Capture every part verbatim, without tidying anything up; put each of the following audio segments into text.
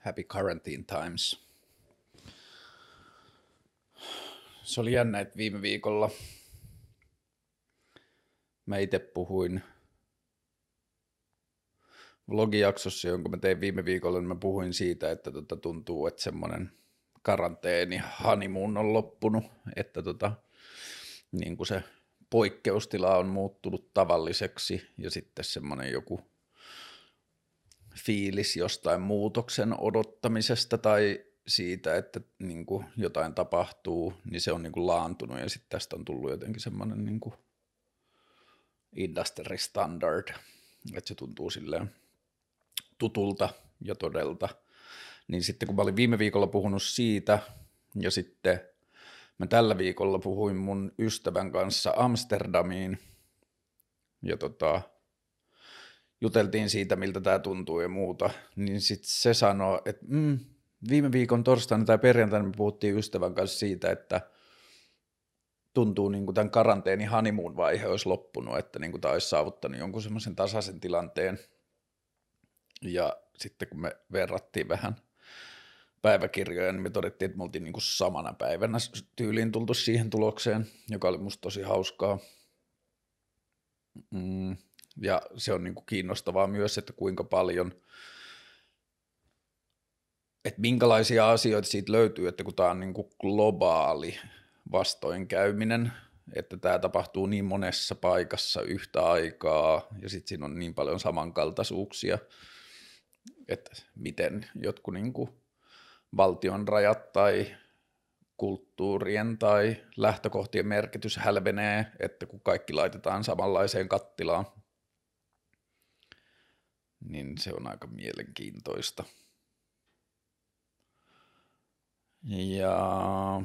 Happy Quarantine Times. Se oli jännä, että viime viikolla mä itse puhuin vlogijaksossa, jonka mä tein viime viikolla, niin mä puhuin siitä, että tota tuntuu, että semmoinen karanteeni honeymoon on loppunut, että tota, niin kuin se poikkeustila on muuttunut tavalliseksi ja sitten semmoinen joku fiilis jostain muutoksen odottamisesta tai siitä, että niin kuin jotain tapahtuu, niin se on niin kuin laantunut ja sitten tästä on tullut jotenkin semmoinen niin kuin industry standard, että se tuntuu silleen tutulta ja todelta. Niin sitten kun mä olin viime viikolla puhunut siitä ja sitten mä tällä viikolla puhuin mun ystävän kanssa Amsterdamiin ja tota, juteltiin siitä, miltä tämä tuntuu ja muuta, niin sitten se sanoi, että mm, viime viikon torstaina tai perjantaina me puhuttiin ystävän kanssa siitä, että tuntuu niin kuin tämän karanteeni honeymoon vaihe olisi loppunut, että niin kuin tämä olisi saavuttanut jonkun semmoisen tasaisen tilanteen. Ja sitten kun me verrattiin vähän päiväkirjoja, niin me todettiin, että me oltiin niin kuin samana päivänä tyyliin tultu siihen tulokseen, joka oli musta tosi hauskaa. Mm, ja se on niin kuin kiinnostavaa myös, että kuinka paljon, että minkälaisia asioita siitä löytyy, että kun tämä on niin kuin globaali vastoinkäyminen, että tämä tapahtuu niin monessa paikassa yhtä aikaa ja sitten siinä on niin paljon samankaltaisuuksia, että miten jotkut niin kuin valtion rajat tai kulttuurien tai lähtökohtien merkitys hälvenee, että kun kaikki laitetaan samanlaiseen kattilaan, niin se on aika mielenkiintoista. Ja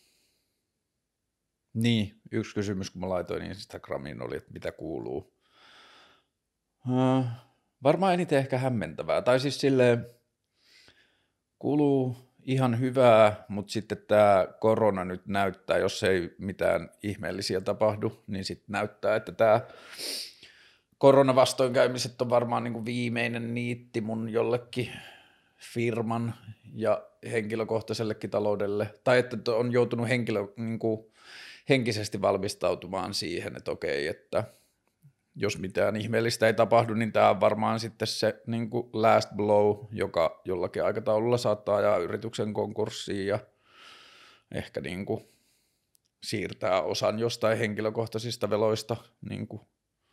niin, yksi kysymys, kun mä laitoin Instagramiin, oli, että mitä kuuluu. Uh, varmaan eniten ehkä hämmentävää. Tai siis silleen, kuuluu ihan hyvää, mutta sitten tämä korona nyt näyttää, jos ei mitään ihmeellisiä tapahdu, niin sitten näyttää, että tämä koronavastoinkäymiset on varmaan niin kuin viimeinen niitti mun jollekin firman ja henkilökohtaisellekin taloudelle. Tai että on joutunut henkilö, niin kuin henkisesti valmistautumaan siihen, että okei, että jos mitään ihmeellistä ei tapahdu, niin tämä on varmaan sitten se niin kuin last blow, joka jollakin aikataululla saattaa ajaa yrityksen konkurssiin ja ehkä niin kuin siirtää osan jostain henkilökohtaisista veloista niin kuin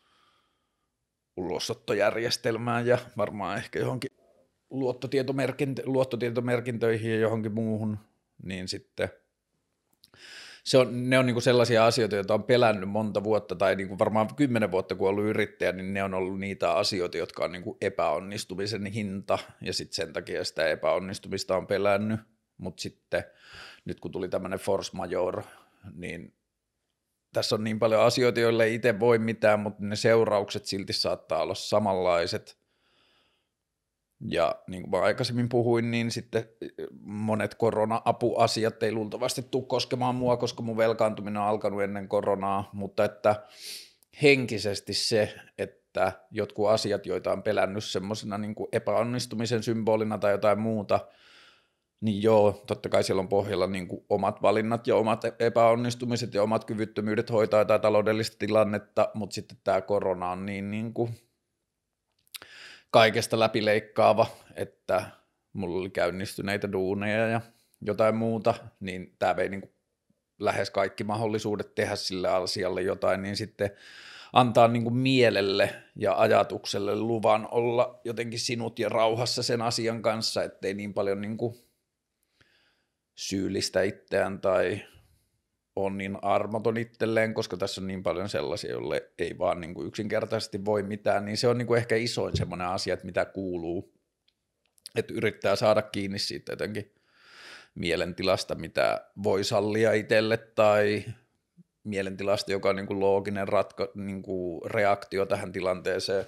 ulosottojärjestelmään ja varmaan ehkä johonkin luottotietomerkintö, luottotietomerkintöihin ja johonkin muuhun, niin sitten Se on, ne on niinku sellaisia asioita, joita on pelännyt monta vuotta tai niinku varmaan kymmenen vuotta, kun on ollut yrittäjä, niin ne on ollut niitä asioita, jotka on niinku epäonnistumisen hinta ja sitten sen takia sitä epäonnistumista on pelännyt, mutta sitten nyt kun tuli tämmöinen force majeure, niin tässä on niin paljon asioita, joille ei itse voi mitään, mutta ne seuraukset silti saattaa olla samanlaiset. Ja niin kuin mä aikaisemmin puhuin, niin sitten monet korona-apuasiat ei luultavasti tule koskemaan mua, koska mun velkaantuminen on alkanut ennen koronaa, mutta että henkisesti se, että jotkut asiat, joita on pelännyt semmoisena niin kuin epäonnistumisen symbolina tai jotain muuta, niin joo, totta kai siellä on pohjalla niin kuin omat valinnat ja omat epäonnistumiset ja omat kyvyttömyydet hoitaa jotain taloudellista tilannetta, mutta sitten tämä korona on niin, niin kuin kaikesta läpileikkaava, että mulla oli käynnistyneitä duuneja ja jotain muuta, niin tämä vei niin kuin lähes kaikki mahdollisuudet tehdä sille asialle jotain, niin sitten antaa niin kuin mielelle ja ajatukselle luvan olla jotenkin sinut ja rauhassa sen asian kanssa, ettei niin paljon niin kuin syyllistä itseään tai on niin armoton itselleen, koska tässä on niin paljon sellaisia, joille ei vaan niin kuin yksinkertaisesti voi mitään, niin se on niin kuin ehkä isoin semmoinen asia, että mitä kuuluu, että yrittää saada kiinni siitä jotenkin mielentilasta, mitä voi sallia itselle, tai mielentilasta, joka on niin kuin looginen ratko, niin kuin reaktio tähän tilanteeseen.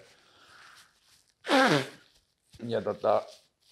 Ja tota,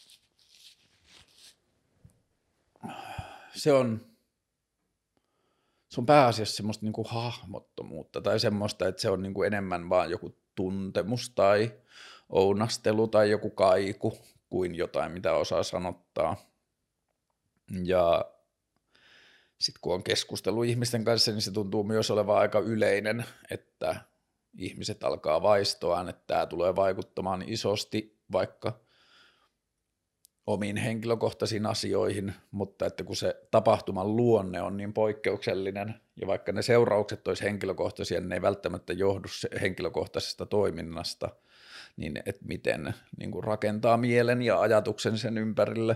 se on Se on pääasiassa semmoista niinku hahmottomuutta tai semmoista, että se on niinku enemmän vaan joku tuntemus tai ounastelu tai joku kaiku kuin jotain, mitä osaa sanottaa. Ja sitten kun on keskustellut ihmisten kanssa, niin se tuntuu myös olevan aika yleinen, että ihmiset alkaa vaistoaan, että tämä tulee vaikuttamaan isosti vaikka omiin henkilökohtaisiin asioihin, mutta että kun se tapahtuman luonne on niin poikkeuksellinen, ja vaikka ne seuraukset olisi henkilökohtaisia, niin ne ei välttämättä johdu henkilökohtaisesta toiminnasta, niin että miten niin kuin rakentaa mielen ja ajatuksen sen ympärille.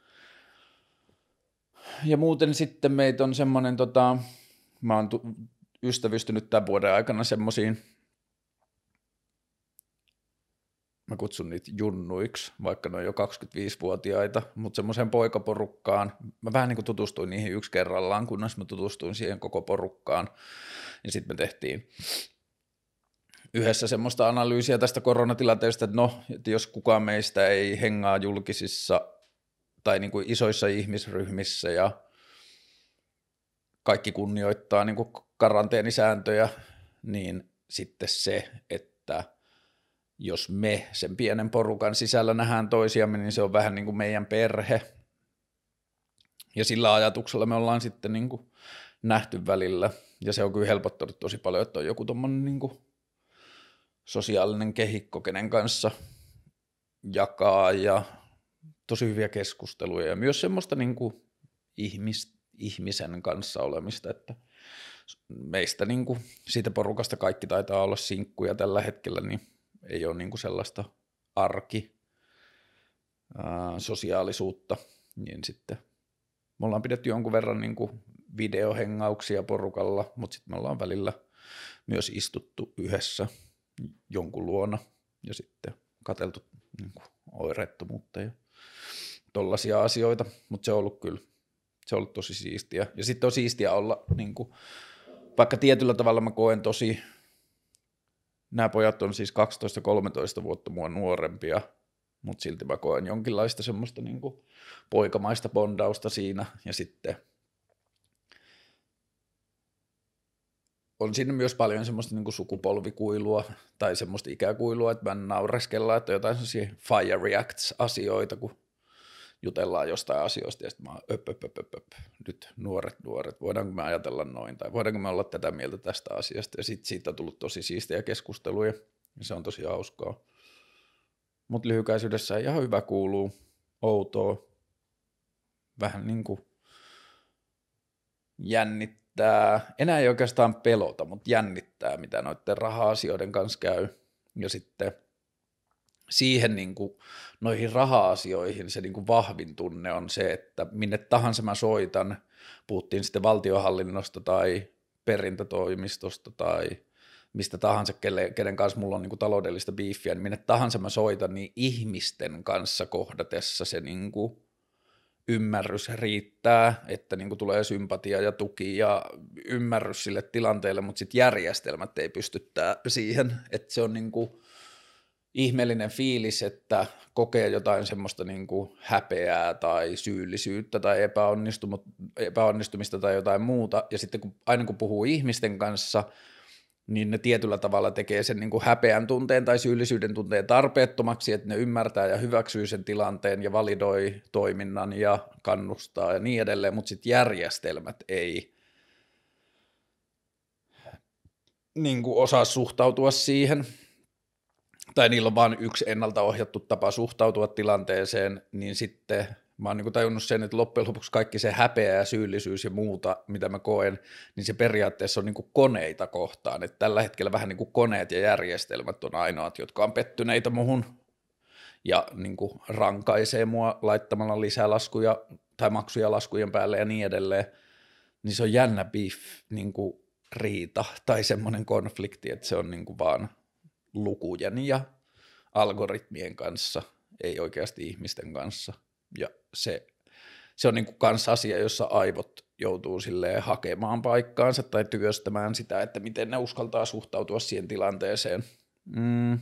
Ja muuten sitten meitä on semmoinen, tota, mä oon tu- ystävystynyt tämän vuoden aikana semmoisiin, mä kutsun niitä junnuiksi, vaikka ne on jo kaksikymmentäviisivuotiaita, mutta semmoiseen poikaporukkaan, mä vähän niin kuin tutustuin niihin yksi kerrallaan, kunnes mä tutustuin siihen koko porukkaan, ja sitten me tehtiin yhdessä semmoista analyysiä tästä koronatilanteesta, että no, että jos kukaan meistä ei hengaa julkisissa tai niin kuin isoissa ihmisryhmissä ja kaikki kunnioittaa niin kuin karanteenisääntöjä, niin sitten se, että jos me sen pienen porukan sisällä nähdään toisiamme, niin se on vähän niin kuin meidän perhe. Ja sillä ajatuksella me ollaan sitten niin kuin nähty välillä. Ja se on kyllä helpottanut tosi paljon, että on joku tommoinen niin kuin sosiaalinen kehikko, kenen kanssa jakaa ja tosi hyviä keskusteluja. Ja myös semmoista niin kuin ihmis, ihmisen kanssa olemista, että meistä niin kuin siitä porukasta kaikki taitaa olla sinkkuja tällä hetkellä, niin ei ole niin kuin sellaista arki, ää, sosiaalisuutta, niin sitten me ollaan pidetty jonkun verran niin kuin videohengauksia porukalla, mutta sitten me ollaan välillä myös istuttu yhdessä jonkun luona ja sitten katseltu niin kuin oireettomuutta ja tollaisia asioita, mutta se on ollut kyllä, se on ollut tosi siistiä. Ja sitten on siistiä olla, niin kuin, vaikka tietyllä tavalla mä koen tosi, nämä pojat on siis kaksitoista kolmetoista vuotta mua nuorempia, mutta silti mä koen jonkinlaista semmoista niin kuin poikamaista bondausta siinä, ja sitten on siinä myös paljon semmoista niin kuin sukupolvikuilua tai semmoista ikäkuilua, että mä naureskellaan, että on jotain semmoisia fire reacts-asioita, kun jutellaan jostain asioista, ja sitten mä oon öp, öp, öp, öp, öp. Nyt nuoret, nuoret, voidaanko me ajatella noin, tai voidaanko me olla tätä mieltä tästä asiasta, ja sitten siitä on tullut tosi siistejä keskusteluja, ja se on tosi hauskaa. Mutta lyhykäisyydessä ihan hyvä kuuluu, outoa, vähän niin kuin jännittää, enää ei oikeastaan pelota, mutta jännittää, mitä noiden raha-asioiden kanssa käy, ja sitten siihen niin kuin, noihin raha-asioihin se niin kuin vahvin tunne on se, että minne tahansa mä soitan, puhuttiin sitten valtionhallinnosta tai perintätoimistosta tai mistä tahansa, kenen kanssa mulla on niin kuin taloudellista biiffiä, niin minne tahansa mä soitan, niin ihmisten kanssa kohdatessa se niin kuin ymmärrys riittää, että niin kuin tulee sympatia ja tuki ja ymmärrys sille tilanteelle, mutta sitten järjestelmät ei pysty siihen, että se on niin kuin ihmeellinen fiilis, että kokee jotain semmoista niin kuin häpeää tai syyllisyyttä tai epäonnistumista tai jotain muuta, ja sitten kun, aina kun puhuu ihmisten kanssa, niin ne tietyllä tavalla tekee sen niin kuin häpeän tunteen tai syyllisyyden tunteen tarpeettomaksi, että ne ymmärtää ja hyväksyy sen tilanteen ja validoi toiminnan ja kannustaa ja niin edelleen, mutta sitten järjestelmät ei niin kuin osaa suhtautua siihen, tai niillä on vain yksi ennalta ohjattu tapa suhtautua tilanteeseen, niin sitten mä oon niin kuin tajunnut sen, että loppujen lopuksi kaikki se häpeä ja syyllisyys ja muuta, mitä mä koen, niin se periaatteessa on niin kuin koneita kohtaan, että tällä hetkellä vähän niin kuin koneet ja järjestelmät on ainoat, jotka on pettyneitä muhun ja niin kuin rankaisee mua laittamalla lisää laskuja tai maksuja laskujen päälle ja niin edelleen, niin se on jännä beef, niin kuin riita tai semmoinen konflikti, että se on niin kuin vaan lukujen ja algoritmien kanssa, ei oikeasti ihmisten kanssa. Ja se, se on niin kuin kans asia, jossa aivot joutuu silleen hakemaan paikkaansa tai työstämään sitä, että miten ne uskaltaa suhtautua siihen tilanteeseen. Mm.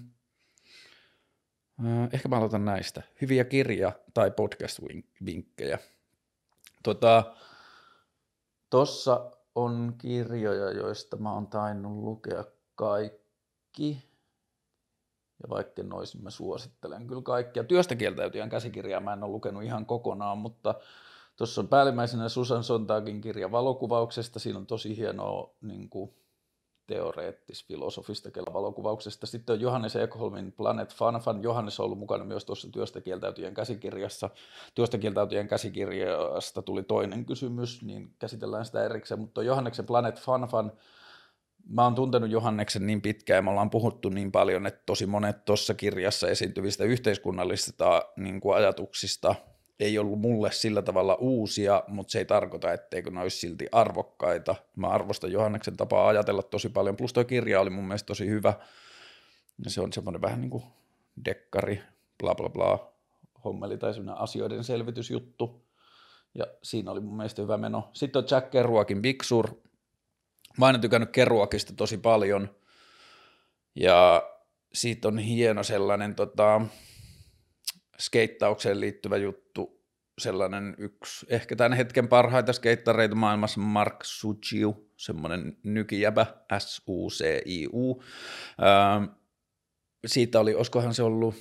Ehkä mä aloitan näistä. Hyviä kirja- tai podcast-vinkkejä. Tota, tossa on kirjoja, joista mä oon tainnut lukea kaikki. Ja vaikka noisin mä suosittelen kyllä kaikkia. Työstä kieltäytyjän käsikirjaa mä en ole lukenut ihan kokonaan, mutta tuossa on päällimmäisenä Susan Sontagin kirja valokuvauksesta. Siinä on tosi hienoa niin kuin teoreettis-filosofista valokuvauksesta. Sitten on Johannes Ekholmin Planet Fanfan. Johannes on ollut mukana myös tuossa Työstä kieltäytyjän käsikirjassa. Työstä kieltäytyjän käsikirjasta tuli toinen kysymys, niin käsitellään sitä erikseen. Mutta Johanneksen Planet Fanfan, mä oon tuntenut Johanneksen niin pitkään ja me ollaan puhuttu niin paljon, että tosi monet tuossa kirjassa esiintyvistä yhteiskunnallisista niin kuin ajatuksista ei ollut mulle sillä tavalla uusia, mutta se ei tarkoita, etteikö ne olisi silti arvokkaita. Mä arvostan Johanneksen tapaa ajatella tosi paljon, plus tuo kirja oli mun mielestä tosi hyvä. Ja se on semmoinen vähän niin kuin dekkari, bla bla bla, hommeli tai semmoinen asioiden selvitysjuttu. Ja siinä oli mun mielestä hyvä meno. Sitten on Jack Kerouacin Big Sur. Mä oon aina tykännyt Kerouacista tosi paljon. Ja siitä on hieno sellainen tota, skeittaukseen liittyvä juttu, sellainen yksi, ehkä tämän hetken parhaita skeittareita maailmassa, Mark Suciu, semmoinen nykijäbä, S U C I U. Ähm, siitä oli, olisikohan se ollut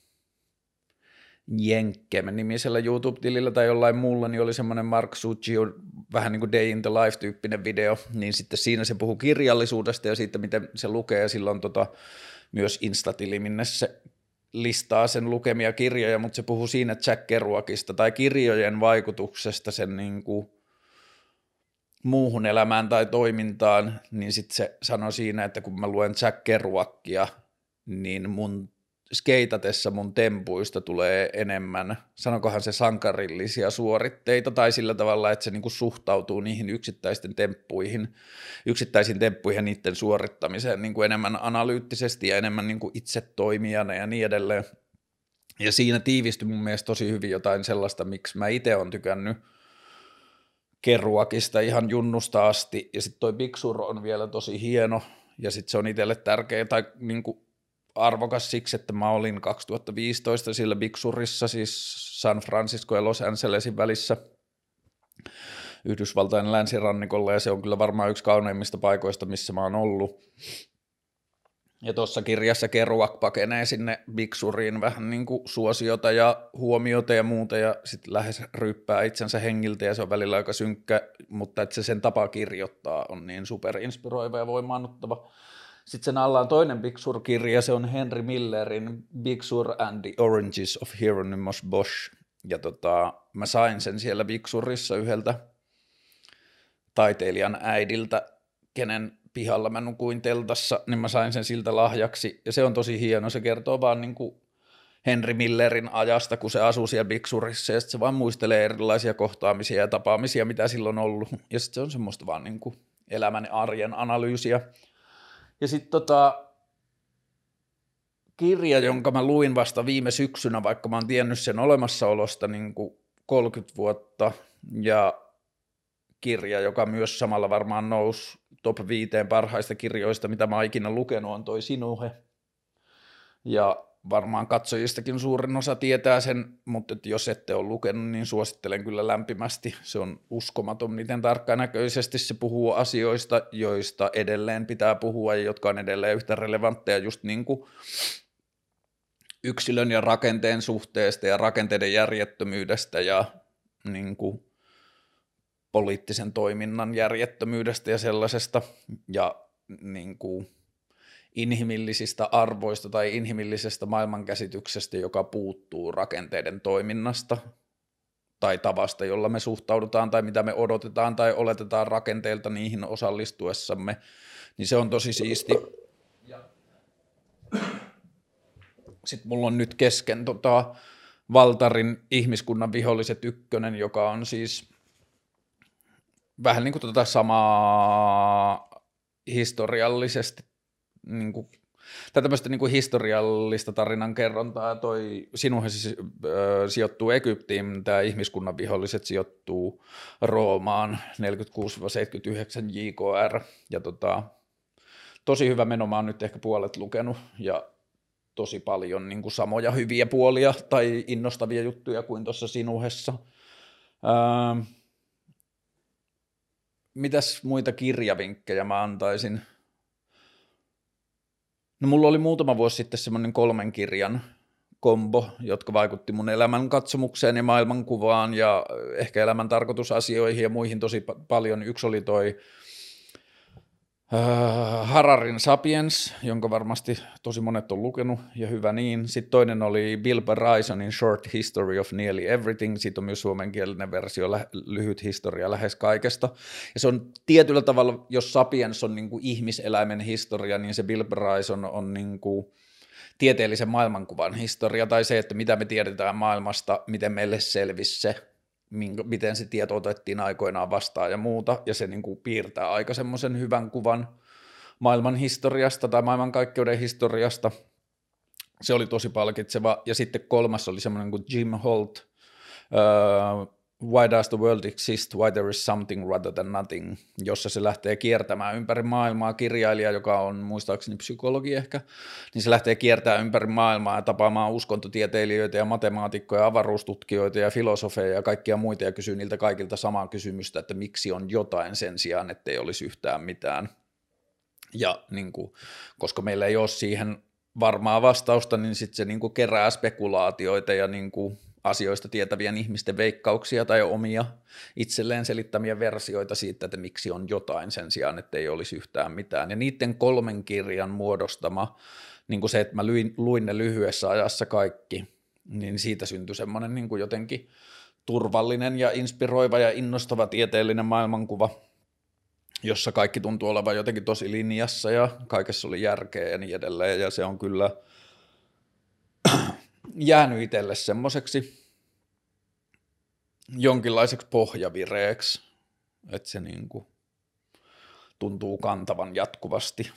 Jenkkemän nimisellä YouTube-tilillä tai jollain muulla, niin oli semmoinen Mark Suciu, vähän niin kuin Day in the Life-tyyppinen video, niin sitten siinä se puhuu kirjallisuudesta ja siitä, miten se lukee, ja silloin tota, myös Instatili, minne se listaa sen lukemia kirjoja, mutta se puhuu siinä Jack Kerouacista tai kirjojen vaikutuksesta sen niin kuin muuhun elämään tai toimintaan, niin sitten se sanoi siinä, että kun mä luen Jack Kerouacia, niin mun skeitatessa mun tempuista tulee enemmän, sanokohan se sankarillisia suoritteita tai sillä tavalla, että se niinku suhtautuu niihin yksittäisten temppuihin, yksittäisiin temppuihin ja niiden suorittamiseen niinku enemmän analyyttisesti ja enemmän niinku itse toimijana ja niin edelleen. Ja siinä tiivistyi mun mielestä tosi hyvin jotain sellaista, miksi mä itse olen tykännyt Kerouacista ihan junnusta asti, ja sitten toi Big Sur on vielä tosi hieno, ja sitten se on itselle tärkeä tai niinku arvokas siksi, että mä olin kaksituhattaviisitoista sillä Big Surissa, siis San Francisco ja Los Angelesin välissä Yhdysvaltain länsirannikolla, ja se on kyllä varmaan yksi kauneimmista paikoista, missä mä oon ollut. Ja tuossa kirjassa Kerouac pakenee sinne Big Suriin vähän niin kuin suosiota ja huomiota ja muuta, ja sitten lähes ryyppää itsensä hengiltä, ja se on välillä aika synkkä, mutta että se sen tapa kirjoittaa on niin superinspiroiva ja voimaannuttava. Sitten sen alla on toinen Big Sur-kirja, se on Henry Millerin Big Sur and the Oranges of Hieronymus Bosch. Ja tota, mä sain sen siellä Big Surissa yhdeltä taiteilijan äidiltä, kenen pihalla mä nukuin teltassa, niin mä sain sen siltä lahjaksi. Ja se on tosi hieno, se kertoo vaan niin kuin Henry Millerin ajasta, kun se asuu siellä Big Surissa, ja sitten se vaan muistelee erilaisia kohtaamisia ja tapaamisia, mitä silloin on ollut. Ja sitten se on semmoista vaan niin kuin elämän arjen analyysiä. Ja sitten tota, kirja, jonka mä luin vasta viime syksynä, vaikka mä oon tiennyt sen olemassaolosta niin kuin kolmekymmentä vuotta, ja kirja, joka myös samalla varmaan nousi top viiteen parhaista kirjoista, mitä mä oon ikinä lukenut, on toi Sinuhe. Ja varmaan katsojistakin suurin osa tietää sen, mutta jos ette ole lukenut, niin suosittelen kyllä lämpimästi. Se on uskomaton, miten tarkkanäköisesti se puhuu asioista, joista edelleen pitää puhua ja jotka on edelleen yhtä relevantteja just niin kuin yksilön ja rakenteen suhteesta ja rakenteiden järjettömyydestä ja niin kuin poliittisen toiminnan järjettömyydestä ja sellaisesta ja niin kuin inhimillisistä arvoista tai inhimillisestä maailmankäsityksestä, joka puuttuu rakenteiden toiminnasta tai tavasta, jolla me suhtaudutaan tai mitä me odotetaan tai oletetaan rakenteilta niihin osallistuessamme, niin se on tosi siisti. Sitten mulla on nyt kesken tota, Valtarin Ihmiskunnan viholliset ykkönen, joka on siis vähän niin kuin tota samaa historiallisesti, niin kuin, tai tämmöistä niin kuin historiallista tarinankerrontaa. Toi Sinuhe siis, äh, sijoittuu Egyptiin, tämä Ihmiskunnan viholliset sijoittuu Roomaan neljäkymmentäkuusi seitsemänkymmentäyhdeksän J K R, ja tota, tosi hyvä meno, mä oon nyt ehkä puolet lukenut, ja tosi paljon niin kuin samoja hyviä puolia tai innostavia juttuja kuin tuossa Sinuhessa. Ähm, Mitäs muita kirjavinkkejä mä antaisin? No mulla oli muutama vuosi sitten semmoinen kolmen kirjan kombo, jotka vaikutti mun elämän katsomukseen ja maailmankuvaan ja ehkä elämän tarkoitusasioihin ja muihin tosi pa- paljon. Yksi oli toi äh, Hararin Sapiens, jonka varmasti tosi monet on lukenut ja hyvä niin. Sitten toinen oli Bill Brysonin Short History of Nearly Everything, siitä on myös suomenkielinen versio, lä- lyhyt historia lähes kaikesta. Ja se on tietyllä tavalla, jos Sapiens on niin kuin ihmiseläimen historia, niin se Bill Bryson on niin kuin tieteellisen maailmankuvan historia tai se, että mitä me tiedetään maailmasta, miten meille selvisi se, miten se tieto otettiin aikoinaan vastaan ja muuta, ja se niin kuin piirtää aika semmoisen hyvän kuvan maailman historiasta tai maailmankaikkeuden historiasta. Se oli tosi palkitseva, ja sitten kolmas oli semmoinen kuin Jim Holt, uh, Why Does the World Exist? Why There is Something Rather Than Nothing, jossa se lähtee kiertämään ympäri maailmaa, kirjailija, joka on muistaakseni psykologi ehkä, niin se lähtee kiertämään ympäri maailmaa ja tapaamaan uskontotieteilijöitä ja matemaatikkoja, avaruustutkijoita ja filosofeja ja kaikkia muita ja kysyy niiltä kaikilta samaa kysymystä, että miksi on jotain sen sijaan, ettei olisi yhtään mitään. Ja niin kuin, koska meillä ei ole siihen varmaa vastausta, niin sitten se niin kuin kerää spekulaatioita ja niin kuin asioista tietävien ihmisten veikkauksia tai omia itselleen selittämiä versioita siitä, että miksi on jotain sen sijaan, että ei olisi yhtään mitään. Ja niiden kolmen kirjan muodostama, niin kuin se, että mä luin, luin ne lyhyessä ajassa kaikki, niin siitä syntyi semmoinen niin kuin jotenkin turvallinen ja inspiroiva ja innostava tieteellinen maailmankuva, jossa kaikki tuntuu olevan jotenkin tosi linjassa ja kaikessa oli järkeä ja niin edelleen, ja se on kyllä jäänyt itselle semmoiseksi jonkinlaiseksi pohjavireeksi, että se niin kuin tuntuu kantavan jatkuvasti.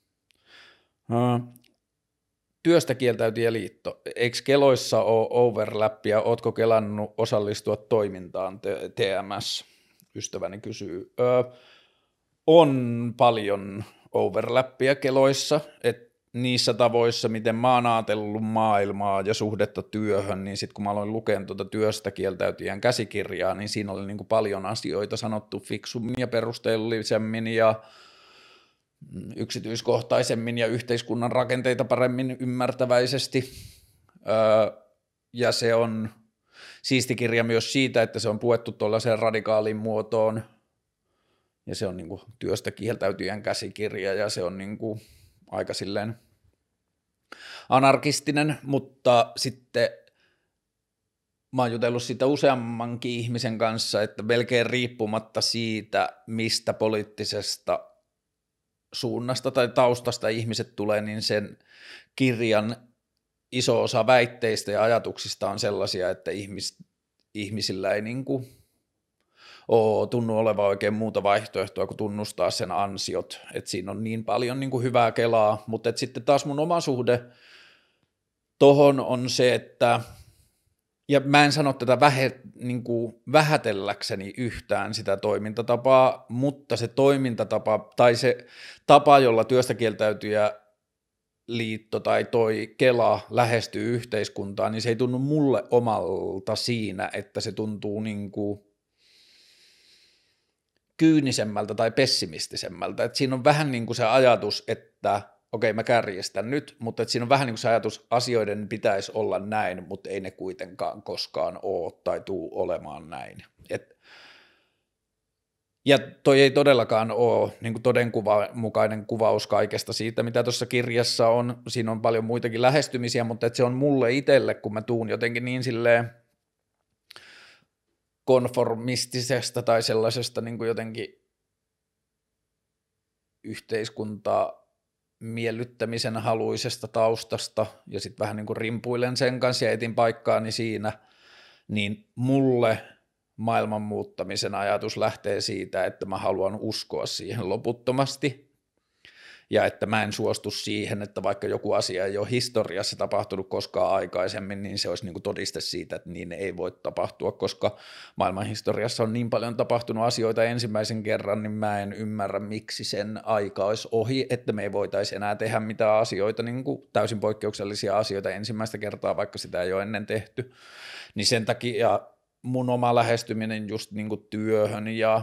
Työstä kieltäytyjä liitto. Eikö keloissa ole overlappia? Ootko kelannut osallistua toimintaan T M S? Ystäväni kysyy. Öö, on paljon overlappia keloissa, että niissä tavoissa, miten mä oon ajatellut maailmaa ja suhdetta työhön, niin sitten kun mä aloin lukemaan tuota Työstä kieltäytyjän käsikirjaa, niin siinä oli niin kuin paljon asioita sanottu fiksummin ja perusteellisemmin ja yksityiskohtaisemmin ja yhteiskunnan rakenteita paremmin ymmärtäväisesti. Öö, ja se on siisti kirja myös siitä, että se on puettu tuollaiseen radikaaliin muotoon, ja se on niin kuin Työstä kieltäytyjän käsikirja, ja se on niin kuin aika silleen anarkistinen, mutta sitten mä oon jutellut siitä useammankin ihmisen kanssa, että melkein riippumatta siitä, mistä poliittisesta suunnasta tai taustasta ihmiset tulee, niin sen kirjan iso osa väitteistä ja ajatuksista on sellaisia, että ihmis, ihmisillä ei niin kuin ole tunnu olevan oikein muuta vaihtoehtoa kuin tunnustaa sen ansiot, että siinä on niin paljon niin kuin hyvää kelaa, mutta että sitten taas mun oma suhde tohon on se, että, ja mä en sano tätä vähe, niin kuin vähätelläkseni yhtään sitä toimintatapaa, mutta se toimintatapa tai se tapa, jolla Työstä kieltäytyjä liitto tai toi Kela lähestyy yhteiskuntaa, niin se ei tunnu mulle omalta siinä, että se tuntuu niin kuin kyynisemmältä tai pessimistisemmältä. Et siinä on vähän niin kuin se ajatus, että okei, mä kärjestän nyt, mutta et siinä on vähän niin kuin se ajatus, asioiden pitäisi olla näin, mutta ei ne kuitenkaan koskaan ole tai tuu olemaan näin. Et, ja toi ei todellakaan ole niin kuin todenmukainen kuvaus kaikesta siitä, mitä tuossa kirjassa on. Siinä on paljon muitakin lähestymisiä, mutta et se on mulle itselle, kun mä tuun jotenkin niin silleen konformistisesta tai sellaisesta niin kuin jotenkin yhteiskuntaa miellyttämisen haluisesta taustasta ja sitten vähän niin kuin rimpuilen sen kanssa ja etin paikkaani siinä, niin mulle maailman muuttamisen ajatus lähtee siitä, että mä haluan uskoa siihen loputtomasti ja että mä en suostu siihen, että vaikka joku asia ei ole historiassa tapahtunut koskaan aikaisemmin, niin se olisi niin kuin todiste siitä, että niin ei voi tapahtua, koska maailman historiassa on niin paljon tapahtunut asioita ensimmäisen kerran, niin mä en ymmärrä, miksi sen aika olisi ohi, että me ei voitaisi enää tehdä mitään asioita, niin kuin täysin poikkeuksellisia asioita ensimmäistä kertaa, vaikka sitä ei ole ennen tehty. Niin sen takia mun oma lähestyminen just niin kuin työhön ja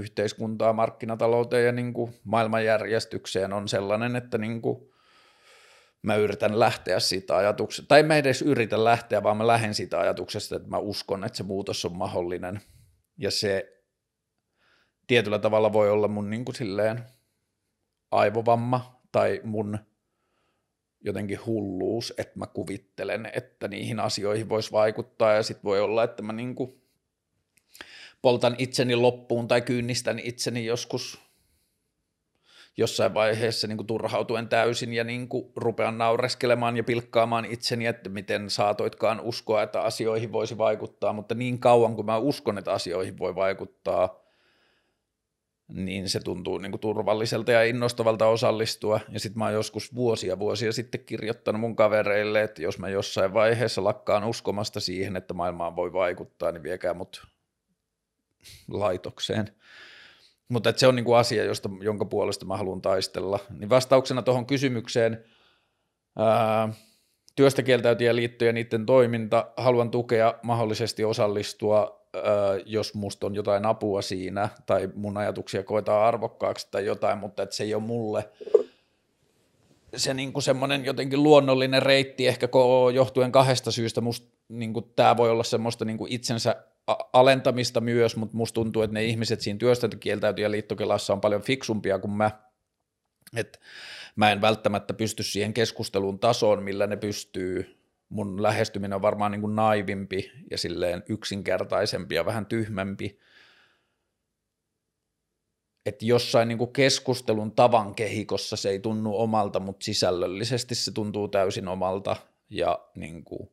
yhteiskuntaa, markkinatalouteen ja niin kuin maailmanjärjestykseen on sellainen, että niin kuin mä yritän lähteä siitä ajatuksesta, tai mä edes yritä lähteä, vaan mä lähden siitä ajatuksesta, että mä uskon, että se muutos on mahdollinen, ja se tietyllä tavalla voi olla mun niin kuin silleen aivovamma, tai mun jotenkin hulluus, että mä kuvittelen, että niihin asioihin voisi vaikuttaa, ja sit voi olla, että mä niin kuin poltan itseni loppuun, tai kyynnistän itseni joskus jossain vaiheessa niin kuin turhautuen täysin ja niin kuin rupean naureskelemaan ja pilkkaamaan itseni, että miten saatoitkaan uskoa, että asioihin voisi vaikuttaa, mutta niin kauan kuin mä uskon, että asioihin voi vaikuttaa, niin se tuntuu niin kuin turvalliselta ja innostavalta osallistua. Ja sitten mä oon joskus vuosia vuosia sitten kirjoittanut mun kavereille, että jos mä jossain vaiheessa lakkaan uskomasta siihen, että maailmaan voi vaikuttaa, niin viekää mut laitokseen. Mutta se on niinku asia, josta, jonka puolesta mä haluan taistella. Niin vastauksena tuohon kysymykseen, ää, työstä kieltäytyjä liittoja ja niiden toiminta, haluan tukea, mahdollisesti osallistua, ää, jos musta on jotain apua siinä, tai mun ajatuksia koetaan arvokkaaksi tai jotain, mutta et se ei ole mulle se niinku semmoinen jotenkin luonnollinen reitti, ehkä johtuen kahdesta syystä. Musta niinku, tämä voi olla semmoista niinku itsensä alentamista myös, mutta musta tuntuu, että ne ihmiset siinä työstä kieltäytyjä liittokelassa on paljon fiksumpia kuin mä, että mä en välttämättä pysty siihen keskustelun tasoon, millä ne pystyy. Mun lähestyminen on varmaan niin kuin naivimpi ja silleen yksinkertaisempi ja vähän tyhmempi. Että jossain niin kuin keskustelun tavan kehikossa se ei tunnu omalta, mutta sisällöllisesti se tuntuu täysin omalta ja niin kuin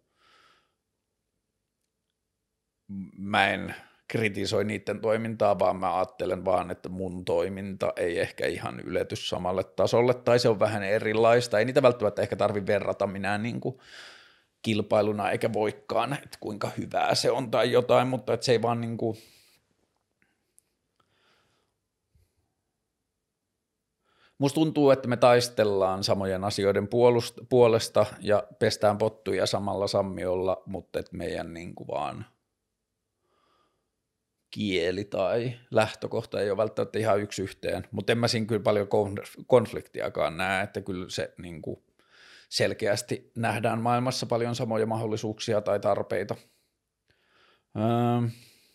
mä en kritisoi niiden toimintaa, vaan mä ajattelen vaan, että mun toiminta ei ehkä ihan ylety samalle tasolle, tai se on vähän erilaista. Ei niitä välttämättä ehkä tarvitse verrata minä niin kuin kilpailuna, eikä voikaan, että kuinka hyvää se on tai jotain, mutta että se ei vaan niin kuin musta tuntuu, että me taistellaan samojen asioiden puolesta ja pestään pottuja samalla sammiolla, mutta että meidän niin kuin vaan kieli tai lähtökohta ei ole välttämättä ihan yksi yhteen, mutta en mä siinä kyllä paljon konfliktiakaan näe, että kyllä se niin kuin selkeästi nähdään maailmassa paljon samoja mahdollisuuksia tai tarpeita. Öö.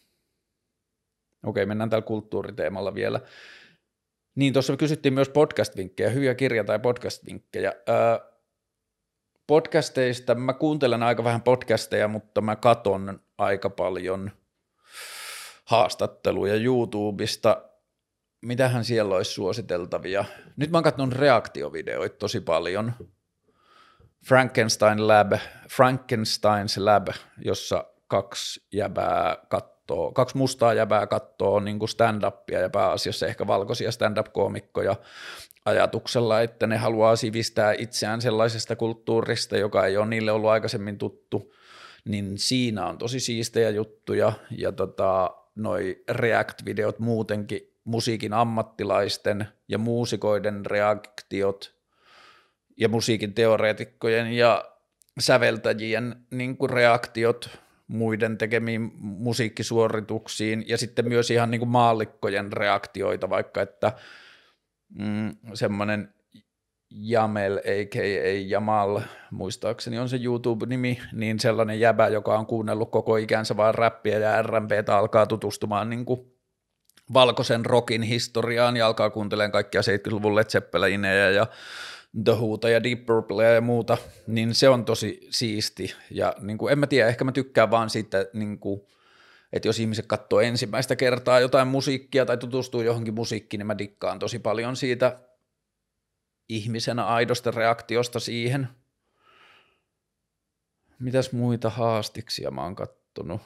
Okei, mennään tällä kulttuuriteemalla vielä. Niin, tuossa kysyttiin myös podcast-vinkkejä, hyviä kirja- tai podcast-vinkkejä. Öö, podcasteista, mä kuuntelen aika vähän podcasteja, mutta mä katon aika paljon haastatteluja YouTubesta. Mitähän siellä olisi suositeltavia? Nyt mä oon katsonut reaktiovideoita tosi paljon. Frankenstein Lab, Frankenstein's Lab, jossa kaksi jäbää kattoo, kaksi mustaa jäbää kattoo niin kuin stand-upia ja pääasiassa ehkä valkoisia stand-up-koomikkoja ajatuksella, että ne haluaa sivistää itseään sellaisesta kulttuurista, joka ei ole niille ollut aikaisemmin tuttu, niin siinä on tosi siistejä juttuja ja tota, noi React-videot muutenkin, musiikin ammattilaisten ja muusikoiden reaktiot ja musiikin teoreetikkojen ja säveltäjien niin kuin reaktiot muiden tekemiin musiikkisuorituksiin ja sitten myös ihan niin kuin maallikkojen reaktioita, vaikka että mm, semmoinen Jamel, a k a. Jamal, muistaakseni on se YouTube-nimi, niin sellainen jäbä, joka on kuunnellut koko ikänsä vaan räppiä ja R and B:tä, alkaa tutustumaan niin kuin valkoisen rockin historiaan ja alkaa kuuntelemaan kaikkia seitsemänkymmentäluvun Led Zeppelinejä ja The Whota ja Deep Purplea ja muuta, niin se on tosi siisti ja niin kuin, en mä tiedä, ehkä mä tykkään vaan siitä, niin kuin, että jos ihmiset katsoo ensimmäistä kertaa jotain musiikkia tai tutustuu johonkin musiikkiin, niin mä dikkaan tosi paljon siitä ihmisenä aidosta reaktiosta siihen. Mitäs muita haastiksia mä oon kattonut?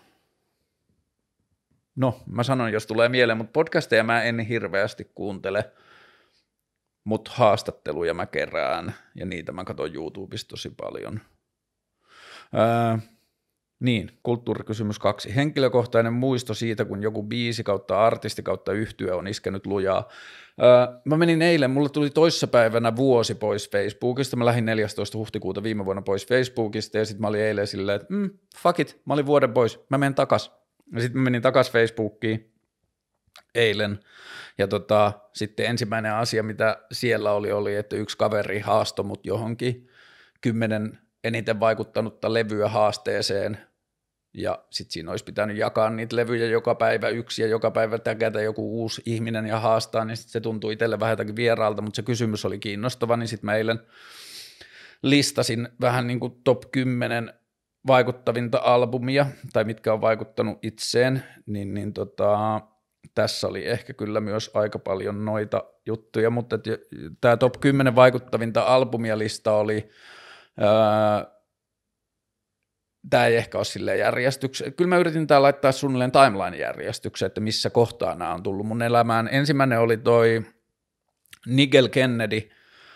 No, mä sanon, jos tulee mieleen, mutta podcasteja mä en hirveästi kuuntele, mutta haastatteluja mä kerään, ja niitä mä katson YouTubesta tosi paljon. Ää, niin, kulttuurikysymys kaksi. Henkilökohtainen muisto siitä, kun joku biisi kautta artisti kautta yhtye on iskenyt lujaa. Ää, mä menin eilen, mulle tuli toissapäivänä vuosi pois Facebookista, mä lähdin neljästoista huhtikuuta viime vuonna pois Facebookista, ja sitten mä olin eilen silleen, että mm, fuck it, mä olin vuoden pois, mä menen takas. Ja sitten mä menin takas Facebookiin eilen, ja tota, sitten ensimmäinen asia, mitä siellä oli, oli, että yksi kaveri haastoi mut johonkin, kymmenen eniten vaikuttanutta levyä haasteeseen, ja sitten siinä olisi pitänyt jakaa niitä levyjä joka päivä yksi, ja joka päivä täkätä joku uusi ihminen ja haastaa, niin sit se tuntui itselle vähän jotakin vieraalta, mutta se kysymys oli kiinnostava, niin sitten mä eilen listasin vähän niin kuin top kymmenen vaikuttavinta albumia, tai mitkä on vaikuttanut itseen, niin, niin tota, tässä oli ehkä kyllä myös aika paljon noita juttuja, mutta tämä top kymmenen vaikuttavinta albumia lista oli, tämä ei ehkä ole silleen järjestyksessä, kyllä mä yritin tää laittaa suunnilleen timeline-järjestykseen, että missä kohtaa nämä on tullut mun elämään. Ensimmäinen oli toi Nigel Kennedy,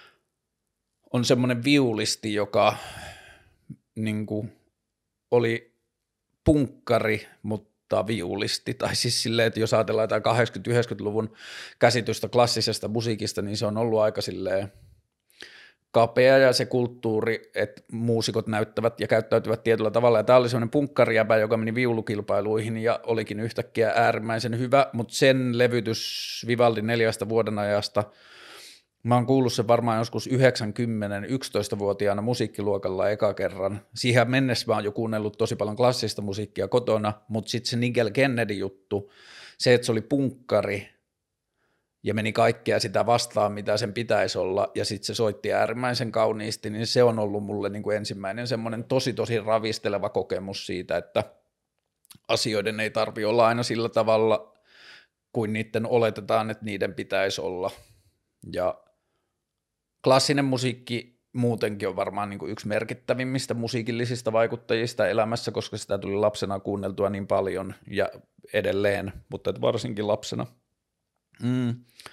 on semmoinen viulisti, joka niin kuin, oli punkkari, mutta viulisti, tai siis silleen, että jos ajatellaan jotain kahdeksankymmentä-yhdeksänkymmentäluvun käsitystä klassisesta musiikista, niin se on ollut aika silleen kapea ja se kulttuuri, että muusikot näyttävät ja käyttäytyvät tietyllä tavalla, ja tämä oli semmoinen punkkarijäbä, joka meni viulukilpailuihin ja olikin yhtäkkiä äärimmäisen hyvä, mutta sen levytys Vivaldin neljästä vuoden ajasta, mä oon kuullut sen varmaan joskus yhdeksänkymmentä yksitoistavuotiaana musiikkiluokalla eka kerran. Siihen mennessä mä oon jo kuunnellut tosi paljon klassista musiikkia kotona, mutta sitten se Nigel Kennedy-juttu, se, että se oli punkkari ja meni kaikkea sitä vastaan, mitä sen pitäisi olla, ja sitten se soitti äärimmäisen kauniisti, niin se on ollut mulle niin kuin ensimmäinen semmoinen tosi tosi ravisteleva kokemus siitä, että asioiden ei tarvitse olla aina sillä tavalla, kuin niiden oletetaan, että niiden pitäisi olla. Ja klassinen musiikki muutenkin on varmaan niin kuin yksi merkittävimmistä musiikillisista vaikuttajista elämässä, koska sitä tuli lapsena kuunneltua niin paljon ja edelleen, mutta varsinkin lapsena. Mm.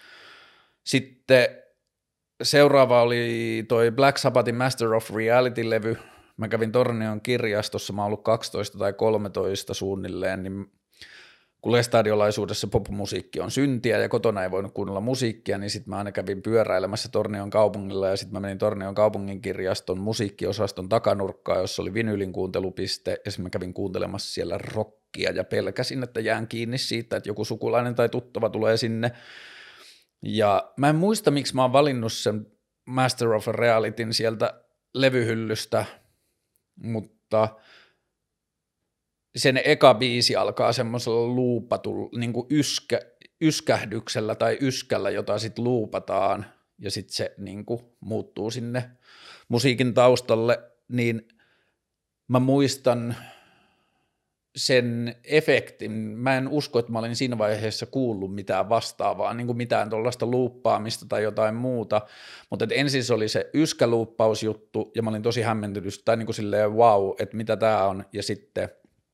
Sitten seuraava oli toi Black Sabbathin Master of Reality-levy. Mä kävin Tornion kirjastossa, mä oon ollut kaksitoista tai kolmetoista suunnilleen, niin kun lestadiolaisuudessa popmusiikki on syntiä ja kotona ei voinut kuunnella musiikkia, niin sitten mä aina kävin pyöräilemässä Tornion kaupungilla ja sitten mä menin Tornion kaupungin kirjaston musiikkiosaston takanurkkaan, jossa oli vinylin kuuntelupiste ja sitten mä kävin kuuntelemassa siellä rockia ja pelkäsin, että jään kiinni siitä, että joku sukulainen tai tuttava tulee sinne. Ja mä en muista, miksi mä oon valinnut sen Master of Realityn sieltä levyhyllystä, mutta sen eka biisi alkaa semmoisella luupatulla, niin kuin yskä, yskähdyksellä tai yskällä, jota sitten luupataan, ja sitten se niin kuin muuttuu sinne musiikin taustalle, niin mä muistan sen efektin. Mä en usko, että mä olin siinä vaiheessa kuullut mitään vastaavaa, niin kuin mitään tuollaista luuppaamista tai jotain muuta, mutta ensin se oli se yskäluuppausjuttu, ja mä olin tosi hämmentynyt, tai niin kuin silleen wow, että mitä tää on, ja sitten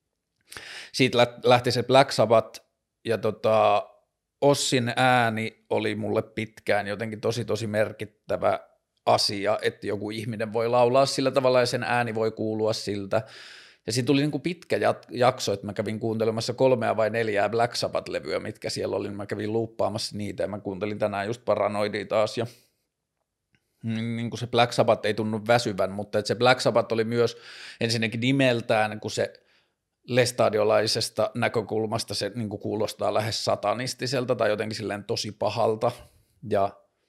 siitä lähti se Black Sabbath, ja tota, Ossin ääni oli mulle pitkään jotenkin tosi tosi merkittävä asia, että joku ihminen voi laulaa sillä tavalla ja sen ääni voi kuulua siltä. Ja siinä tuli niin kuin pitkä jakso, että mä kävin kuuntelemassa kolmea vai neljää Black Sabbath-levyä, mitkä siellä oli, mä kävin luuppaamassa niitä ja mä kuuntelin tänään just Paranoidia taas ja niin kuin se Black Sabbath ei tunnu väsyvän, mutta että se Black Sabbath oli myös ensinnäkin nimeltään, kun se lestadiolaisesta näkökulmasta se niin kuin kuulostaa lähes satanistiselta tai jotenkin silleen tosi pahalta ja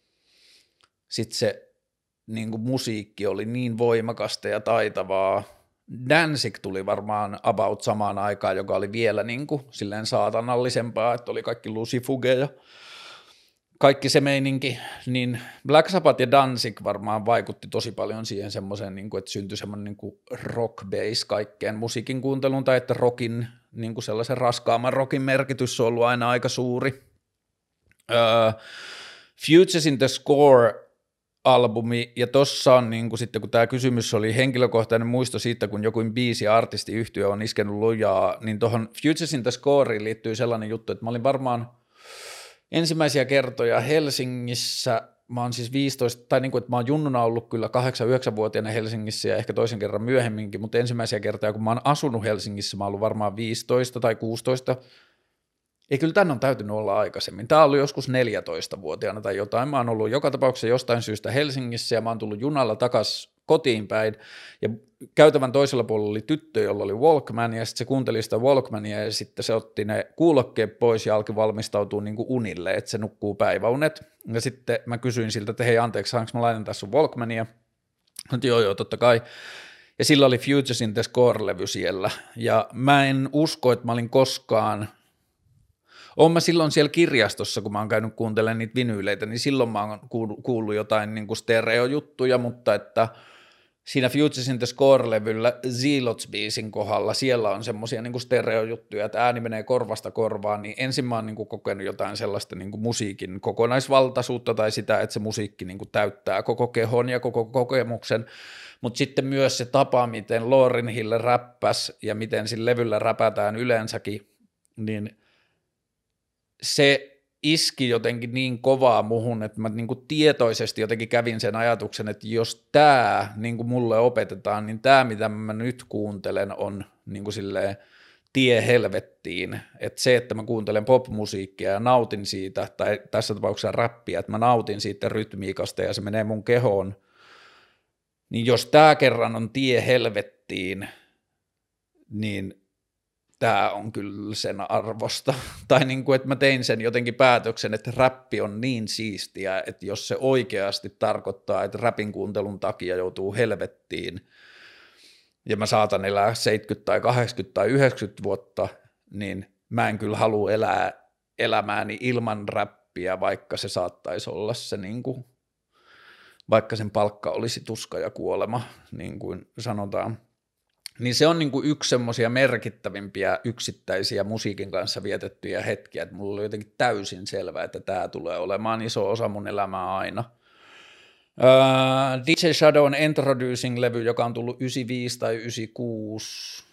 sitten se niin kuin musiikki oli niin voimakasta ja taitavaa. Danzig tuli varmaan about samaan aikaan, joka oli vielä niin kuin silleen saatanallisempaa, että oli kaikki lusifuge ja kaikki se meininki, niin Black Sabbath ja Danzig varmaan vaikutti tosi paljon siihen semmoiseen, niin kuin, että syntyi semmoinen niin kuin rock base kaikkeen musiikin kuunteluun, tai että rockin, niin kuin sellaisen raskaamman rockin merkitys on ollut aina aika suuri. Uh, Futures in the Score-albumi, ja tossa on niin kuin sitten, kun tämä kysymys oli henkilökohtainen muisto siitä, kun joku biisi ja artistiyhtiö on iskenut lujaa, niin tuohon Futures in the Scoreen liittyy sellainen juttu, että mä olin varmaan ensimmäisiä kertoja Helsingissä, mä oon siis viisitoista, tai niin kuin, että mä oon junnuna ollut kyllä kahdeksan-yhdeksänvuotiaana Helsingissä ja ehkä toisen kerran myöhemminkin, mutta ensimmäisiä kertoja, kun mä oon asunut Helsingissä, mä oon ollut varmaan viisitoista tai kuusitoista, ei kyllä tän on täytynyt olla aikaisemmin, tää on ollut joskus neljätoistavuotiaana tai jotain, mä oon ollut joka tapauksessa jostain syystä Helsingissä ja mä oon tullut junalla takas kotiin päin ja käytävän toisella puolella oli tyttö, jolla oli Walkman ja sitten se kuunteli sitä Walkmania ja sitten se otti ne kuulokkeet pois ja alkoi valmistautua niin kuin unille, että se nukkuu päiväunet ja sitten mä kysyin siltä, että hei anteeksi, saanko mä lainan tässä sun Walkmania Mutta joo, joo, totta kai. Ja sillä oli Futures in the Score-levy siellä, ja mä en usko, että mä olin koskaan, oon mä silloin siellä kirjastossa, kun mä oon käynyt kuuntelemaan niitä vinyyleitä, niin silloin mä oon kuullut jotain niin kuin stereojuttuja, mutta että siinä Futures in the Score-levyllä Zealots-biisin kohdalla siellä on semmoisia niin kuin stereojuttuja, että ääni menee korvasta korvaan, niin ensin mä oon niin kuin kokenut jotain sellaista niin kuin musiikin kokonaisvaltaisuutta tai sitä, että se musiikki niin kuin täyttää koko kehon ja koko kokemuksen, mutta sitten myös se tapa, miten Lauryn Hill räppäs ja miten sillä levyllä räpätään yleensäkin, niin se iski jotenkin niin kovaa muhun, että mä niinku tietoisesti jotenkin kävin sen ajatuksen, että jos tämä niinku mulle opetetaan, niin tämä mitä mä nyt kuuntelen on niinku silleen tie helvettiin, että se, että mä kuuntelen popmusiikkia ja nautin siitä, tai tässä tapauksessa räppiä, että mä nautin siitä rytmiikasta ja se menee mun kehoon, niin jos tämä kerran on tie helvettiin, niin tämä on kyllä sen arvosta. Tai niin kuin, että mä tein sen jotenkin päätöksen, että räppi on niin siistiä, että jos se oikeasti tarkoittaa, että räpin kuuntelun takia joutuu helvettiin, ja mä saatan elää seitsemänkymmentä tai kahdeksankymmentä tai yhdeksänkymmentä vuotta, niin mä en kyllä halua elää elämääni ilman räppiä, vaikka se saattaisi olla se niin kuin, vaikka sen palkka olisi tuska ja kuolema, niin kuin sanotaan. Niin se on niin kuin yksi semmoisia merkittävimpiä yksittäisiä musiikin kanssa vietettyjä hetkiä, että mulla oli jotenkin täysin selvää, että tämä tulee olemaan iso osa mun elämää aina. Uh, D J Shadown Introducing-levy, joka on tullut yhdeksänkymmentäviisi tai yhdeksänkymmentäkuusi.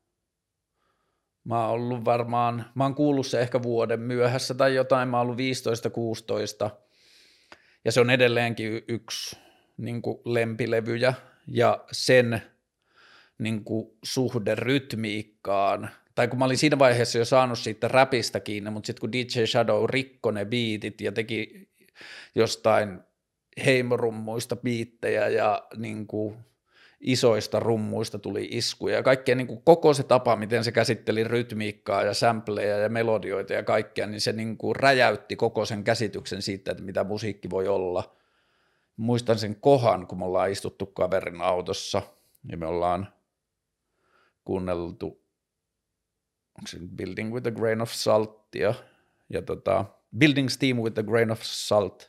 Mä oon ollut varmaan, mä oon kuullut se ehkä vuoden myöhässä tai jotain, mä oon ollut viisitoista kuusitoista, ja se on edelleenkin yksi niin kuin lempilevyjä, ja sen niin kuin suhde rytmiikkaan, tai kun mä olin siinä vaiheessa jo saanut siitä räpistä kiinni, mutta sitten kun D J Shadow rikkoi ne biitit ja teki jostain heimorummuista biittejä ja niin kuin isoista rummuista tuli iskuja ja kaikkea niin kuin koko se tapa, miten se käsitteli rytmiikkaa ja sampleja ja melodioita ja kaikkea, niin se niin kuin räjäytti koko sen käsityksen siitä, että mitä musiikki voi olla. Muistan sen kohan, kun me ollaan istuttu kaverin autossa ja me ollaan kuunneltu, onko se Building with a Grain of Saltia, ja tota, Building Steam with a Grain of Salt,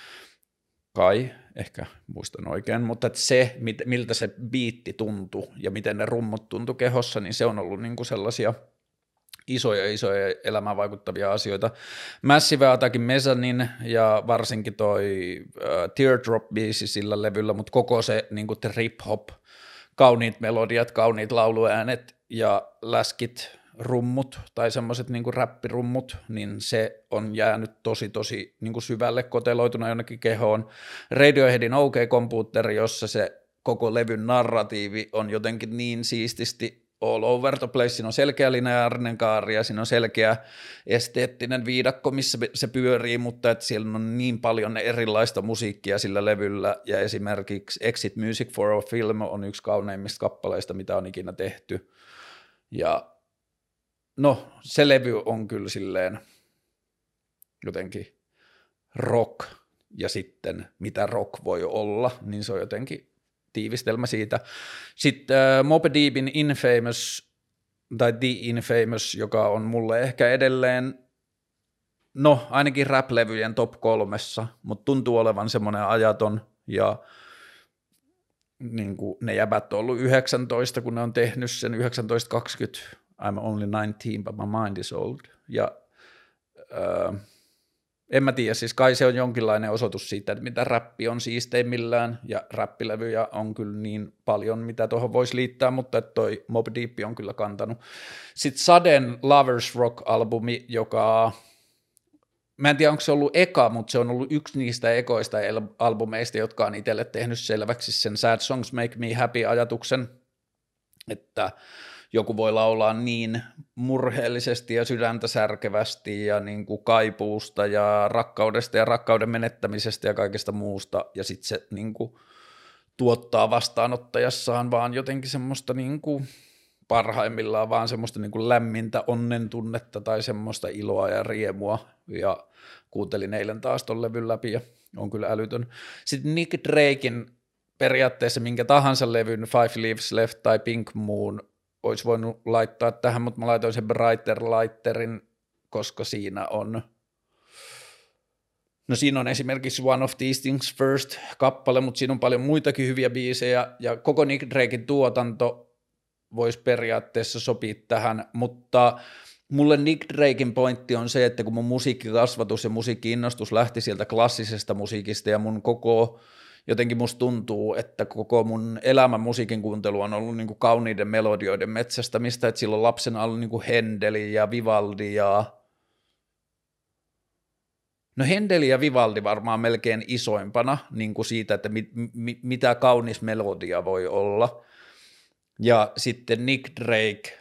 kai, ehkä muistan oikein, mutta että se, miltä se biitti tuntui ja miten ne rummut tuntui kehossa, niin se on ollut niinku sellaisia isoja, isoja elämään vaikuttavia asioita. Massive Attackin Mezzanine ja varsinkin toi uh, Teardrop-biisi sillä levyllä, mutta koko se niinku trip-hop, kauniit melodiat, kauniit lauluäänet ja läskit rummut tai semmoiset niinku räppirummut, niin se on jäänyt tosi tosi niinku syvälle koteloituna jonnekin kehoon. Radioheadin OK Computer, jossa se koko levyn narratiivi on jotenkin niin siististi all over the place, siinä on selkeä lineaarinen kaari ja siinä on selkeä esteettinen viidakko, missä se pyörii, mutta että siellä on niin paljon erilaista musiikkia sillä levyllä, ja esimerkiksi Exit Music for a Film on yksi kauneimmista kappaleista, mitä on ikinä tehty, ja no se levy on kyllä silleen jotenkin rock, ja sitten mitä rock voi olla, niin se on jotenkin tiivistelmä siitä. Sitten äh, Mobb Deepin Infamous, tai The Infamous, joka on mulle ehkä edelleen, no ainakin rap-levyjen top kolmessa, mutta tuntuu olevan semmoinen ajaton, ja niin kuin ne jäbät on ollut yhdeksäntoista, kun ne on tehnyt sen yhdeksäntoista kaksikymmentä, I'm only nineteen, but my mind is old, ja äh, en mä tiedä, siis kai se on jonkinlainen osoitus siitä, että mitä räppi on siisteimmillään, ja räppilevyjä on kyllä niin paljon, mitä tuohon voisi liittää, mutta että toi Mobb Deep on kyllä kantanut. Sitten Saden Lovers Rock-albumi, joka, mä en tiedä onko se ollut eka, mutta se on ollut yksi niistä ekoista albumeista, jotka on itselle tehnyt selväksi sen Sad Songs Make Me Happy-ajatuksen, että joku voi laulaa niin murheellisesti ja sydäntä särkevästi ja niin kuin kaipuusta ja rakkaudesta ja rakkauden menettämisestä ja kaikesta muusta, ja sitten se niin kuin tuottaa vastaanottajassaan vaan jotenkin semmoista niin kuin parhaimmillaan vaan semmoista niin kuin lämmintä onnen tunnetta tai semmoista iloa ja riemua, ja kuuntelin eilen taas ton levyn läpi ja on kyllä älytön. Sitten Nick Draken periaatteessa minkä tahansa levyn, Five Leaves Left tai Pink Moon, olisi voinut laittaa tähän, mutta mä laitoin sen Brighter Lighterin, koska siinä on, no siinä on esimerkiksi One of These Things First kappale, mutta siinä on paljon muitakin hyviä biisejä, ja koko Nick Draken tuotanto voisi periaatteessa sopia tähän, mutta mulle Nick Draken pointti on se, että kun mun musiikkikasvatus ja musiikki-innostus lähti sieltä klassisesta musiikista, ja mun koko, jotenkin musta tuntuu, että koko mun elämän musiikin kuuntelu on ollut niin kuin kauniiden melodioiden metsästämistä, että silloin lapsena on ollut niin kuin Händeli ja Vivaldi ja no Händeli ja Vivaldi varmaan melkein isoimpana niin kuin siitä, että mit, mit, mitä kaunis melodia voi olla. Ja sitten Nick Drake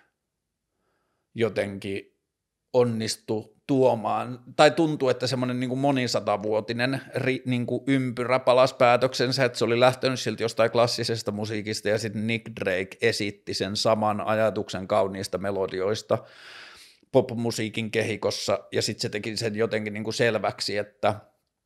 jotenkin onnistui tuomaan, tai tuntuu, että semmoinen niin kuin monisatavuotinen niin kuin ympyrä palasi päätöksensä, että se oli lähtenyt siltä jostain klassisesta musiikista, ja sitten Nick Drake esitti sen saman ajatuksen kauniista melodioista popmusiikin kehikossa, ja sitten se teki sen jotenkin niin kuin selväksi, että,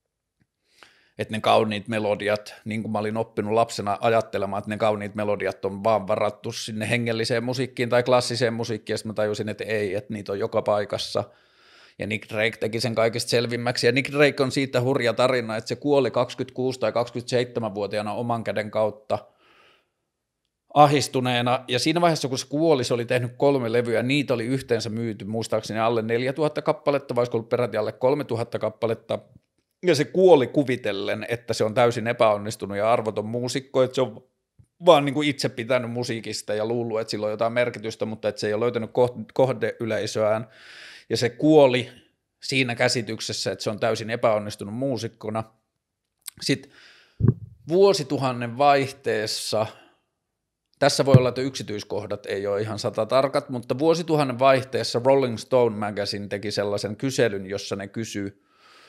että ne kauniit melodiat, niin kuin mä olin oppinut lapsena ajattelemaan, että ne kauniit melodiat on vaan varattu sinne hengelliseen musiikkiin tai klassiseen musiikkiin, ja sitten mä tajusin, että ei, että niitä on joka paikassa, ja Nick Drake teki sen kaikista selvimmäksi, ja Nick Drake on siitä hurja tarina, että se kuoli kaksikymmentäkuusi- tai kaksikymmentäseitsemänvuotiaana oman käden kautta ahistuneena, ja siinä vaiheessa, kun se kuoli, se oli tehnyt kolme levyä, niitä oli yhteensä myyty, muistaakseni alle neljätuhatta kappaletta, vai olisiko ollut peräti alle kolmetuhatta kappaletta, ja se kuoli kuvitellen, että se on täysin epäonnistunut ja arvoton muusikko, että se on vaan niin kuin itse pitänyt musiikista ja luullut, että sillä on jotain merkitystä, mutta että se ei ole löytänyt kohdeyleisöään, ja se kuoli siinä käsityksessä, että se on täysin epäonnistunut muusikkona. Sitten vuosituhannen vaihteessa, tässä voi olla, että yksityiskohdat ei ole ihan sata tarkat, mutta vuosituhannen vaihteessa Rolling Stone Magazine teki sellaisen kyselyn, jossa ne kysyy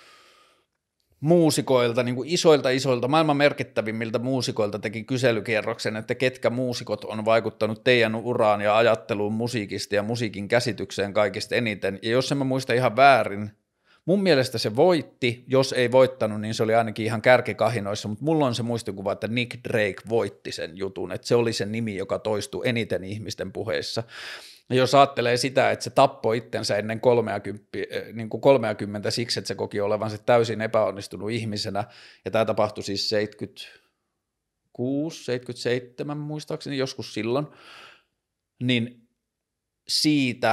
muusikoilta, niin kuin isoilta isoilta, maailman merkittävimmiltä muusikoilta teki kyselykierroksen, että ketkä muusikot on vaikuttanut teidän uraan ja ajatteluun musiikista ja musiikin käsitykseen kaikista eniten, ja jos en mä muista ihan väärin, mun mielestä se voitti, jos ei voittanut, niin se oli ainakin ihan kärkikahinoissa, mutta mulla on se muistikuva, että Nick Drake voitti sen jutun, että se oli se nimi, joka toistui eniten ihmisten puheissa. Ja jos ajattelee sitä, että se tappoi itsensä ennen kolmekymmentä, niin kuin kolmekymmentä siksi, että se koki olevansa täysin epäonnistunut ihmisenä, ja tämä tapahtui siis seitsemänkymmentäkuusi seitsemänkymmentäseitsemän muistaakseni joskus silloin, niin siitä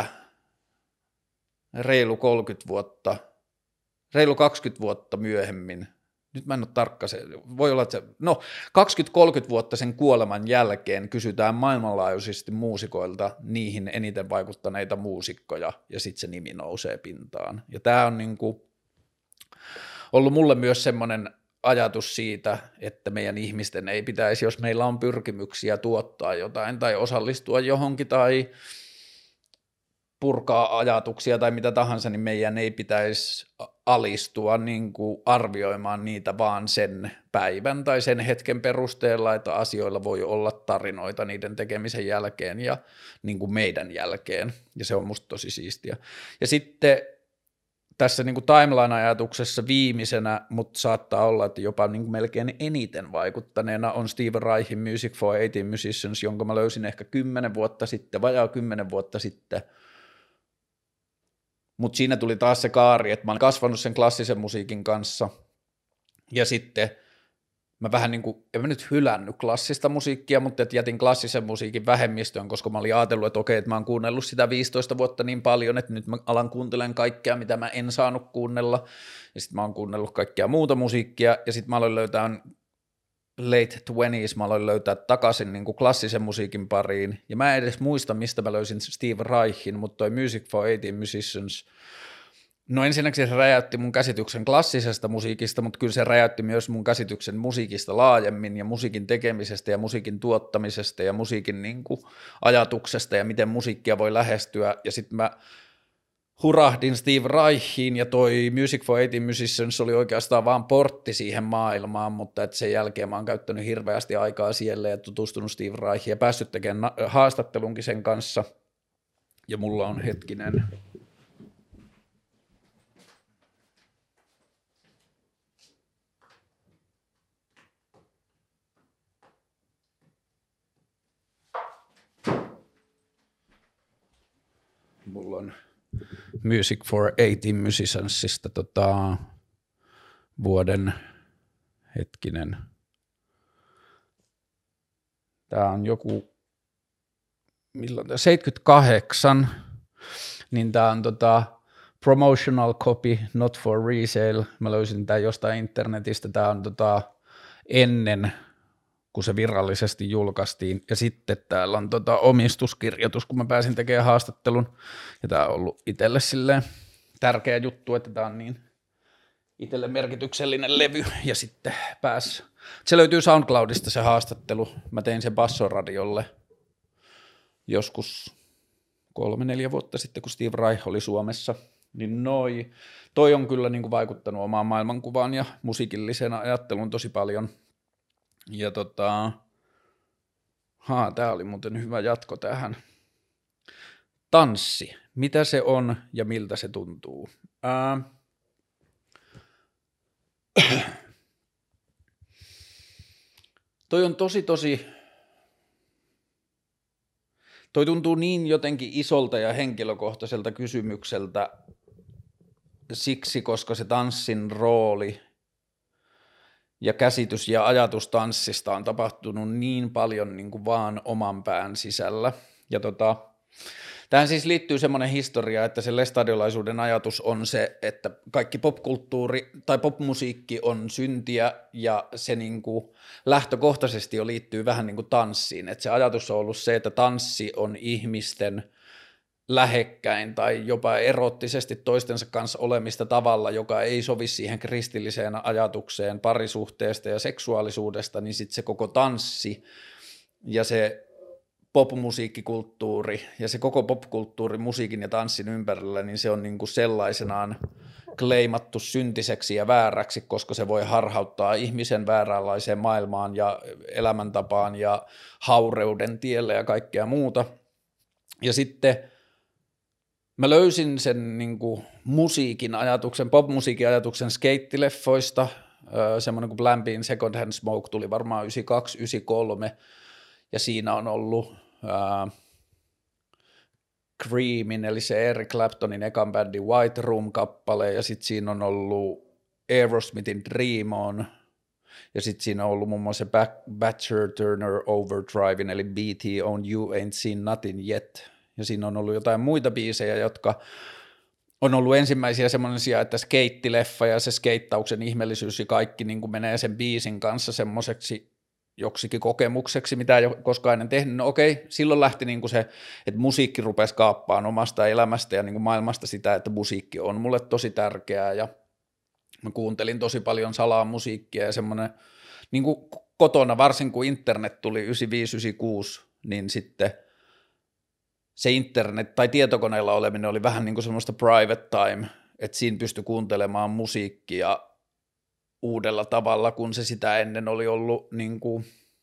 reilu kolmekymmentä vuotta, reilu kaksikymmentä vuotta myöhemmin, nyt mä en ole tarkka, se voi olla, että se, no kaksikymmentä kolmekymmentä vuotta sen kuoleman jälkeen kysytään maailmanlaajuisesti muusikoilta niihin eniten vaikuttaneita muusikkoja, ja sitten se nimi nousee pintaan. Ja tämä on niinku ollut mulle myös semmoinen ajatus siitä, että meidän ihmisten ei pitäisi, jos meillä on pyrkimyksiä tuottaa jotain tai osallistua johonkin tai purkaa ajatuksia tai mitä tahansa, niin meidän ei pitäisi alistua niin kuin arvioimaan niitä vaan sen päivän tai sen hetken perusteella, että asioilla voi olla tarinoita niiden tekemisen jälkeen ja niin kuin meidän jälkeen, ja se on musta tosi siistiä. Ja sitten tässä niin kuin timeline-ajatuksessa viimeisenä, mutta saattaa olla, että jopa niin kuin melkein eniten vaikuttaneena on Steve Reichin Music for eighteen Musicians, jonka mä löysin ehkä kymmenen vuotta sitten, vajaa kymmenen vuotta sitten. Mutta siinä tuli taas se kaari, että mä olen kasvanut sen klassisen musiikin kanssa, ja sitten mä vähän niin kuin, en mä nyt hylännyt klassista musiikkia, mutta et jätin klassisen musiikin vähemmistöön, koska mä olin ajatellut, että okei, että mä oon kuunnellut sitä viisitoista vuotta niin paljon, että nyt mä alan kuuntelemaan kaikkea, mitä mä en saanut kuunnella, ja sitten mä oon kuunnellut kaikkea muuta musiikkia, ja sitten mä aloin löytää late twenties, mä aloin löytää takaisin niin kuin klassisen musiikin pariin, ja mä en edes muista, mistä mä löysin Steve Reichin, mutta toi Music for eighteen Musicians, no ensinnäkin se räjäytti mun käsityksen klassisesta musiikista, mutta kyllä se räjäytti myös mun käsityksen musiikista laajemmin ja musiikin tekemisestä ja musiikin tuottamisesta ja musiikin niin kuin ajatuksesta ja miten musiikkia voi lähestyä, ja sitten mä hurahdin Steve Reichiin, ja toi Music for eighteen Musicians oli oikeastaan vaan portti siihen maailmaan, mutta et sen jälkeen mä oon käyttänyt hirveästi aikaa siellä ja tutustunut Steve Reichiin ja päässyt tekemään haastattelunkin sen kanssa, ja mulla on hetkinen. mulla on Music for eighteen Musiciansista tota, vuoden hetkinen. Tää on joku milloin tää, seitsemänkymmentäkahdeksan, niin tää on tota, promotional copy, not for resale. Mä löysin tää jostain internetistä. Tää on tota, ennen kun se virallisesti julkaistiin, ja sitten täällä on tota omistuskirjoitus, kun mä pääsin tekemään haastattelun, ja tää on ollut itselle silleen tärkeä juttu, että tää on niin itselle merkityksellinen levy, ja sitten pääs. Se löytyy SoundCloudista se haastattelu, mä tein sen Bassoradiolle joskus kolme, neljä vuotta sitten, kun Steve Reich oli Suomessa, niin noi, toi on kyllä niin kuin vaikuttanut omaan maailmankuvaan ja musiikillisena ajatteluun tosi paljon. Ja tota, haa, tää oli muuten hyvä jatko tähän. Tanssi, mitä se on ja miltä se tuntuu? Ää... toi on tosi tosi, toi tuntuu niin jotenkin isolta ja henkilökohtaiselta kysymykseltä siksi, koska se tanssin rooli ja käsitys ja ajatus tanssista on tapahtunut niin paljon niin kuin vaan oman pään sisällä. Ja tota, tähän siis liittyy semmoinen historia, että se lestadiolaisuuden ajatus on se, että kaikki popkulttuuri tai popmusiikki on syntiä ja se niin kuin lähtökohtaisesti jo liittyy vähän niin kuin tanssiin. Että se ajatus on ollut se, että tanssi on ihmisten lähekkäin tai jopa erottisesti toistensa kanssa olemista tavalla, joka ei sovi siihen kristilliseen ajatukseen parisuhteesta ja seksuaalisuudesta, niin sitten se koko tanssi ja se popmusiikkikulttuuri ja se koko popkulttuuri musiikin ja tanssin ympärillä, niin se on niinku sellaisenaan kleimattu syntiseksi ja vääräksi, koska se voi harhauttaa ihmisen vääränlaiseen maailmaan ja elämäntapaan ja haureuden tielle ja kaikkea muuta. Ja sitten mä löysin sen niin kuin musiikin ajatuksen, popmusiikin ajatuksen skeittileffoista, öö, semmoinen kuin Blampiin Second Hand Smoke tuli varmaan yhdeksänkymmentäkaksi yhdeksänkymmentäkolme, ja siinä on ollut öö, Creamin, eli se Eric Claptonin ekan bändin White Room-kappale, ja sitten siinä on ollut Aerosmithin Dream On, ja sitten siinä on ollut muun muassa Badger Turner Overdrive, eli B T on You Ain't Seen Nothing Yet, ja siinä on ollut jotain muita biisejä, jotka on ollut ensimmäisiä semmoisia, että skeittileffa ja se skeittauksen ihmeellisyys ja kaikki niin kuin menee sen biisin kanssa semmoiseksi joksikin kokemukseksi, mitä ei ole koskaan ennen tehnyt. No okei, silloin lähti niin kuin se, että musiikki rupesi kaappaan omasta elämästä ja niin kuin maailmasta sitä, että musiikki on mulle tosi tärkeää, ja mä kuuntelin tosi paljon salaa musiikkia ja semmoinen niin kuin kotona, varsin kun internet tuli yhdeksänkymmentäviisi yhdeksänkymmentäkuusi, niin sitten se internet tai tietokoneella oleminen oli vähän niin kuin semmoista private time, että siinä pystyi kuuntelemaan musiikkia uudella tavalla, kun se sitä ennen oli ollut niin kuin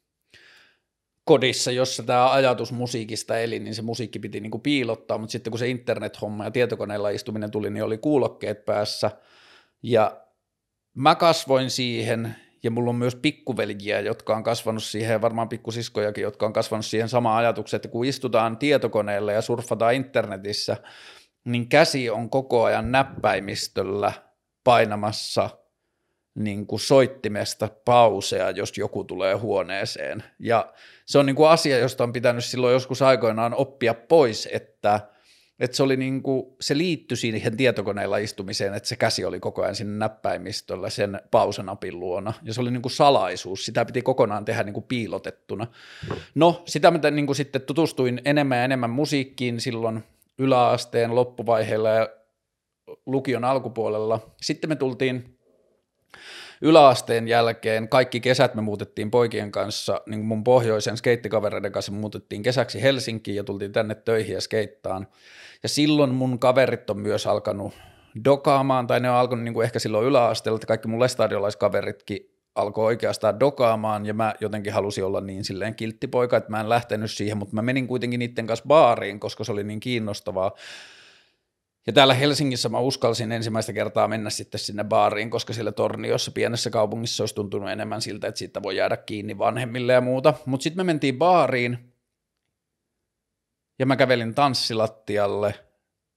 kodissa, jossa tämä ajatus musiikista eli, niin se musiikki piti niin kuin piilottaa, mutta sitten kun se internet-homma ja tietokoneella istuminen tuli, niin oli kuulokkeet päässä, ja mä kasvoin siihen, ja mulla on myös pikkuveljiä, jotka on kasvanut siihen, varmaan pikkusiskojakin, jotka on kasvanut siihen samaan ajatukseen, että kun istutaan tietokoneella ja surffataan internetissä, niin käsi on koko ajan näppäimistöllä painamassa niin kuin soittimesta pausea, jos joku tulee huoneeseen. Ja se on niin kuin asia, josta on pitänyt silloin joskus aikoinaan oppia pois, että Että se, oli niinku, se liittyi siihen tietokoneella istumiseen, että se käsi oli koko ajan siinä näppäimistöllä sen pausenapin luona, ja se oli niinku salaisuus, sitä piti kokonaan tehdä niinku piilotettuna. No, sitä mä niinku sitten tutustuin enemmän ja enemmän musiikkiin silloin yläasteen loppuvaiheella ja lukion alkupuolella. Sitten me tultiin yläasteen jälkeen, kaikki kesät me muutettiin poikien kanssa, niin kuin mun pohjoisen skeittikavereiden kanssa me muutettiin kesäksi Helsinkiin ja tultiin tänne töihin ja skeittaan. Ja silloin mun kaverit on myös alkanut dokaamaan, tai ne on alkanut niin kuin ehkä silloin yläasteella, että kaikki mun lestadiolaiskaveritkin alkoi oikeastaan dokaamaan, ja mä jotenkin halusin olla niin silleen kilttipoika, että mä en lähtenyt siihen, mutta mä menin kuitenkin niiden kanssa baariin, koska se oli niin kiinnostavaa. Ja täällä Helsingissä mä uskalsin ensimmäistä kertaa mennä sitten sinne baariin, koska siellä Torniossa pienessä kaupungissa olisi tuntunut enemmän siltä, että siitä voi jäädä kiinni vanhemmille ja muuta. Mutta sitten me mentiin baariin ja mä kävelin tanssilattialle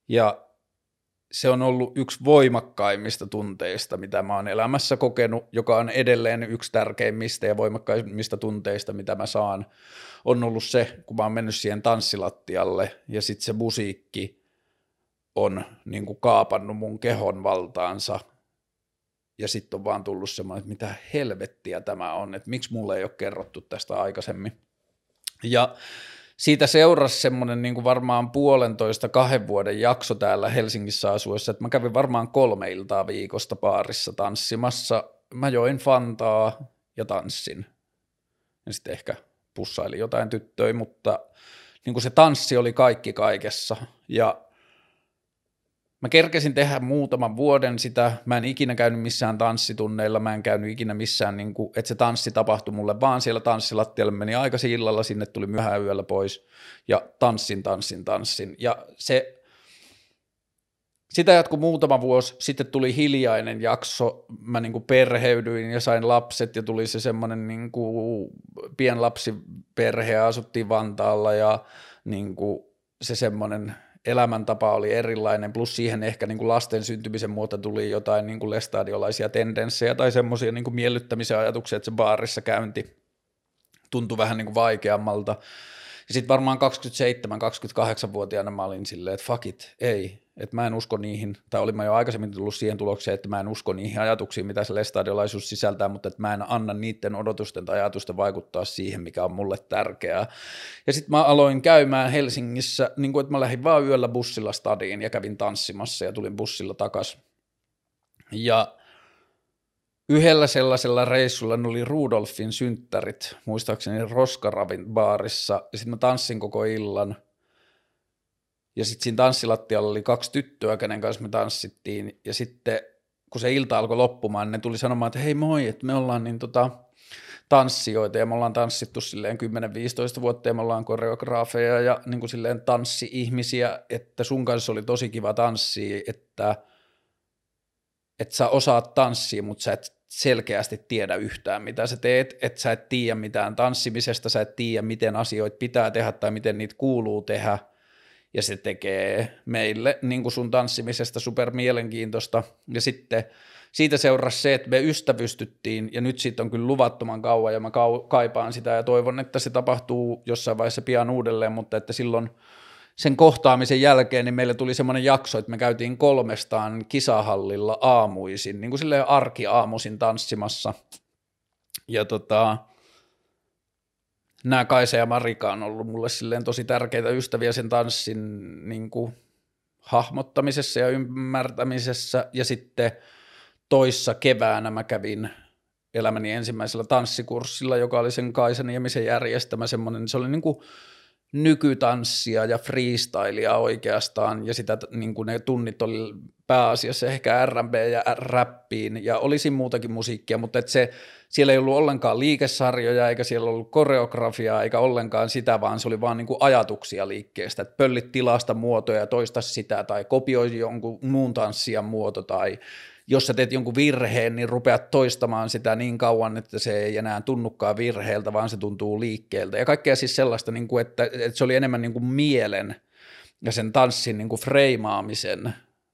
Ja se on ollut yksi voimakkaimmista tunteista, mitä mä oon elämässä kokenut, joka on edelleen yksi tärkeimmistä ja voimakkaimmista tunteista, mitä mä saan, on ollut se, kun mä oon mennyt siihen tanssilattialle ja sitten se musiikki on niin kuin kaapannut mun kehon valtaansa ja sitten on vaan tullut semmoinen, että mitä helvettiä tämä on, että miksi mulle ei ole kerrottu tästä aikaisemmin. Ja siitä seurasi semmoinen niin kuin varmaan puolentoista kahden vuoden jakso täällä Helsingissä asuessa, että mä kävin varmaan kolme iltaa viikosta baarissa tanssimassa. Mä join fantaa ja tanssin. Ja sitten ehkä pussailin jotain tyttöjä, mutta niin kuin se tanssi oli kaikki kaikessa. Ja mä kerkesin tehdä muutaman vuoden sitä, mä en ikinä käynyt missään tanssitunneilla, mä en käynyt ikinä missään, niin kuin, että se tanssi tapahtui mulle vaan siellä tanssilattialle, meni aikaisin illalla, sinne tuli myöhään yöllä pois ja tanssin, tanssin, tanssin ja se, sitä jatkui muutama vuosi, sitten tuli hiljainen jakso, mä niin kuin perheydyin ja sain lapset ja tuli se semmoinen niin kuin pienlapsiperhe ja asuttiin Vantaalla ja niin kuin se semmoinen elämäntapa oli erilainen, plus siihen ehkä niin kuin lasten syntymisen muuta tuli jotain niin kuin lestadiolaisia tendenssejä tai semmoisia niin kuin miellyttämisen ajatuksia, että se baarissa käynti tuntui vähän niin kuin vaikeammalta. Ja sitten varmaan kaksikymmentäseitsemän kaksikymmentäkahdeksan-vuotiaana mä olin silleen, että fuck it, ei, että mä en usko niihin, tai olin mä jo aikaisemmin tullut siihen tulokseen, että mä en usko niihin ajatuksiin, mitä se lestadiolaisuus sisältää, mutta että mä en anna niiden odotusten tai ajatusten vaikuttaa siihen, mikä on mulle tärkeää. Ja sitten mä aloin käymään Helsingissä, niin kuin että mä lähdin vaan yöllä bussilla stadiin ja kävin tanssimassa ja tulin bussilla takaisin. Ja yhdellä sellaisella reissulla ne oli Rudolfin synttärit, muistaakseni Roskaravin baarissa, ja sitten mä tanssin koko illan. Ja sitten siinä tanssilattialla oli kaksi tyttöä, kenen kanssa me tanssittiin, ja sitten kun se ilta alkoi loppumaan, ne tuli sanomaan, että hei moi, että me ollaan niin tota tanssijoita, ja me ollaan tanssittu silleen kymmenen viisitoista vuotta, ja me ollaan koreograafeja ja niin kuin silleen tanssi-ihmisiä, että sun kanssa oli tosi kiva tanssia, että että sä osaat tanssia, mutta sä et selkeästi tiedä yhtään, mitä sä teet, että sä et tiedä mitään tanssimisesta, sä et tiedä, miten asioita pitää tehdä tai miten niitä kuuluu tehdä, ja se tekee meille niin kuin sun tanssimisesta super mielenkiintoista, ja sitten siitä seurasi se, että me ystävystyttiin, ja nyt siitä on kyllä luvattoman kauan, ja mä kaipaan sitä, ja toivon, että se tapahtuu jossain vaiheessa pian uudelleen, mutta että silloin sen kohtaamisen jälkeen niin meille tuli semmoinen jakso, että me käytiin kolmestaan kisahallilla aamuisin, niin kuin silleen arkiaamuisin tanssimassa. Ja tota, nämä Kaisa ja Marika on ollut mulle silleen tosi tärkeitä ystäviä sen tanssin niin kuin hahmottamisessa ja ymmärtämisessä. Ja sitten toissa keväänä mä kävin elämäni ensimmäisellä tanssikurssilla, joka oli sen Kaisan Niemisen järjestämä semmoinen, se oli niin kuin nykytanssia ja freestylea oikeastaan, ja sitä niin kuin ne tunnit oli pääasiassa ehkä R and B ja räppiin, ja olisi muutakin musiikkia, mutta et se, siellä ei ollut ollenkaan liikesarjoja, eikä siellä ollut koreografiaa, eikä ollenkaan sitä, vaan se oli vaan niin kuin ajatuksia liikkeestä, että pöllit tilasta muotoja ja toista sitä, tai kopioi jonkun muun tanssijan muoto, tai jos sä teet jonkun virheen, niin rupeat toistamaan sitä niin kauan, että se ei enää tunnukaan virheeltä, vaan se tuntuu liikkeeltä. Ja kaikkea siis sellaista, että, että se oli enemmän niin kuin mielen ja sen tanssin niin kuin freimaamisen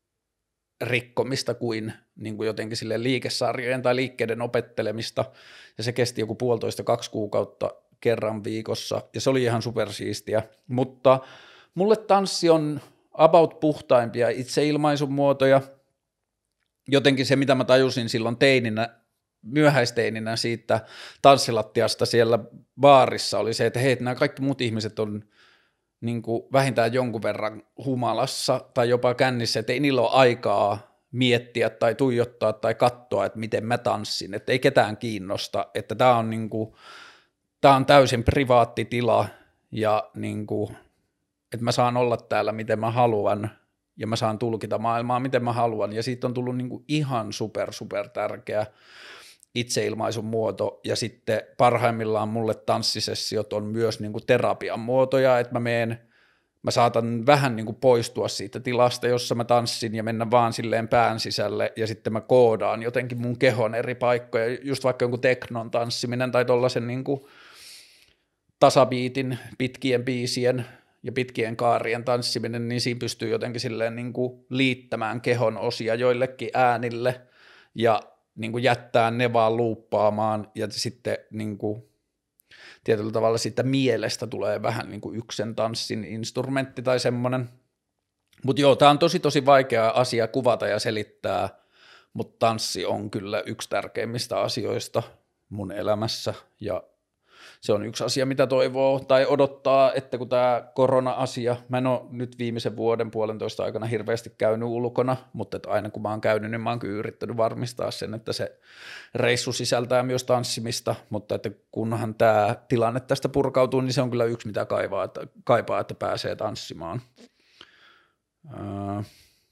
rikkomista kuin, niin kuin jotenkin sille liikesarjojen tai liikkeiden opettelemista. Ja se kesti joku puolitoista, kaksi kuukautta kerran viikossa, ja se oli ihan supersiistiä. Mutta mulle tanssi on about puhtaimpia itseilmaisun muotoja. Jotenkin se, mitä mä tajusin silloin teininä, myöhäisteininä siitä tanssilattiasta siellä baarissa oli se, että hei, nämä kaikki muut ihmiset on niin kuin vähintään jonkun verran humalassa tai jopa kännissä, että ei niillä ole aikaa miettiä tai tuijottaa tai katsoa, että miten mä tanssin, että ei ketään kiinnosta, että tämä on, niin kuin, tämä on täysin privaatti tila ja niin kuin, että mä saan olla täällä miten mä haluan, ja mä saan tulkita maailmaa, miten mä haluan, ja siitä on tullut niin kuin ihan super, super tärkeä itseilmaisun muoto, ja sitten parhaimmillaan mulle tanssisessiot on myös niin kuin terapian muotoja, että mä meen, mä saatan vähän niin kuin poistua siitä tilasta, jossa mä tanssin, ja mennä vaan silleen pään sisälle, ja sitten mä koodaan jotenkin mun kehon eri paikkoja, just vaikka jonkun teknon tanssiminen, tai tollasen niin kuin tasabiitin, pitkien biisien, ja pitkien kaarien tanssiminen, niin siinä pystyy jotenkin silleen niin kuin liittämään kehon osia joillekin äänille ja niin kuin jättää ne vaan luuppaamaan ja sitten niin kuin tietyllä tavalla siitä mielestä tulee vähän niin kuin yksen tanssin instrumentti tai semmoinen. Mutta joo, tämä on tosi tosi vaikea asia kuvata ja selittää, mutta tanssi on kyllä yksi tärkeimmistä asioista mun elämässä ja se on yksi asia, mitä toivoo tai odottaa, että kun tämä korona-asia, mä en ole nyt viimeisen vuoden puolentoista aikana hirveästi käynyt ulkona, mutta että aina kun mä oon käynyt, niin mä oon kyllä yrittänyt varmistaa sen, että se reissu sisältää myös tanssimista, mutta että kunhan tämä tilanne tästä purkautuu, niin se on kyllä yksi, mitä kaivaa, että, kaipaa, että pääsee tanssimaan. Ää...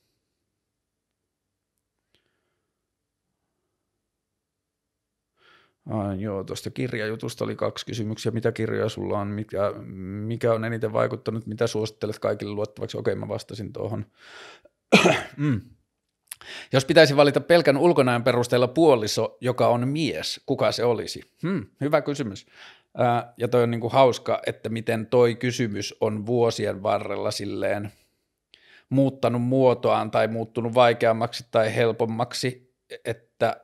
Ah, joo, tuosta kirjajutusta oli kaksi kysymyksiä. Mitä kirjoja sulla on? Mikä, mikä on eniten vaikuttanut? Mitä suosittelet kaikille luettavaksi? Okei, mä vastasin tuohon. mm. Jos pitäisi valita pelkän ulkonäön perusteella puoliso, joka on mies, kuka se olisi? Hmm, hyvä kysymys. Ää, ja toi on niinku hauska, että miten toi kysymys on vuosien varrella silleen muuttanut muotoaan tai muuttunut vaikeammaksi tai helpommaksi, että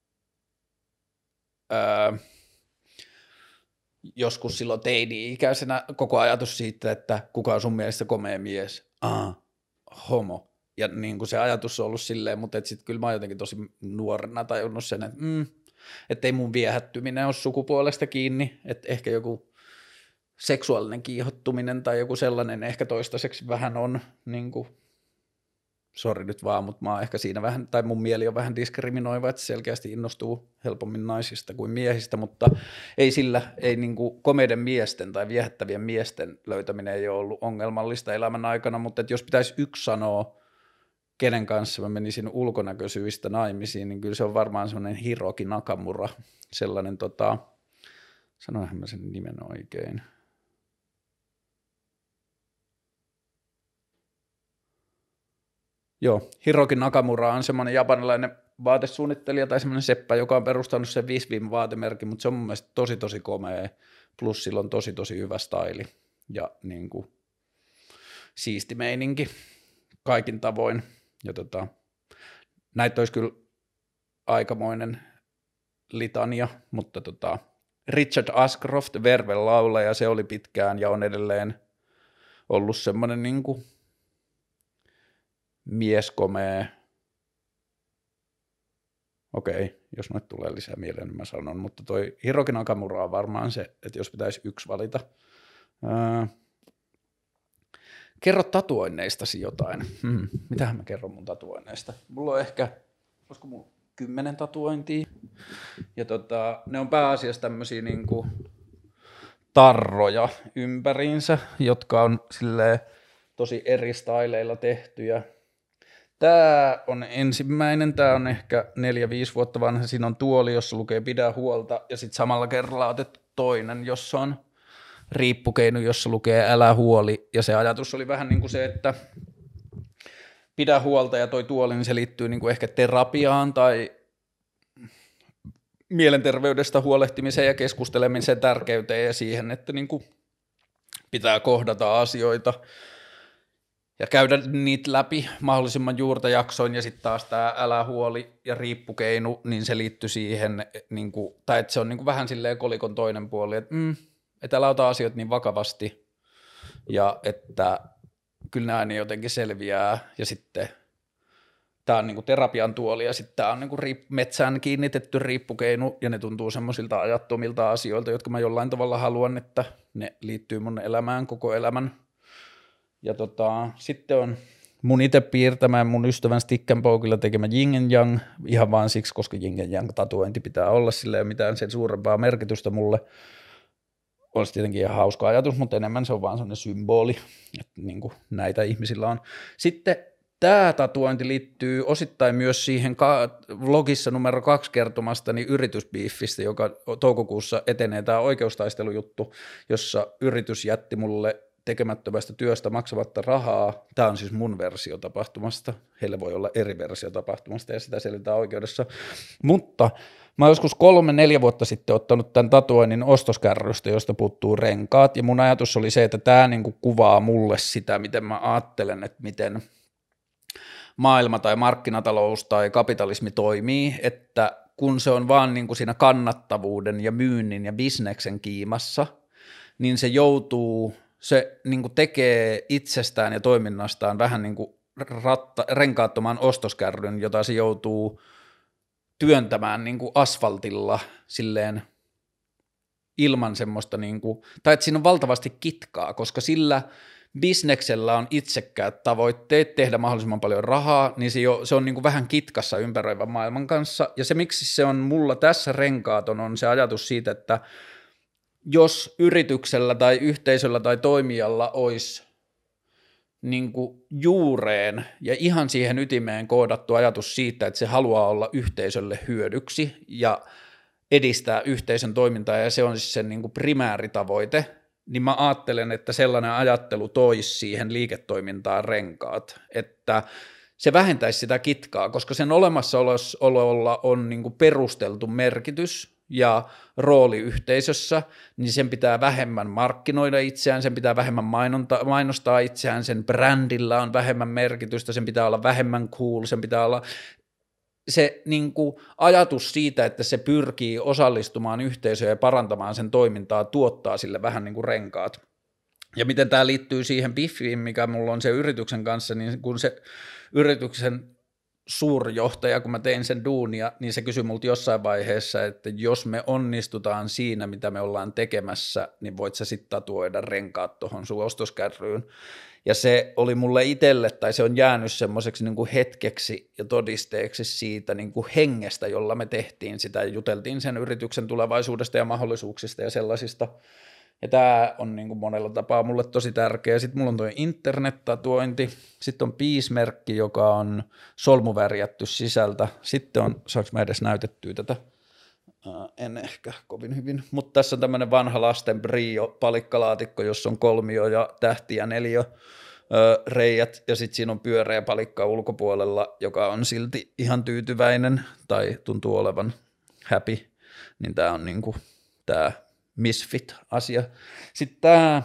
Öö, joskus silloin teini-ikäisenä koko ajatus siitä, että kuka on sun mielestä komea mies, ah, homo, ja niin kuin se ajatus on ollut silleen, mutta sitten kyllä mä oon jotenkin tosi nuorena tajunnut sen, että mm, ei mun viehättyminen ole sukupuolesta kiinni, että ehkä joku seksuaalinen kiihottuminen tai joku sellainen ehkä toistaiseksi vähän on niin kuin sori nyt vaan, mutta mä oon ehkä siinä vähän, tai mun mieli on vähän diskriminoiva, että selkeästi innostuu helpommin naisista kuin miehistä, mutta ei sillä, ei niinku komeiden miesten tai viehättävien miesten löytäminen ei ole ollut ongelmallista elämän aikana, mutta että jos pitäisi yksi sanoa, kenen kanssa mä menisin ulkonäköisyistä naimisiin, niin kyllä se on varmaan semmoinen Hiroki Nakamura, sellainen tota, sanoinhan mä sen nimen oikein. Joo, Hiroki Nakamura on semmoinen japanilainen vaatesuunnittelija tai semmoinen seppä, joka on perustanut sen Visvim vaatemerkin, mutta se on mun mielestä tosi tosi komea, plus sillä on tosi tosi hyvä staili ja niin kuin siisti meininki kaikin tavoin. Ja tota, näitä olisi kyllä aikamoinen litania, mutta tota, Richard Ashcroft, Verven laulaja, se oli pitkään ja on edelleen ollut semmoinen niin kuin mies komea. Okei, jos noit tulee lisää mieleen, niin mä sanon, mutta toi Hiroki Nakamura on varmaan se, että jos pitäisi yksi valita. Ää... Kerro tatuoinneistasi jotain. Hmm. Mitähän mä kerron mun tatuoinneista? Mulla on ehkä, olisiko mulla kymmenen tatuointia. Ja tota, ne on pääasiassa tämmöisiä niinku tarroja ympäriinsä, jotka on silleen tosi eri styleilla tehtyjä. Tämä on ensimmäinen, tämä on ehkä neljä viisi vuotta vanha, siinä on tuoli, jossa lukee pidä huolta, ja sitten samalla kerralla otettu toinen, jossa on riippukeino, jossa lukee älä huoli, ja se ajatus oli vähän niin kuin se, että pidä huolta, ja toi tuoli, niin se liittyy niin kuin ehkä terapiaan tai mielenterveydestä huolehtimiseen ja keskustelemisen tärkeyteen ja siihen, että niin kuin pitää kohdata asioita ja käydä niitä läpi mahdollisimman juurta jaksoin, ja sitten taas tämä älä huoli ja riippukeinu, niin se liittyy siihen, niin kuin, tai että se on niin kuin vähän silleen kolikon toinen puoli, että mm, et älä ota asioita niin vakavasti, ja että kyllä nämä niin jotenkin selviää, ja sitten tämä on niin kuin terapian tuoli, ja sitten tämä on niin kuin riip- metsään kiinnitetty riippukeinu, ja ne tuntuu semmoisilta ajattomilta asioilta, jotka mä jollain tavalla haluan, että ne liittyy mun elämään koko elämän. Ja tota, sitten on mun itse piirtämään mun ystävän Stick and Pokella tekemä Yin and Yang, ihan vaan siksi, koska Yin and Yang tatuointi pitää olla, sillä ei ole mitään sen suurempaa merkitystä mulle. Olisi tietenkin ihan hauska ajatus, mutta enemmän se on vaan sellainen symboli, että niin kuin näitä ihmisillä on. Sitten tämä tatuointi liittyy osittain myös siihen vlogissa numero kaksi kertomastani yritysbiiffistä, joka toukokuussa etenee, tämä oikeustaistelujuttu, jossa yritys jätti mulle tekemättömästä työstä maksamatta rahaa. Tämä on siis mun versio tapahtumasta. Heillä voi olla eri versio tapahtumasta ja sitä selitään oikeudessa. Mutta mä oon joskus kolme, neljä vuotta sitten ottanut tämän tatuoinnin ostoskärrystä, josta puuttuu renkaat. Ja mun ajatus oli se, että tämä niinku kuvaa mulle sitä, miten mä ajattelen, että miten maailma tai markkinatalous tai kapitalismi toimii, että kun se on vaan niin kuin siinä kannattavuuden ja myynnin ja bisneksen kiimassa, niin se joutuu, se niin kuin tekee itsestään ja toiminnastaan vähän niin kuin ratta, renkaattoman ostoskärryn, jota se joutuu työntämään niin kuin asfaltilla silleen ilman semmoista, niin kuin, tai että siinä on valtavasti kitkaa, koska sillä bisneksellä on itsekkäät tavoitteet tehdä mahdollisimman paljon rahaa, niin se, jo, se on niin kuin vähän kitkassa ympäröivän maailman kanssa, ja se miksi se on mulla tässä renkaaton on se ajatus siitä, että jos yrityksellä tai yhteisöllä tai toimijalla olisi niin kuin juureen ja ihan siihen ytimeen koodattu ajatus siitä, että se haluaa olla yhteisölle hyödyksi ja edistää yhteisön toimintaa, ja se on siis sen niin kuin primääritavoite, niin mä ajattelen, että sellainen ajattelu toisi siihen liiketoimintaan renkaat, että se vähentäisi sitä kitkaa, koska sen olemassaololla on niin kuin perusteltu merkitys ja rooli yhteisössä, niin sen pitää vähemmän markkinoida itseään, sen pitää vähemmän mainonta, mainostaa itseään, sen brändillä on vähemmän merkitystä, sen pitää olla vähemmän cool, sen pitää olla se niin kuin ajatus siitä, että se pyrkii osallistumaan yhteisöön ja parantamaan sen toimintaa, tuottaa sille vähän niin kuin renkaat. Ja miten tämä liittyy siihen biffiin, mikä mulla on se yrityksen kanssa, niin kun se yrityksen suurjohtaja, kun mä tein sen duunia, niin se kysyi multa jossain vaiheessa, että jos me onnistutaan siinä, mitä me ollaan tekemässä, niin voit sä sitten tatuoida renkaat tuohon sun ostoskärryyn. Ja se oli mulle itselle, tai se on jäänyt semmoiseksi niin kuin hetkeksi ja todisteeksi siitä niin kuin hengestä, jolla me tehtiin sitä, ja juteltiin sen yrityksen tulevaisuudesta ja mahdollisuuksista ja sellaisista. Ja tämä on niin kuin monella tapaa mulle tosi tärkeä. Sitten mulla on tuo internet-tatuointi, sitten on piismerkki, joka on solmuvärjätty sisältä. Sitten on, saanko mä edes näytettyä tätä? Uh, en ehkä kovin hyvin, mutta tässä on tämmöinen vanha lasten Brio-palikkalaatikko, jossa on kolmio ja tähti ja neljä ö, reijät, ja sitten siinä on pyöreä palikka ulkopuolella, joka on silti ihan tyytyväinen tai tuntuu olevan happy, niin tämä on niinku tämä misfit-asia. Sitten tämä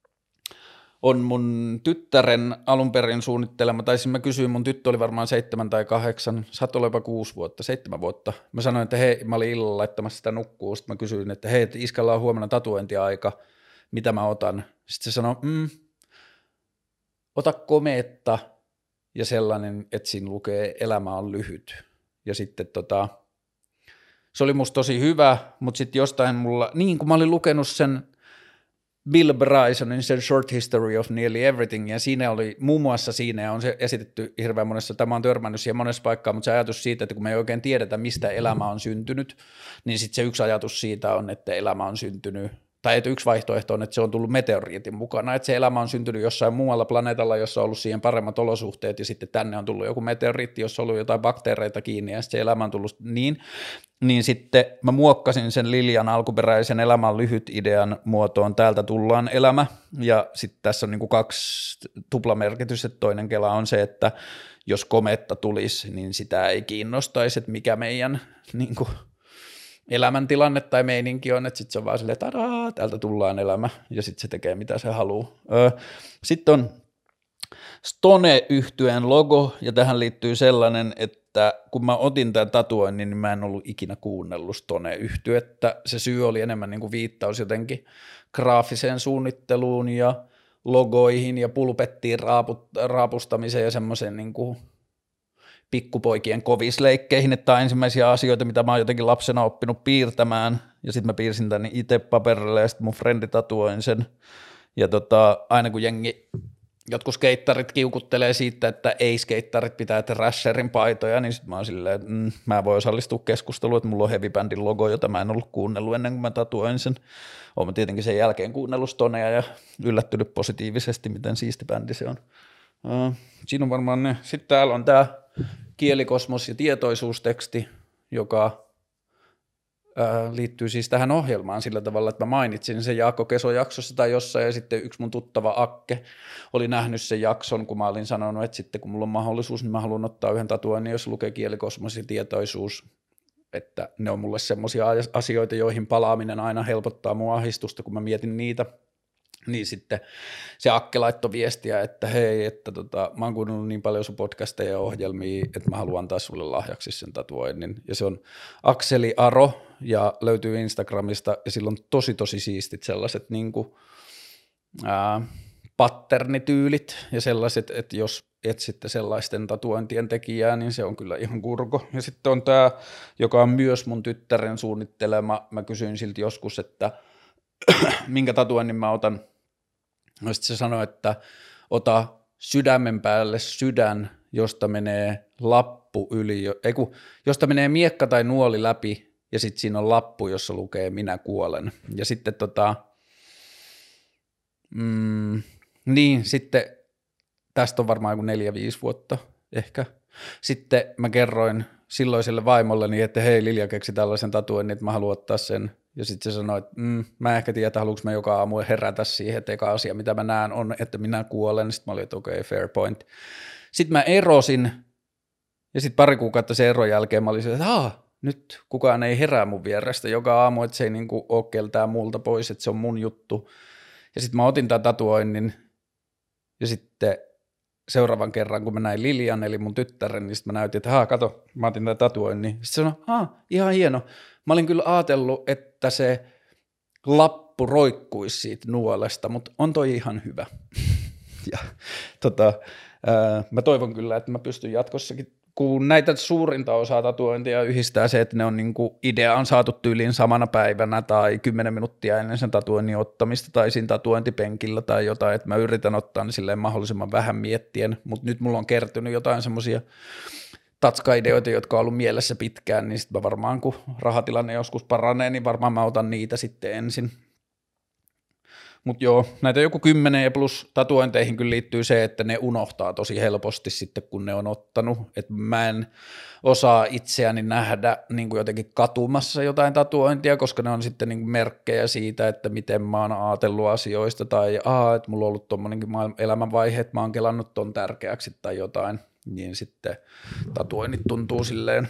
on mun tyttären alun perin suunnittelema, tai siis mä kysyin, mun tyttö oli varmaan seitsemän tai kahdeksan, saattoi olla jopa kuusi vuotta, seitsemän vuotta. Mä sanoin, että hei, mä olin illalla laittamassa sitä nukkuu, sitten mä kysyin, että hei, että iskällä on huomenna tatuointiaika, mitä mä otan. Sitten se sanoi, mm, ota komeetta ja sellainen, että siinä lukee elämä on lyhyt. Ja sitten tota, se oli musta tosi hyvä, mutta sitten jostain mulla, niin kun mä olin lukenut sen Bill Brysonin sen Short History of Nearly Everything, ja siinä oli muun muassa siinä, ja on se esitetty hirveän monessa, tämä on törmännyt siihen monessa paikkaa, mutta se ajatus siitä, että kun me ei oikein tiedetä, mistä elämä on syntynyt, niin sitten se yksi ajatus siitä on, että elämä on syntynyt, tai että yksi vaihtoehto on, että se on tullut meteoriitin mukana, että se elämä on syntynyt jossain muualla planeetalla, jossa on ollut siihen paremmat olosuhteet, ja sitten tänne on tullut joku meteoriitti, jossa on ollut jotain bakteereita kiinni, ja sitten se elämä on tullut niin, niin sitten mä muokkasin sen Liljan alkuperäisen elämän lyhyt idean muotoon, täältä tullaan elämä, ja sitten tässä on niinku kaksi tuplamerkitys, että toinen kela on se, että jos kometta tulisi, niin sitä ei kiinnostaisi, että mikä meidän niinku elämäntilanne tai meininki on, että sitten se on vaan silleen, tadaa, täältä tullaan elämä, ja sitten se tekee mitä se haluaa. Sitten on Stone-yhtyeen logo, ja tähän liittyy sellainen, että kun mä otin tämän tatuoinnin, niin mä en ollut ikinä kuunnellut Stone-yhtyettä. Se syy oli enemmän niin kuin viittaus jotenkin graafiseen suunnitteluun ja logoihin ja pulpettiin raapustamiseen ja semmoisen niin kuin pikkupoikien kovisleikkeihin, että tämä on ensimmäisiä asioita, mitä mä oon jotenkin lapsena oppinut piirtämään, ja sitten mä piirsin tänne itse paperille, ja sitten mun frendi tatuoin sen, ja tota, aina kun jengi, jotkut skeittarit kiukuttelee siitä, että ei-skeittarit pitää Thrasherin paitoja, niin sitten mä oon silleen, että mm, mä voin osallistua keskusteluun, että mulla on Heavy Bandin logo, jota mä en ollut kuunnellut ennen kuin mä tatuoin sen. Oon mä tietenkin sen jälkeen kuunnellut Stonea ja yllättynyt positiivisesti, miten siisti bändi se on. Uh, siinä on varmaan ne. Sitten täällä on tää kielikosmos- ja tietoisuusteksti, joka ää, liittyy siis tähän ohjelmaan sillä tavalla, että mä mainitsin sen Jaakko Keso jaksossa tai jossain, ja sitten yksi mun tuttava Akke oli nähnyt sen jakson, kun mä olin sanonut, että sitten kun mulla on mahdollisuus, niin mä haluan ottaa yhden tatuoinnin, jos lukee kielikosmos ja tietoisuus, että ne on mulle semmoisia asioita, joihin palaaminen aina helpottaa mun ahdistusta, kun mä mietin niitä. Niin sitten se Akke laittoi viestiä, että hei, että tota, mä oon kuunnellut niin paljon sun podcasteja ja ohjelmia, että mä haluan antaa sulle lahjaksi sen tatuoinnin. Ja se on Akseli Aro ja löytyy Instagramista ja sillä on tosi tosi siistit sellaiset niin kuin, ää, patternityylit ja sellaiset, että jos et sitten sellaisten tatuointien tekijää, niin se on kyllä ihan kurko. Ja sitten on tämä, joka on myös mun tyttären suunnittelema, mä kysyin siltä joskus, että minkä tatuoinnin mä otan. No sitten se sanoi, että ota sydämen päälle sydän, josta menee lappu yli, ei kun, josta menee miekka tai nuoli läpi, ja sitten siinä on lappu, jossa lukee minä kuolen. Ja sitten tota, mm, niin sitten tästä on varmaan joku neljä, viisi vuotta ehkä. Sitten mä kerroin silloiselle vaimolleni, että hei, Lilja keksi tällaisen tatuoinnin, että mä haluan ottaa sen. Ja sitten se sanoi, että mm, mä ehkä tiedän, haluanko mä joka aamu herätä siihen, että eka asia, mitä mä näen, on, että minä kuolen. Sitten mä olin, että okei, okay, fair point. Sitten mä erosin, ja sitten pari kuukautta sen eron jälkeen mä olin, että aah, nyt kukaan ei herää mun vierestä joka aamu, että se ei niinku ole keltään multa pois, että se on mun juttu. Ja sitten mä otin tämän tatuoinnin, ja sitten seuraavan kerran, kun mä näin Lilian, eli mun tyttären, niin sitten mä näytin, että haa, kato, mä otin tämän tatuoinnin. Sitten sanoi, aa, ihan hieno. Mä olin kyllä ajatellut, että se lappu roikkuisi siitä nuolesta, mutta on toi ihan hyvä. ja tota, ää, mä toivon kyllä, että mä pystyn jatkossakin, kun näitä suurinta osaa tatuointia yhdistää se, että ne on niinku, idea on saatu tyyliin samana päivänä tai kymmenen minuuttia ennen sen tatuoinnin ottamista tai siinä tatuointipenkillä tai jotain, että mä yritän ottaa ne silleen mahdollisimman vähän miettien, mutta nyt mulla on kertynyt jotain semmoisia tatska-ideoita, jotka on ollut mielessä pitkään, niin sitten varmaan kun rahatilanne joskus paranee, niin varmaan mä otan niitä sitten ensin. Mutta joo, näitä joku kymmenen ja plus tatuointeihin kyllä liittyy se, että ne unohtaa tosi helposti sitten, kun ne on ottanut. Että mä en osaa itseäni nähdä niin kuin jotenkin katumassa jotain tatuointia, koska ne on sitten niin kuin merkkejä siitä, että miten mä oon ajatellut asioista tai aa, että mulla on ollut tommonenkin elämänvaihe, että mä oon kelannut ton tärkeäksi tai jotain. Niin sitten tatuoinnit tuntuu silleen,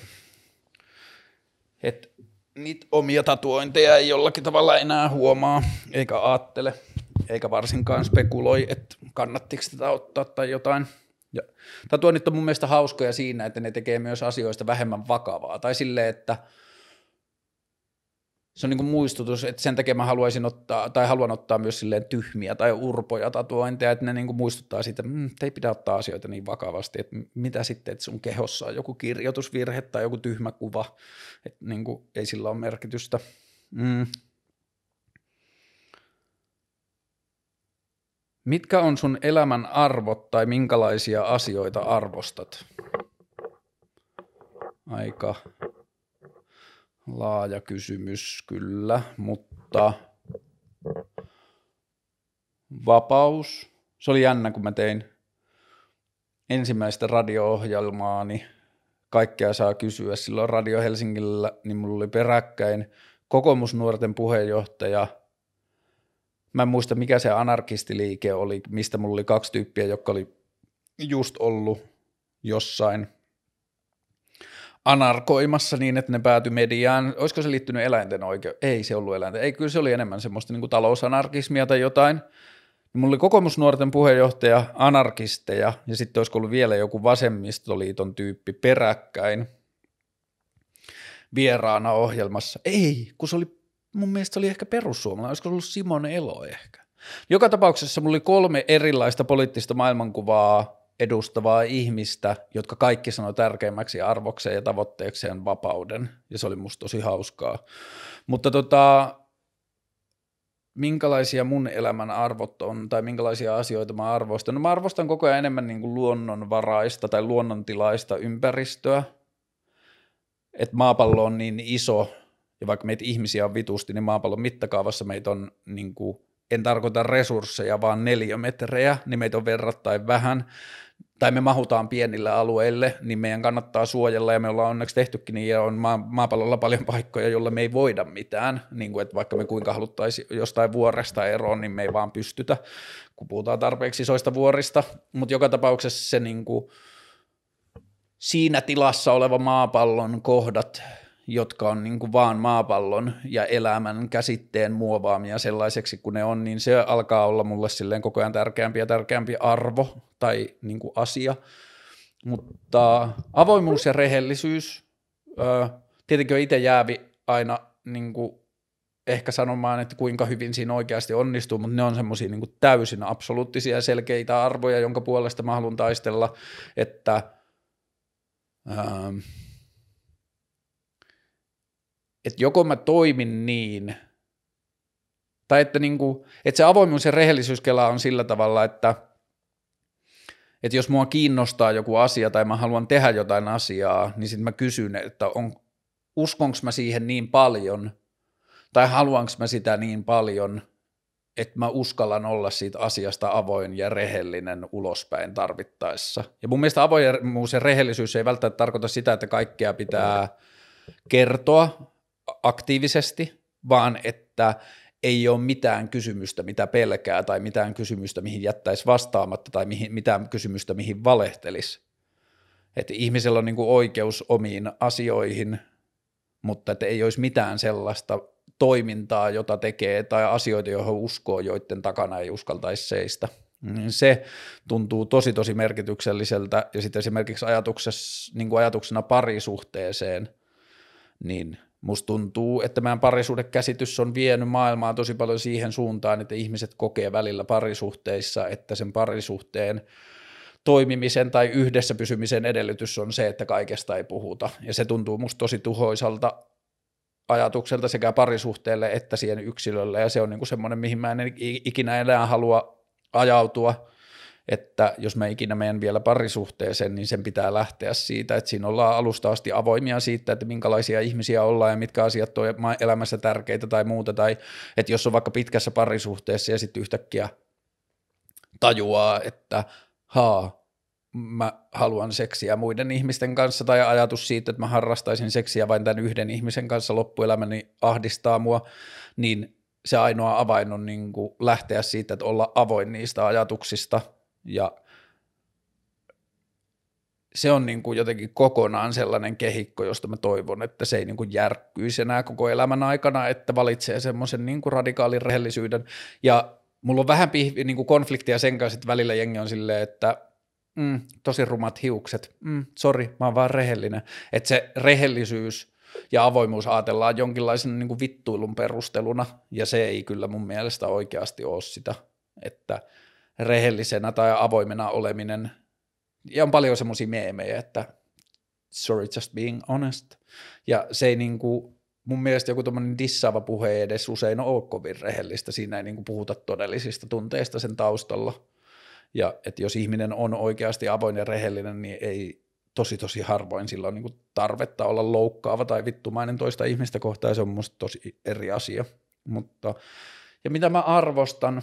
että niitä omia tatuointeja ei jollakin tavalla enää huomaa, eikä aattele, eikä varsinkaan spekuloi, että kannattiko tätä ottaa tai jotain. Ja tatuoinnit on mun mielestä hauskoja siinä, että ne tekee myös asioista vähemmän vakavaa, tai silleen, että se on niin kuin muistutus, että sen takia mä haluaisin ottaa, tai haluan ottaa myös silleen tyhmiä tai urpoja tatuointeja, että ne niin kuin muistuttaa siitä, että mm, ei pidä ottaa asioita niin vakavasti, että mitä sitten, että sun kehossa on joku kirjoitusvirhe tai joku tyhmä kuva, että niin kuin ei sillä ole merkitystä. Mm. Mitkä on sun elämän arvot tai minkälaisia asioita arvostat? Aika laaja kysymys kyllä, mutta vapaus. Se oli jännä, kun mä tein ensimmäistä radio-ohjelmaani. Kaikkea saa kysyä. Silloin Radio Helsingillä, niin mulla oli peräkkäin kokoomusnuorten puheenjohtaja. Mä en muista, mikä se anarkistiliike oli, mistä mulla oli kaksi tyyppiä, jotka oli just ollut jossain anarkoimassa niin, että ne päätyi mediaan. Olisiko se liittynyt eläinten oikeuteen? Ei se ollut eläinten. Ei, kyllä se oli enemmän semmoista niin kuin talousanarkismia tai jotain. Mulla oli kokoomusnuorten puheenjohtaja, anarkisteja, ja sitten olisiko ollut vielä joku vasemmistoliiton tyyppi peräkkäin vieraana ohjelmassa. Ei, kun se oli, mun mielestä se oli ehkä perussuomalainen, olisiko ollut Simon Elo ehkä. Joka tapauksessa mulla oli kolme erilaista poliittista maailmankuvaa edustavaa ihmistä, jotka kaikki sanoi tärkeimmäksi arvokseen ja tavoitteekseen vapauden, ja se oli musta tosi hauskaa. Mutta tota, minkälaisia mun elämän arvot on, tai minkälaisia asioita mä arvostan? No mä arvostan koko ajan enemmän niin kuin luonnonvaraista tai luonnontilaista ympäristöä, että maapallo on niin iso, ja vaikka meitä ihmisiä on vitusti, niin maapallon mittakaavassa meitä on, niin kuin, en tarkoita resursseja, vaan neliömetrejä, niin meitä on verrattain vähän. tai me mahutaan pienille alueille, niin meidän kannattaa suojella, ja me ollaan onneksi tehtykin niin, ja on maa, maapallolla paljon paikkoja, joilla me ei voida mitään, niin kuin, että vaikka me kuinka haluttaisiin jostain vuoresta eroon, niin me ei vaan pystytä, kun puhutaan tarpeeksi isoista vuorista, mutta joka tapauksessa se niin kuin, siinä tilassa oleva maapallon kohdat, jotka on niin kuin vaan maapallon ja elämän käsitteen muovaamia sellaiseksi kuin ne on, niin se alkaa olla mulle silleen koko ajan tärkeämpi ja tärkeämpi arvo tai niin kuin asia. Mutta avoimuus ja rehellisyys, öö, tietenkin on itse jäävi aina niin kuin ehkä sanomaan, että kuinka hyvin siinä oikeasti onnistuu, mutta ne on semmoisia niin kuin täysin absoluuttisia selkeitä arvoja, jonka puolesta mä haluan taistella, että öö, että joko mä toimin niin, tai että, niinku, että se avoimuus ja rehellisyyskela on sillä tavalla, että, että jos mua kiinnostaa joku asia tai mä haluan tehdä jotain asiaa, niin sitten mä kysyn, että on, uskonko mä siihen niin paljon, tai haluanko mä sitä niin paljon, että mä uskallan olla siitä asiasta avoin ja rehellinen ulospäin tarvittaessa. Ja mun mielestä avoimuus ja rehellisyys ei välttämättä tarkoita sitä, että kaikkea pitää kertoa aktiivisesti, vaan että ei ole mitään kysymystä, mitä pelkää, tai mitään kysymystä, mihin jättäisi vastaamatta, tai mihin, mitään kysymystä, mihin valehtelisi. Että ihmisellä on niin kuin oikeus omiin asioihin, mutta että ei olisi mitään sellaista toimintaa, jota tekee, tai asioita, joihin uskoo, joiden takana ei uskaltaisi seistä. Se tuntuu tosi tosi merkitykselliseltä, ja sitten esimerkiksi ajatuksessa, niin kuin ajatuksena parisuhteeseen, niin musta tuntuu, että meidän parisuhdekäsitys on vienyt maailmaa tosi paljon siihen suuntaan, että ihmiset kokee välillä parisuhteissa, että sen parisuhteen toimimisen tai yhdessä pysymisen edellytys on se, että kaikesta ei puhuta. Ja se tuntuu musta tosi tuhoisalta ajatukselta sekä parisuhteelle että siihen yksilölle, ja se on niinku semmoinen, mihin mä en ikinä enää halua ajautua, että jos mä ikinä menen vielä parisuhteeseen, niin sen pitää lähteä siitä, että siinä ollaan alusta asti avoimia siitä, että minkälaisia ihmisiä ollaan ja mitkä asiat on elämässä tärkeitä tai muuta, tai että jos on vaikka pitkässä parisuhteessa ja sitten yhtäkkiä tajuaa, että haa, mä haluan seksiä muiden ihmisten kanssa, tai ajatus siitä, että mä harrastaisin seksiä vain tämän yhden ihmisen kanssa loppuelämäni ahdistaa mua, niin se ainoa avain on niin kuin lähteä siitä, että olla avoin niistä ajatuksista, ja se on niin kuin jotenkin kokonaan sellainen kehikko, josta mä toivon, että se ei niin kuin järkkyisi enää koko elämän aikana, että valitsee semmoisen niin kuin radikaalin rehellisyyden. Ja mulla on vähän pihvi, niin kuin konfliktia sen kanssa, että välillä jengi on silleen, että mm, tosi rumat hiukset, mm, sori, mä oon vaan rehellinen. Että se rehellisyys ja avoimuus ajatellaan jonkinlaisen niin kuin vittuilun perusteluna, ja se ei kyllä mun mielestä oikeasti ole sitä, että rehellisenä tai avoimena oleminen, ja on paljon semmoisia meemejä, että sorry, just being honest, ja se ei niinku, mun mielestä joku tommoinen dissaava puhe ei edes usein ole kovin rehellistä, siinä ei niinku puhuta todellisista tunteista sen taustalla, ja että jos ihminen on oikeasti avoin ja rehellinen, niin ei tosi tosi harvoin sillä on niinku tarvetta olla loukkaava tai vittumainen toista ihmistä kohtaan, ja se on musta tosi eri asia, mutta, ja mitä mä arvostan,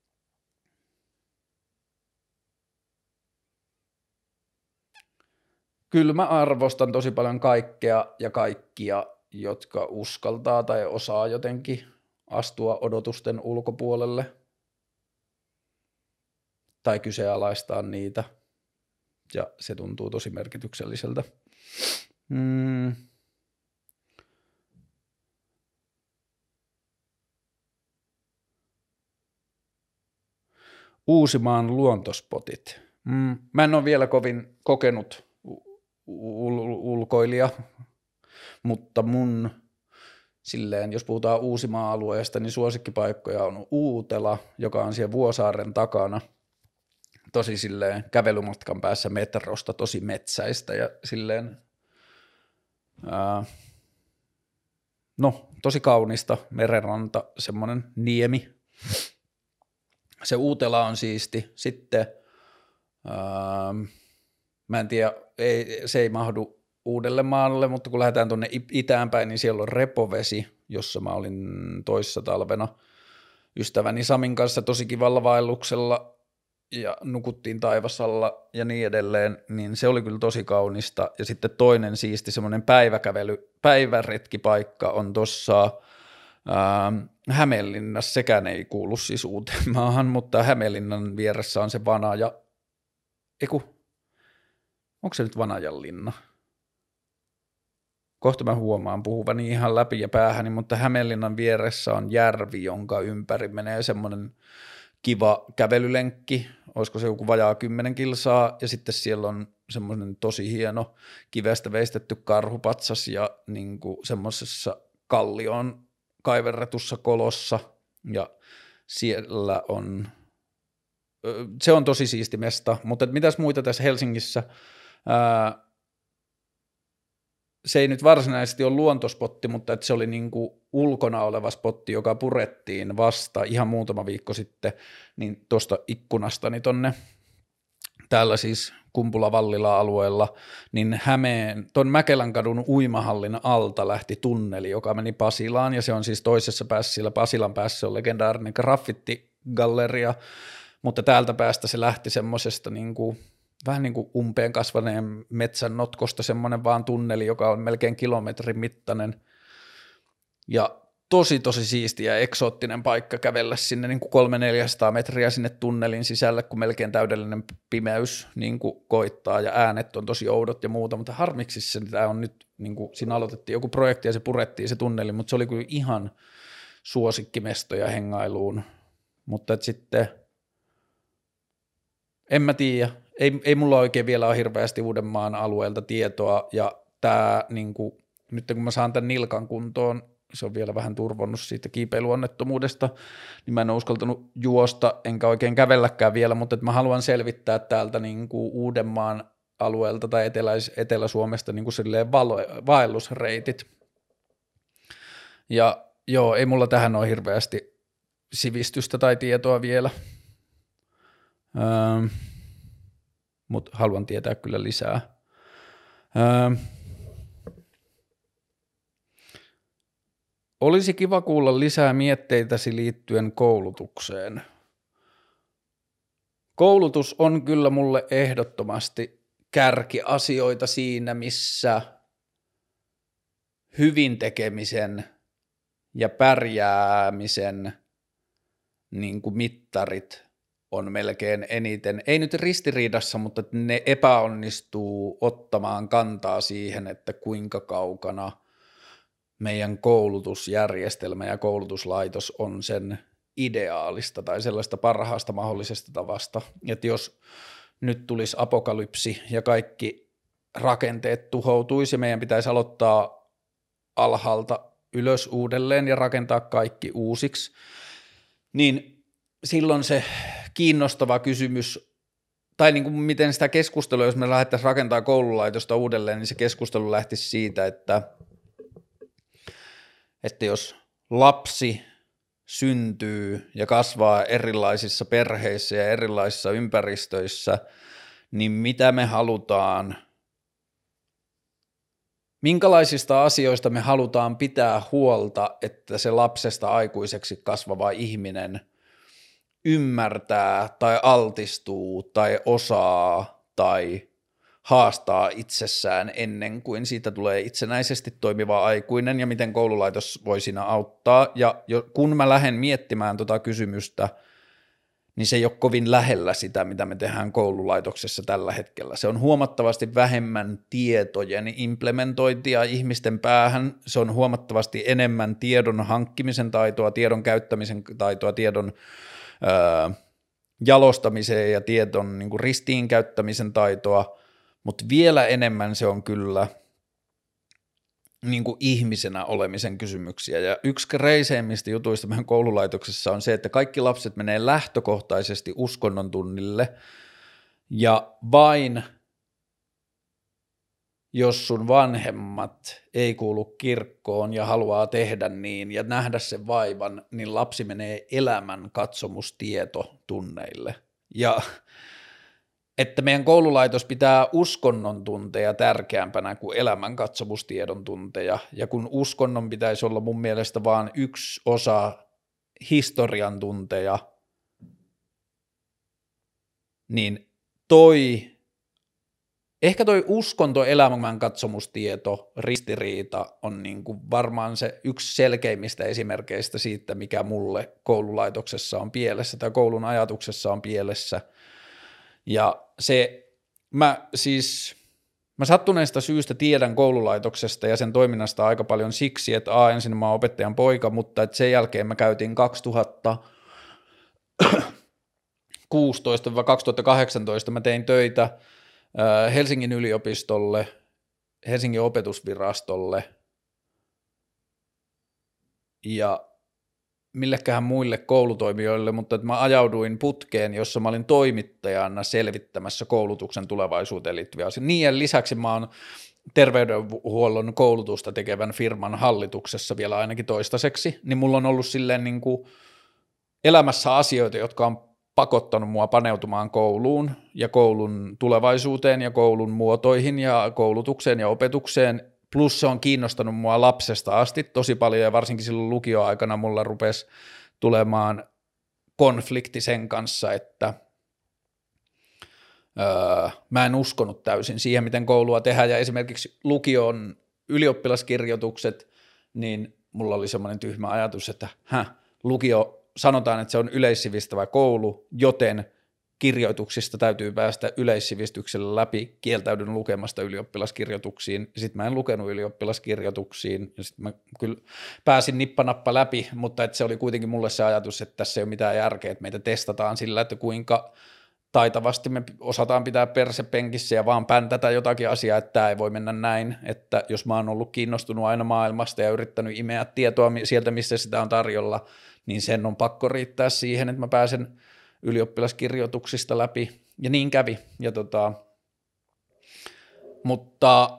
kyllä mä arvostan tosi paljon kaikkea ja kaikkia, jotka uskaltaa tai osaa jotenkin astua odotusten ulkopuolelle tai kyseenalaistaa niitä, ja se tuntuu tosi merkitykselliseltä. Mm. Uusimaan luontospotit. Mm. Mä en ole vielä kovin kokenut ul- ulkoilija, mutta mun silleen, jos puhutaan Uusimaa-alueesta, niin suosikkipaikkoja on Uutela, joka on siellä Vuosaaren takana, tosi silleen kävelymatkan päässä metrosta, tosi metsäistä ja silleen, ää, no tosi kaunista, merenranta, semmoinen niemi. Se Uutela on siisti, sitten ää, mä en tiedä, ei, se ei mahdu Uudellemaalle, mutta kun lähdetään tuonne itäänpäin, niin siellä on Repovesi, jossa mä olin toissa talvena ystäväni Samin kanssa tosi kivalla vaelluksella, ja nukuttiin taivasalla ja niin edelleen, niin se oli kyllä tosi kaunista. Ja sitten toinen siisti semmoinen päiväkävely, päiväretkipaikka on tuossa Hämeenlinnassa, sekään ei kuulu siis Uuteenmaahan, mutta Hämeenlinnan vieressä on se Vanaja, eiku, onko se nyt Vanajanlinna? Kohta mä huomaan puhuvani ihan läpi ja päähäni, mutta Hämeenlinnan vieressä on järvi, jonka ympäri menee semmoinen kiva kävelylenkki, olisiko se joku vajaa kymmenen kilsaa, ja sitten siellä on semmoinen tosi hieno kivestä veistetty karhupatsas ja niin kuin semmoisessa kallioon kaiverretussa kolossa, ja siellä on, se on tosi siisti mesta, mutta mitäs muita tässä Helsingissä, ää, se ei nyt varsinaisesti ole luontospotti, mutta että se oli niin kuin ulkona oleva spotti, joka purettiin vasta ihan muutama viikko sitten, niin tuosta ikkunastani tonne, täällä siis Kumpula-Vallila-alueella, niin Hämeen, ton Mäkelänkadun uimahallin alta lähti tunneli, joka meni Pasilaan, ja se on siis toisessa päässä, sillä Pasilan päässä on legendaarinen graffittigalleria, mutta täältä päästä se lähti semmoisesta niin kuin vähän niin kuin umpeen kasvaneen metsän notkosta semmoinen vaan tunneli, joka on melkein kilometrin mittainen ja tosi tosi siisti ja eksoottinen paikka kävellä sinne niin kuin kolme neljäsataa metriä sinne tunnelin sisälle, kun melkein täydellinen pimeys niin kuin koittaa ja äänet on tosi oudot ja muuta, mutta harmiksi se tämä on nyt, niin kuin siinä aloitettiin joku projekti ja se purettiin se tunneli, mutta se oli kyllä ihan suosikkimestoja hengailuun, mutta et sitten en mä tiedä, ei, ei mulla oikein vielä ole hirveästi Uudenmaan alueelta tietoa, ja tämä, niin kuin, nyt kun mä saan tämän nilkan kuntoon, se on vielä vähän turvonnut siitä kiipeilyonnettomuudesta, niin mä en ole uskaltanut juosta, enkä oikein kävelläkään vielä, mutta että mä haluan selvittää täältä niin kuin Uudenmaan alueelta tai Etelä- Etelä-Suomesta niin kuin silleen valo- vaellusreitit. Ja joo, ei mulla tähän ole hirveästi sivistystä tai tietoa vielä. Öö, mutta haluan tietää kyllä lisää. Öö, olisi kiva kuulla lisää mietteitäsi liittyen koulutukseen. Koulutus on kyllä mulle ehdottomasti kärkiasioita siinä, missä hyvin tekemisen ja pärjäämisen niin kuin mittarit on melkein eniten, ei nyt ristiriidassa, mutta ne epäonnistuu ottamaan kantaa siihen, että kuinka kaukana meidän koulutusjärjestelmä ja koulutuslaitos on sen ideaalista tai sellaista parhaasta mahdollisesta tavasta. Että jos nyt tulisi apokalypsi ja kaikki rakenteet tuhoutuisi ja meidän pitäisi aloittaa alhaalta ylös uudelleen ja rakentaa kaikki uusiksi, niin silloin se kiinnostava kysymys, tai niin kuin miten sitä keskustelua, jos me lähdettäisiin rakentamaan koululaitosta uudelleen, niin se keskustelu lähtisi siitä, että, että jos lapsi syntyy ja kasvaa erilaisissa perheissä ja erilaisissa ympäristöissä, niin mitä me halutaan, minkälaisista asioista me halutaan pitää huolta, että se lapsesta aikuiseksi kasvava ihminen ymmärtää tai altistuu tai osaa tai haastaa itsessään ennen kuin siitä tulee itsenäisesti toimiva aikuinen ja miten koululaitos voi siinä auttaa. Ja jo, kun mä lähden miettimään tota kysymystä, niin se ei ole kovin lähellä sitä, mitä me tehdään koululaitoksessa tällä hetkellä. Se on huomattavasti vähemmän tietojen implementointia ihmisten päähän, se on huomattavasti enemmän tiedon hankkimisen taitoa, tiedon käyttämisen taitoa, tiedon öö, jalostamiseen ja tiedon niin kuin ristiin käyttämisen taitoa, mutta vielä enemmän se on kyllä niin kuin ihmisenä olemisen kysymyksiä. Ja yksi kreiseimmistä jutuista meidän koululaitoksessa on se, että kaikki lapset menee lähtökohtaisesti uskonnon tunnille, ja vain jos sun vanhemmat ei kuulu kirkkoon ja haluaa tehdä niin ja nähdä sen vaivan, niin lapsi menee elämän katsomustietotunneille. Ja että meidän koululaitos pitää uskonnon tunteja tärkeämpänä kuin elämänkatsomustiedon tunteja, ja kun uskonnon pitäisi olla mun mielestä vaan yksi osa historian tunteja, niin toi, ehkä toi uskonto, elämän katsomustieto, ristiriita on niin kuin varmaan se yksi selkeimmistä esimerkkeistä siitä, mikä mulle koululaitoksessa on pielessä tai koulun ajatuksessa on pielessä. Ja se, mä siis, mä sattuneesta syystä tiedän koululaitoksesta ja sen toiminnasta aika paljon siksi, että a, ensin mä oon opettajan poika, mutta että sen jälkeen mä käytin kaksituhattakuusitoista kaksituhattakahdeksantoista mä tein töitä Helsingin yliopistolle, Helsingin opetusvirastolle ja millekähän muille koulutoimijoille, mutta että mä ajauduin putkeen, jossa mä olin toimittajana selvittämässä koulutuksen tulevaisuuteen liittyviä asioita. Niin lisäksi mä oon terveydenhuollon koulutusta tekevän firman hallituksessa vielä ainakin toistaiseksi, niin mulla on ollut silleen niin kuin elämässä asioita, jotka on pakottanut mua paneutumaan kouluun ja koulun tulevaisuuteen ja koulun muotoihin ja koulutukseen ja opetukseen, plus se on kiinnostanut mua lapsesta asti tosi paljon ja varsinkin silloin lukioaikana mulla rupesi tulemaan konflikti sen kanssa, että öö, mä en uskonut täysin siihen, miten koulua tehdään ja esimerkiksi lukion ylioppilaskirjoitukset, niin mulla oli semmoinen tyhmä ajatus, että häh, lukio sanotaan, että se on yleissivistävä koulu, joten kirjoituksista täytyy päästä yleissivistyksellä läpi, kieltäydyn lukemasta ylioppilaskirjoituksiin, sitten mä en lukenut ylioppilaskirjoituksiin, ja sitten mä kyllä pääsin nippanappa läpi, mutta että se oli kuitenkin mulle se ajatus, että tässä ei ole mitään järkeä, että meitä testataan sillä, että kuinka taitavasti me osataan pitää perse penkissä ja vaan päntätä jotakin asiaa, että tämä ei voi mennä näin, että jos mä oon ollut kiinnostunut aina maailmasta ja yrittänyt imeä tietoa sieltä, missä sitä on tarjolla, niin sen on pakko riittää siihen, että mä pääsen ylioppilaskirjoituksista läpi, ja niin kävi, ja tota, mutta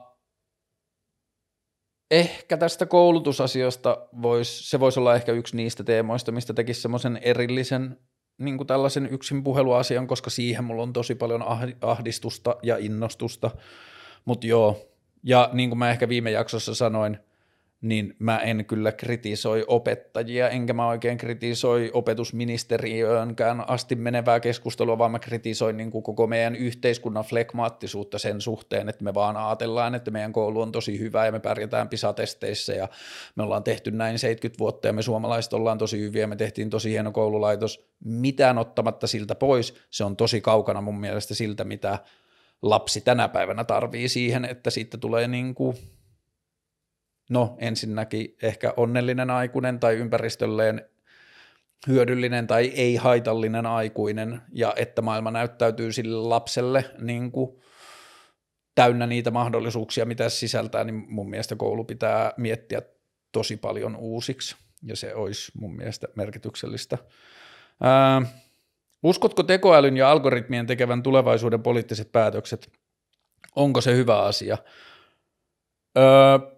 ehkä tästä koulutusasiasta vois, se voisi olla ehkä yksi niistä teemoista, mistä tekisi semmoisen erillisen niin kuin tällaisen yksin puheluasian, koska siihen mulla on tosi paljon ahdistusta ja innostusta, mutta joo, ja niin kuin mä ehkä viime jaksossa sanoin, niin mä en kyllä kritisoi opettajia, enkä mä oikein kritisoi opetusministeriöönkään asti menevää keskustelua, vaan mä kritisoin niin kuin koko meidän yhteiskunnan flegmaattisuutta sen suhteen, että me vaan ajatellaan, että meidän koulu on tosi hyvä ja me pärjätään PISA-testeissä ja me ollaan tehty näin seitsemänkymmentä vuotta ja me suomalaiset ollaan tosi hyviä, me tehtiin tosi hieno koululaitos, mitään ottamatta siltä pois, se on tosi kaukana mun mielestä siltä, mitä lapsi tänä päivänä tarvii siihen, että siitä tulee niin kuin no ensinnäkin ehkä onnellinen aikuinen tai ympäristölleen hyödyllinen tai ei-haitallinen aikuinen ja että maailma näyttäytyy sille lapselle niin kuin täynnä niitä mahdollisuuksia, mitä se sisältää, niin mun mielestä koulu pitää miettiä tosi paljon uusiksi ja se olisi mun mielestä merkityksellistä. Ää, uskotko tekoälyn ja algoritmien tekevän tulevaisuuden poliittiset päätökset? Onko se hyvä asia? Öö,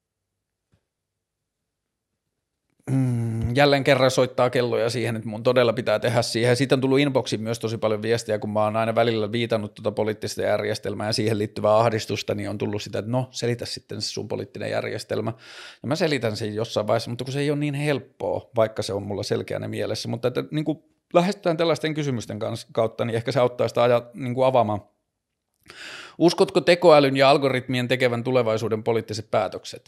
Mm, jälleen kerran soittaa kelloja siihen, että mun todella pitää tehdä siihen. Siitä on tullut inboxiin myös tosi paljon viestiä, kun mä oon aina välillä viitannut tuota poliittista järjestelmää ja siihen liittyvää ahdistusta, niin on tullut sitä, että no selitä sitten se sun poliittinen järjestelmä. Ja mä selitän sen jossain vaiheessa, mutta kun se ei ole niin helppoa, vaikka se on mulla selkeänä mielessä. Mutta että niin kuin lähestytään tällaisten kysymysten kautta, niin ehkä se auttaa sitä aja, niin kuin avaamaan. Uskotko tekoälyn ja algoritmien tekevän tulevaisuuden poliittiset päätökset?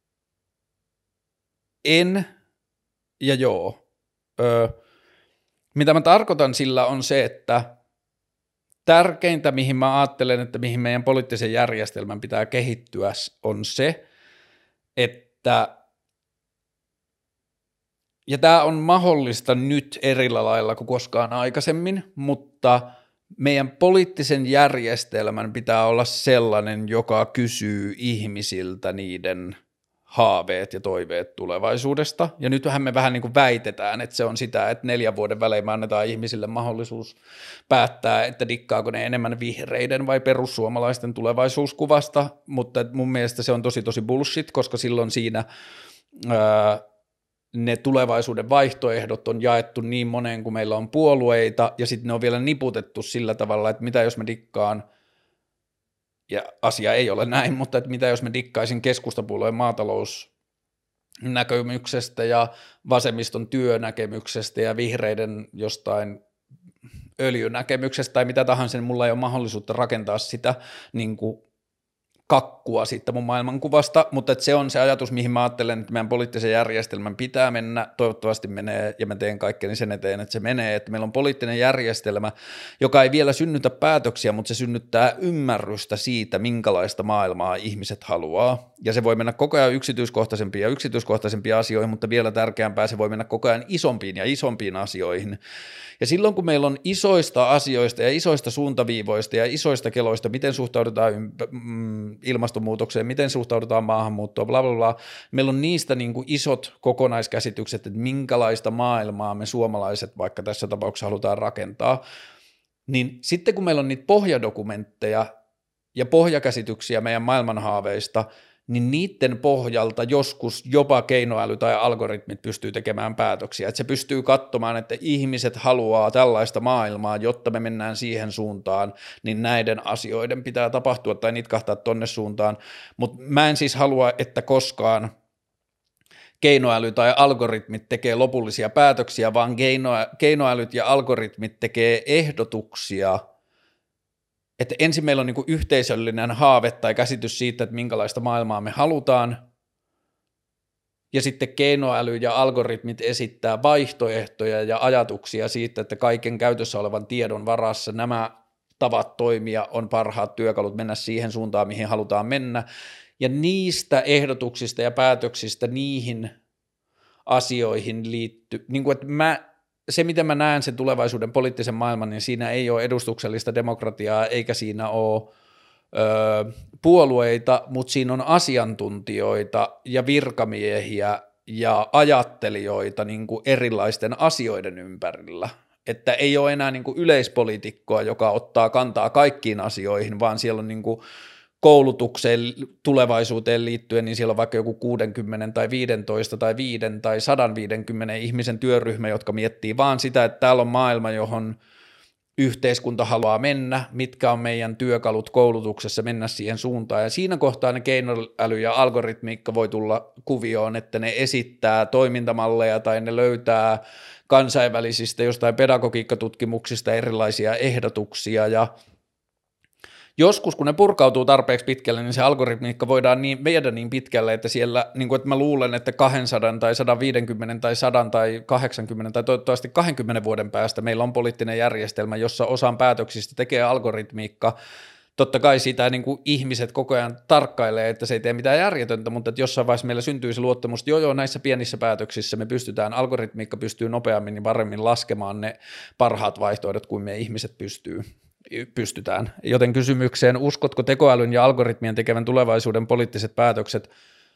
En. Ja joo, öö, mitä mä tarkoitan sillä on se, että tärkeintä, mihin mä ajattelen, että mihin meidän poliittisen järjestelmän pitää kehittyä, on se, että, ja tämä on mahdollista nyt eri lailla kuin koskaan aikaisemmin, mutta meidän poliittisen järjestelmän pitää olla sellainen, joka kysyy ihmisiltä niiden haaveet ja toiveet tulevaisuudesta. Ja nythän me vähän niin kuin väitetään, että se on sitä, että neljän vuoden välein me annetaan ihmisille mahdollisuus päättää, että dikkaako ne enemmän vihreiden vai perussuomalaisten tulevaisuuskuvasta, mutta mun mielestä se on tosi tosi bullshit, koska silloin siinä ää, ne tulevaisuuden vaihtoehdot on jaettu niin moneen, kun meillä on puolueita, ja sitten ne on vielä niputettu sillä tavalla, että mitä jos mä dikkaan, ja asia ei ole näin, mutta että mitä jos mä dikkaisin keskustapuolueen maatalousnäkemyksestä ja vasemmiston työnäkemyksestä ja vihreiden jostain öljynäkemyksestä tai mitä tahansa, niin mulla ei ole mahdollisuutta rakentaa sitä niin kuin kakkua siitä mun maailmankuvasta, mutta se on se ajatus, mihin mä ajattelen, että meidän poliittisen järjestelmän pitää mennä, toivottavasti menee, ja mä teen kaikkeni sen eteen, että se menee, että meillä on poliittinen järjestelmä, joka ei vielä synnytä päätöksiä, mutta se synnyttää ymmärrystä siitä, minkälaista maailmaa ihmiset haluaa, ja se voi mennä koko ajan yksityiskohtaisempiin ja yksityiskohtaisempiin asioihin, mutta vielä tärkeämpää se voi mennä koko ajan isompiin ja isompiin asioihin, ja silloin kun meillä on isoista asioista ja isoista suuntaviivoista ja isoista keloista, miten suhtaudutaan ympä- mm, ilmastonmuutokseen, miten suhtaudutaan maahanmuuttoon, bla bla bla, meillä on niistä niin kuin isot kokonaiskäsitykset, että minkälaista maailmaa me suomalaiset vaikka tässä tapauksessa halutaan rakentaa, niin sitten kun meillä on niitä pohjadokumentteja ja pohjakäsityksiä meidän maailmanhaaveista, niin niiden pohjalta joskus jopa keinoäly tai algoritmit pystyy tekemään päätöksiä, että se pystyy katsomaan, että ihmiset haluaa tällaista maailmaa, jotta me mennään siihen suuntaan, niin näiden asioiden pitää tapahtua tai nitkahtaa tonne suuntaan, mutta mä en siis halua, että koskaan keinoäly tai algoritmit tekee lopullisia päätöksiä, vaan keinoälyt ja algoritmit tekee ehdotuksia, että ensin meillä on niin kuin yhteisöllinen haave tai käsitys siitä, että minkälaista maailmaa me halutaan, ja sitten keinoäly ja algoritmit esittää vaihtoehtoja ja ajatuksia siitä, että kaiken käytössä olevan tiedon varassa nämä tavat toimia on parhaat työkalut mennä siihen suuntaan, mihin halutaan mennä, ja niistä ehdotuksista ja päätöksistä niihin asioihin liittyy, niin kuin että mä se, miten mä näen sen tulevaisuuden poliittisen maailman, niin siinä ei ole edustuksellista demokratiaa, eikä siinä ole ö, puolueita, mutta siinä on asiantuntijoita ja virkamiehiä ja ajattelijoita niin kuin erilaisten asioiden ympärillä. Että ei ole enää niin kuin yleispoliitikkoa, joka ottaa kantaa kaikkiin asioihin, vaan siellä on niin kuin koulutukseen tulevaisuuteen liittyen, niin siellä on vaikka joku kuusikymmentä tai viisitoista tai viisi tai sata viisikymmentä ihmisen työryhmä, jotka miettii vaan sitä, että täällä on maailma, johon yhteiskunta haluaa mennä, mitkä on meidän työkalut koulutuksessa mennä siihen suuntaan, ja siinä kohtaa ne keinoäly ja algoritmiikka voi tulla kuvioon, että ne esittää toimintamalleja tai ne löytää kansainvälisistä jostain pedagogiikkatutkimuksista erilaisia ehdotuksia, ja joskus, kun ne purkautuu tarpeeksi pitkälle, niin se algoritmiikka voidaan niin, viedä niin pitkälle, että siellä, niin kuin, että mä luulen, että kaksisataa tai sata viisikymmentä tai sata tai kahdeksankymmentä tai toivottavasti kaksikymmentä vuoden päästä meillä on poliittinen järjestelmä, jossa osan päätöksistä tekee algoritmiikka. Totta kai sitä niin kuin ihmiset koko ajan tarkkailee, että se ei tee mitään järjetöntä, mutta että jossain vaiheessa meillä syntyy se luottamus, että joo joo, näissä pienissä päätöksissä me pystytään, algoritmiikka pystyy nopeammin ja paremmin laskemaan ne parhaat vaihtoehdot kuin me ihmiset pystyy. pystytään. Joten kysymykseen, uskotko tekoälyn ja algoritmien tekevän tulevaisuuden poliittiset päätökset?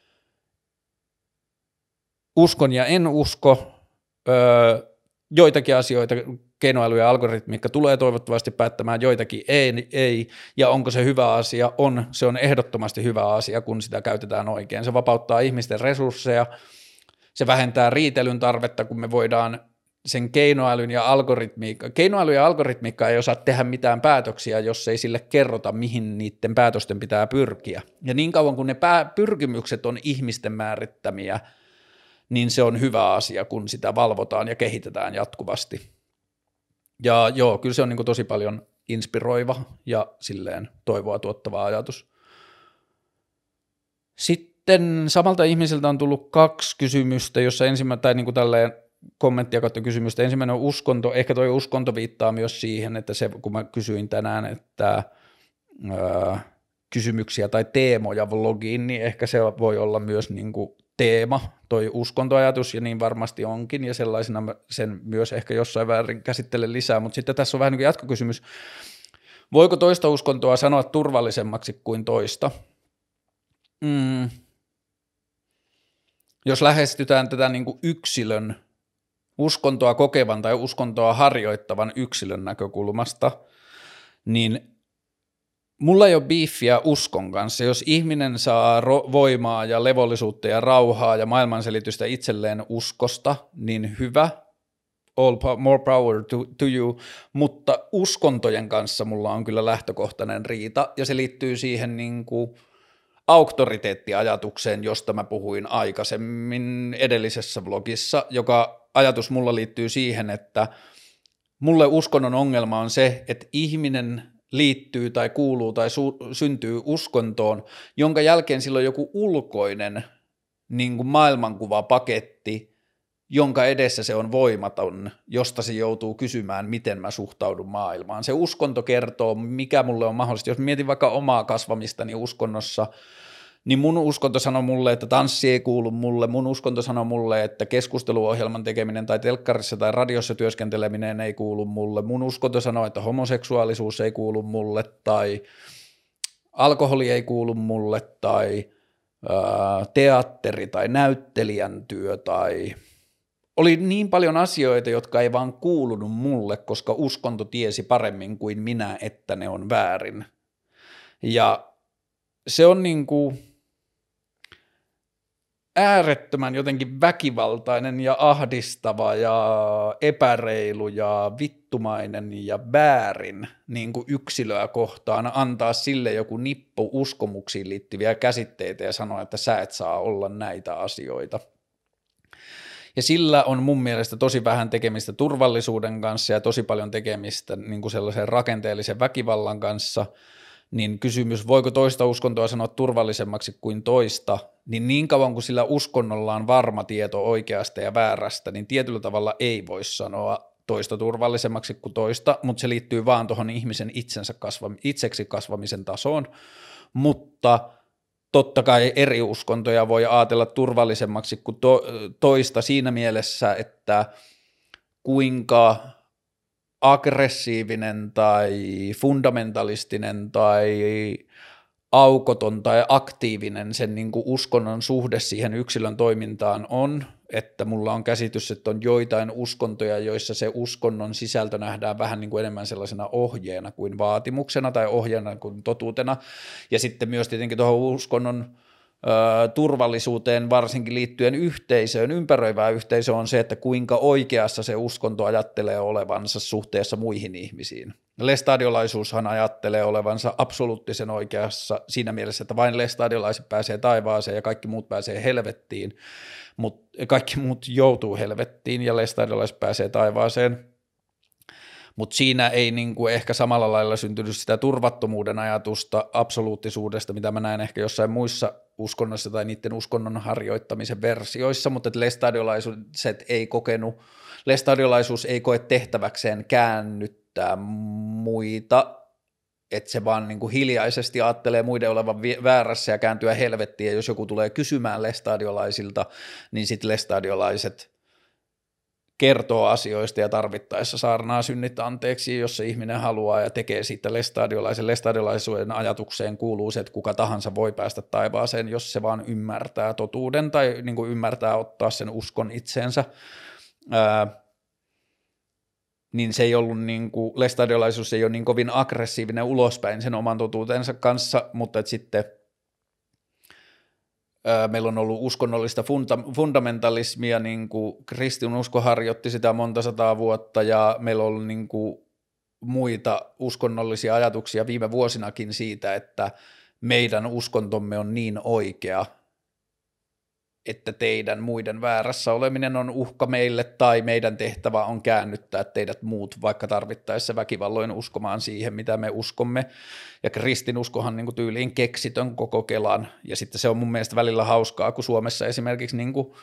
Uskon ja en usko. Öö, joitakin asioita keinoäly ja algoritmiikka tulee toivottavasti päättämään, joitakin ei, ei. Ja onko se hyvä asia? On. Se on ehdottomasti hyvä asia, kun sitä käytetään oikein. Se vapauttaa ihmisten resursseja, se vähentää riitelyn tarvetta, kun me voidaan sen keinoälyn ja algoritmiikka, keinoäly ja algoritmiikka ei osaa tehdä mitään päätöksiä, jos ei sille kerrota, mihin niiden päätösten pitää pyrkiä. Ja niin kauan kuin ne pää- pyrkimykset on ihmisten määrittämiä, niin se on hyvä asia, kun sitä valvotaan ja kehitetään jatkuvasti. Ja joo, kyllä se on niin kuin tosi paljon inspiroiva ja silleen toivoa tuottava ajatus. Sitten samalta ihmiseltä on tullut kaksi kysymystä, jossa ensimmäinen, tai niin kuin tälleen kommenttia kautta kysymystä. Ensimmäinen on uskonto, ehkä toi uskonto viittaa myös siihen, että se, kun mä kysyin tänään, että öö, kysymyksiä tai teemoja vlogiin, niin ehkä se voi olla myös niin kuin teema, toi uskontoajatus, ja niin varmasti onkin, ja sellaisena sen myös ehkä jossain väärin käsittelen lisää, mutta sitten tässä on vähän niin kuin jatkokysymys. Voiko toista uskontoa sanoa turvallisemmaksi kuin toista? Mm. Jos lähestytään tätä niin kuin yksilön uskontoa kokevan tai uskontoa harjoittavan yksilön näkökulmasta, niin mulla ei ole biiffiä uskon kanssa. Jos ihminen saa ro- voimaa ja levollisuutta ja rauhaa ja maailmanselitystä itselleen uskosta, niin hyvä, all po- more power to, to you, mutta uskontojen kanssa mulla on kyllä lähtökohtainen riita, ja se liittyy siihen niin kuin auktoriteettiajatukseen, josta mä puhuin aikaisemmin edellisessä vlogissa, joka ajatus mulla liittyy siihen, että mulle uskonnon ongelma on se, että ihminen liittyy tai kuuluu tai su- syntyy uskontoon, jonka jälkeen sillä on joku ulkoinen niin kuin maailmankuvapaketti, jonka edessä se on voimaton, josta se joutuu kysymään, miten mä suhtaudun maailmaan. Se uskonto kertoo, mikä mulle on mahdollista. Jos mietin vaikka omaa kasvamistani uskonnossa, niin mun uskonto sanoo mulle, että tanssi ei kuulu mulle, mun uskonto sanoo mulle, että keskusteluohjelman tekeminen tai telkkarissa tai radiossa työskenteleminen ei kuulu mulle, mun uskonto sanoo, että homoseksuaalisuus ei kuulu mulle tai alkoholi ei kuulu mulle tai ää, teatteri tai näyttelijän työ tai oli niin paljon asioita, jotka ei vaan kuulunut mulle, koska uskonto tiesi paremmin kuin minä, että ne on väärin. Ja se on niin kuin äärettömän jotenkin väkivaltainen ja ahdistava ja epäreilu ja vittumainen ja väärin niin kuin yksilöä kohtaan antaa sille joku nippu uskomuksiin liittyviä käsitteitä ja sanoa, että sä et saa olla näitä asioita. Ja sillä on mun mielestä tosi vähän tekemistä turvallisuuden kanssa ja tosi paljon tekemistä niin kuin sellaisen rakenteellisen väkivallan kanssa, niin kysymys, voiko toista uskontoa sanoa turvallisemmaksi kuin toista, niin niin kauan kuin sillä uskonnolla on varma tieto oikeasta ja väärästä, niin tietyllä tavalla ei voi sanoa toista turvallisemmaksi kuin toista, mutta se liittyy vaan tuohon ihmisen itsensä kasvam- itseksi kasvamisen tasoon, mutta totta kai eri uskontoja voi ajatella turvallisemmaksi kuin to- toista siinä mielessä, että kuinka aggressiivinen tai fundamentalistinen tai aukoton tai aktiivinen sen niin kuin uskonnon suhde siihen yksilön toimintaan on, että mulla on käsitys, että on joitain uskontoja, joissa se uskonnon sisältö nähdään vähän niin kuin enemmän sellaisena ohjeena kuin vaatimuksena tai ohjeena kuin totuutena, ja sitten myös tietenkin tuohon uskonnon ö, turvallisuuteen varsinkin liittyen yhteisöön, ympäröivään yhteisöön on se, että kuinka oikeassa se uskonto ajattelee olevansa suhteessa muihin ihmisiin. Lestadiolaisuushan ajattelee olevansa absoluuttisen oikeassa siinä mielessä, että vain lestadiolaiset pääsee taivaaseen ja kaikki muut pääsee helvettiin, mutta kaikki muut joutuu helvettiin ja lestadiolaiset pääsee taivaaseen. Mutta siinä ei niinku ehkä samalla lailla syntynyt sitä turvattomuuden ajatusta absoluuttisuudesta, mitä mä näen ehkä jossain muissa uskonnoissa tai niiden uskonnon harjoittamisen versioissa, mutta lestadiolaiset ei kokenut, lestadiolaisuus ei koe tehtäväkseen käännyttää muita, että se vaan niinku hiljaisesti ajattelee muiden olevan väärässä ja kääntyä helvettiin, ja jos joku tulee kysymään lestadiolaisilta, niin sitten lestadiolaiset kertoo asioista ja tarvittaessa saarnaa synnit anteeksi, jos se ihminen haluaa ja tekee siitä lestadiolaisen. Lestadiolaisuuden ajatukseen kuuluu se, että kuka tahansa voi päästä taivaaseen, jos se vaan ymmärtää totuuden tai niin kuin ymmärtää ottaa sen uskon itseensä. Ää, niin se ei ollut niin kuin, lestadiolaisuus ei ole niin kovin aggressiivinen ulospäin sen oman totuutensa kanssa, mutta että sitten meillä on ollut uskonnollista funda- fundamentalismia, niin kuin kristinusko harjoitti sitä monta sataa vuotta, ja meillä on ollut niin kuin muita uskonnollisia ajatuksia viime vuosinakin siitä, että meidän uskontomme on niin oikea, että teidän muiden väärässä oleminen on uhka meille, tai meidän tehtävä on käännyttää teidät muut, vaikka tarvittaessa väkivalloin uskomaan siihen, mitä me uskomme. Ja kristinuskohan niin kuin tyyliin keksitön koko kelan, ja sitten se on mun mielestä välillä hauskaa, kun Suomessa esimerkiksi niin kuin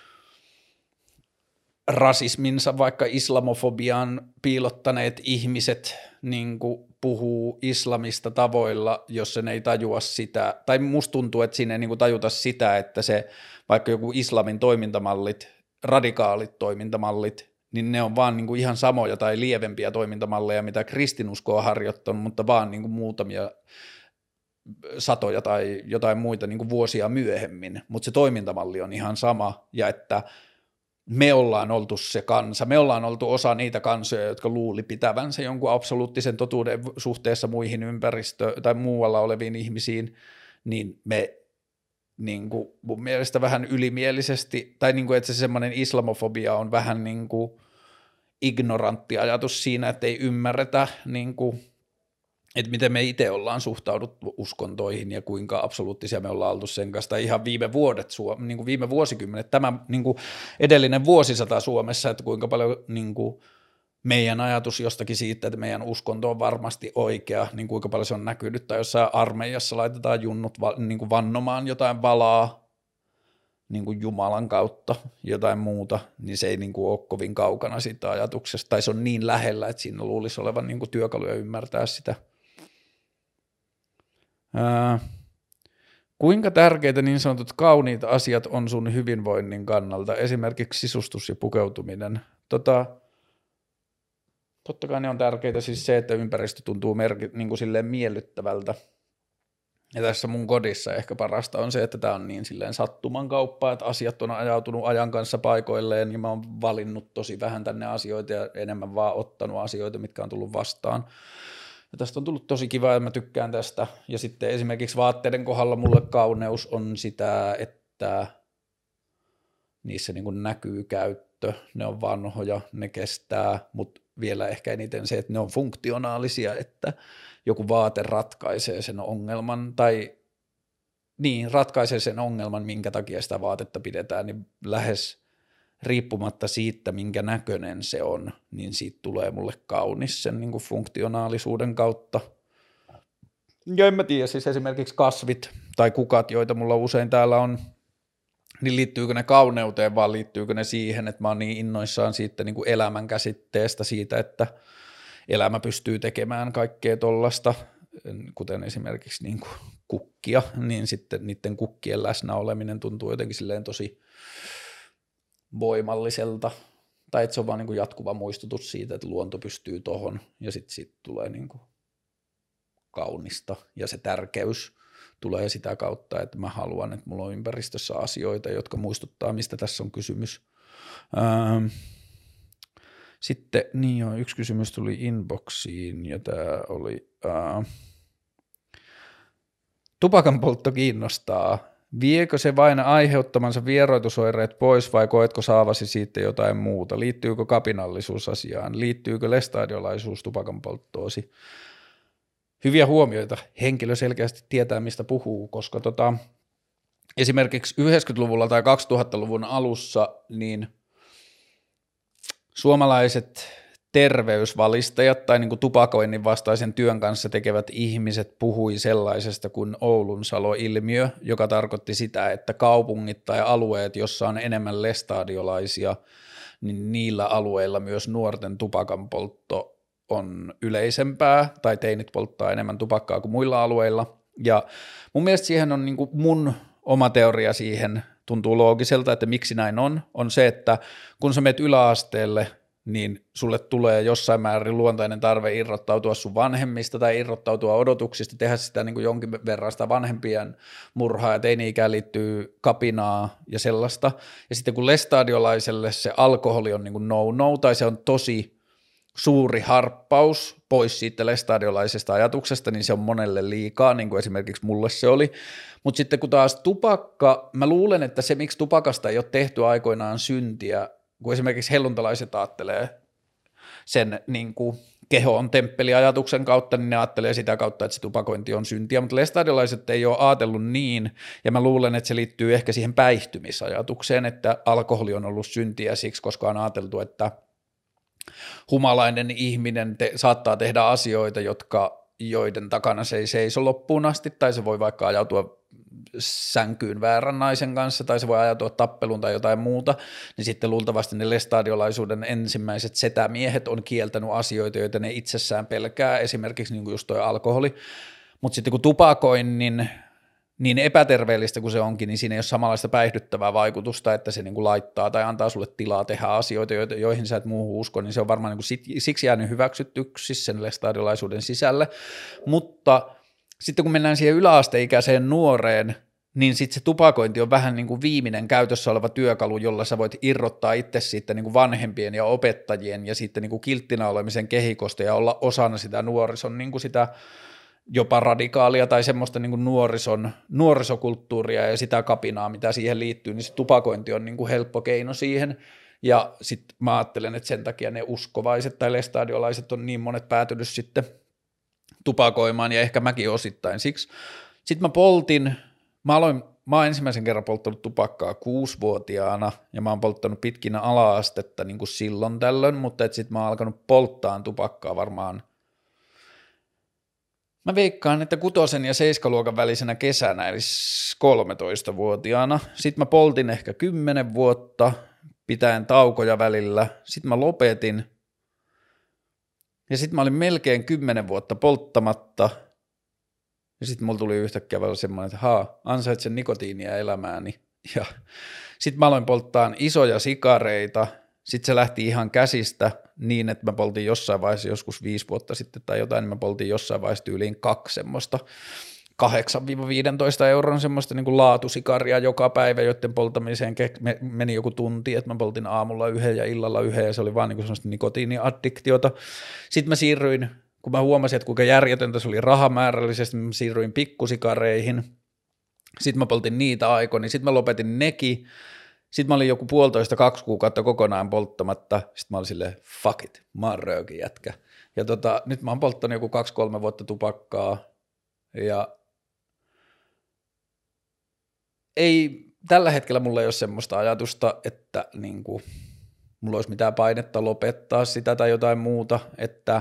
rasisminsa, vaikka islamofobiaan piilottaneet ihmiset niin kuin puhuu islamista tavoilla, jos sen ei tajua sitä, tai musta tuntuu, että siinä ei niin kuin tajuta sitä, että se vaikka joku islamin toimintamallit, radikaalit toimintamallit, niin ne on vaan niin kuin ihan samoja tai lievempiä toimintamalleja, mitä kristinusko on harjoittanut, mutta vaan niin kuin muutamia satoja tai jotain muita niin kuin vuosia myöhemmin, mutta se toimintamalli on ihan sama, ja että me ollaan oltu se kansa, me ollaan oltu osa niitä kansoja, jotka luuli pitävänsä jonkun absoluuttisen totuuden suhteessa muihin ympäristö- tai muualla oleviin ihmisiin, niin me niin kuin mun mielestä vähän ylimielisesti, tai niin kuin, että se semmoinen islamofobia on vähän niin kuin ignorantti ajatus siinä, että ei ymmärretä, niin kuin, että miten me itse ollaan suhtauduttu uskontoihin ja kuinka absoluuttisia me ollaan oltu sen kanssa, tai ihan viime vuodet, niin kuin viime vuosikymmenet, tämä niin kuin edellinen vuosisata Suomessa, että kuinka paljon niin kuin meidän ajatus jostakin siitä, että meidän uskonto on varmasti oikea, niin kuinka paljon se on näkynyt, tai jossain armeijassa laitetaan junnut va, niin kuin vannomaan jotain valaa niin kuin Jumalan kautta, jotain muuta, niin se ei niin kuin ole kovin kaukana siitä ajatuksesta, tai se on niin lähellä, että siinä luulisi olevan niin kuin työkaluja ymmärtää sitä. Ää, kuinka tärkeitä niin sanotut kauniit asiat on sun hyvinvoinnin kannalta, esimerkiksi sisustus ja pukeutuminen? Tota, totta kai ne on tärkeitä, siis se, että ympäristö tuntuu merki, niin kuin silleen miellyttävältä. Ja tässä mun kodissa ehkä parasta on se, että tämä on niin silleen sattuman kauppaa, että asiat on ajautunut ajan kanssa paikoilleen, ja mä oon valinnut tosi vähän tänne asioita ja enemmän vaan ottanut asioita, mitkä on tullut vastaan. Ja tästä on tullut tosi kiva ja mä tykkään tästä. Ja sitten esimerkiksi vaatteiden kohdalla mulle kauneus on sitä, että niissä niin kuin näkyy käyttö, ne on vanhoja, ne kestää, mutta vielä ehkä eniten se, että ne on funktionaalisia, että joku vaate ratkaisee sen ongelman, tai niin, ratkaisee sen ongelman, minkä takia sitä vaatetta pidetään, niin lähes riippumatta siitä, minkä näköinen se on, niin siitä tulee mulle kaunis sen niin kuin funktionaalisuuden kautta. Ja en mä tiedä, siis esimerkiksi kasvit tai kukat, joita mulla usein täällä on, niin liittyykö ne kauneuteen, vaan liittyykö ne siihen, että mä oon niin innoissaan siitä niin kuin elämän käsitteestä, siitä, että elämä pystyy tekemään kaikkea tollasta, kuten esimerkiksi niin kuin kukkia, niin sitten niiden kukkien läsnä oleminen tuntuu jotenkin silleen tosi voimalliselta, tai että se on vaan niin kuin jatkuva muistutus siitä, että luonto pystyy tohon, ja sitten siitä tulee niin kuin kaunista, ja se tärkeys tulee sitä kautta, että mä haluan, että mulla on ympäristössä asioita, jotka muistuttaa, mistä tässä on kysymys. Ähm. Sitten, niin joo, yksi kysymys tuli inboxiin, ja tämä oli, ää, tupakan poltto kiinnostaa. Viekö se vain aiheuttamansa vieroitusoireet pois, vai koetko saavasi siitä jotain muuta? Liittyykö kapinallisuus asiaan? Liittyykö lestadiolaisuus tupakan polttoosi? Hyviä huomioita. Henkilö selkeästi tietää, mistä puhuu, koska tota, esimerkiksi yhdeksänkymmentäluvulla tai kaksituhattaluvun alussa, niin suomalaiset terveysvalistajat tai niin kuin tupakoinnin vastaisen työn kanssa tekevät ihmiset puhui sellaisesta kuin Oulunsalo-ilmiö, joka tarkoitti sitä, että kaupungit tai alueet, jossa on enemmän lestadiolaisia, niin niillä alueilla myös nuorten tupakanpoltto on yleisempää, tai teinit polttaa enemmän tupakkaa kuin muilla alueilla. Ja mun mielestä siihen on niin kuin mun oma teoria siihen, tuntuu loogiselta, että miksi näin on, on se, että kun sä menet yläasteelle, niin sulle tulee jossain määrin luontainen tarve irrottautua sun vanhemmista tai irrottautua odotuksista, tehdä sitä niin kuin jonkin verran sitä vanhempien murhaa ja teini-ikään liittyy kapinaa ja sellaista. Ja sitten kun lestadiolaiselle se alkoholi on niin kuin no-no tai se on tosi suuri harppaus pois siitä lestadiolaisesta ajatuksesta, niin se on monelle liikaa, niin kuin esimerkiksi mulle se oli. Mutta sitten kun taas tupakka, mä luulen, että se miksi tupakasta ei ole tehty aikoinaan syntiä, kun esimerkiksi helluntalaiset ajattelee sen niin kuin keho on temppeliajatuksen kautta, niin ne ajattelee sitä kautta, että se tupakointi on syntiä, mutta lestadiolaiset ei ole ajatellut niin, ja mä luulen, että se liittyy ehkä siihen päihtymisajatukseen, että alkoholi on ollut syntiä siksi, koska on ajateltu, että humalainen ihminen te, saattaa tehdä asioita, jotka, joiden takana se ei seiso loppuun asti, tai se voi vaikka ajautua sänkyyn väärän naisen kanssa, tai se voi ajautua tappeluun tai jotain muuta, niin sitten luultavasti ne lestadiolaisuuden ensimmäiset setämiehet on kieltänyt asioita, joita ne itsessään pelkää, esimerkiksi niin kuin just toi alkoholi, mutta sitten kun tupakoinnin niin epäterveellistä kuin se onkin, niin siinä ei ole samanlaista päihdyttävää vaikutusta, että se niin kuin laittaa tai antaa sulle tilaa tehdä asioita, joihin sä et muuhun usko, niin se on varmaan niin kuin siksi jäänyt hyväksytyksi sen lestadiolaisuuden sisälle, mutta sitten kun mennään siihen yläasteikäiseen nuoreen, niin sitten se tupakointi on vähän niin kuin viimeinen käytössä oleva työkalu, jolla sä voit irrottaa itse siitä niin kuin vanhempien ja opettajien ja sitten niin kuin kilttinä olemisen kehikosta ja olla osana sitä nuorison niin kuin sitä jopa radikaalia tai semmoista niin kuin nuorison, nuorisokulttuuria ja sitä kapinaa, mitä siihen liittyy, niin se tupakointi on niin kuin helppo keino siihen. Ja sitten mä ajattelen, että sen takia ne uskovaiset tai lestadiolaiset on niin monet päätynyt sitten tupakoimaan ja ehkä mäkin osittain siksi. Sitten mä poltin, mä aloin mä oon ensimmäisen kerran polttanut tupakkaa kuusivuotiaana ja mä oon polttanut pitkinä ala-astetta niin kuin silloin tällöin, mutta sitten mä oon alkanut polttaa tupakkaa varmaan. Mä veikkaan, että kutosen ja seiskaluokan välisenä kesänä, eli kolmetoistavuotiaana. Sitten mä poltin ehkä kymmenen vuotta, pitäen taukoja välillä. Sitten mä lopetin. Ja sitten mä olin melkein kymmenen vuotta polttamatta. Ja sitten mulla tuli yhtäkkiä vielä semmoinen, että haa, ansaitsen nikotiinia elämääni. Ja sitten mä aloin polttaa isoja sikareita. Sitten se lähti ihan käsistä niin, että mä poltin jossain vaiheessa joskus viisi vuotta sitten tai jotain, niin mä poltin jossain vaiheessa tyyliin kaksi semmoista kahdeksan viisitoista euron semmoista niin kuin laatusikaria joka päivä, joiden poltamiseen meni joku tunti, että mä poltin aamulla yhden ja illalla yhden ja se oli vaan niin kuin semmoista nikotiiniaddiktiota. Sitten mä siirryin, kun mä huomasin, että kuinka järjetöntä se oli rahamäärällisesti, mä siirryin pikkusikareihin. Sitten mä poltin niitä aikoina, niin sitten mä lopetin nekin. Sitten mä olin joku puolitoista, kaksi kuukautta kokonaan polttamatta. Sitten mä olin silleen, fuck it, mä oon röökin jätkä. Ja tota, nyt mä oon polttanut joku kaksi, kolme vuotta tupakkaa. Ja ei, tällä hetkellä mulla ei ole semmoista ajatusta, että niinku, mulla olisi mitään painetta lopettaa sitä tai jotain muuta. Että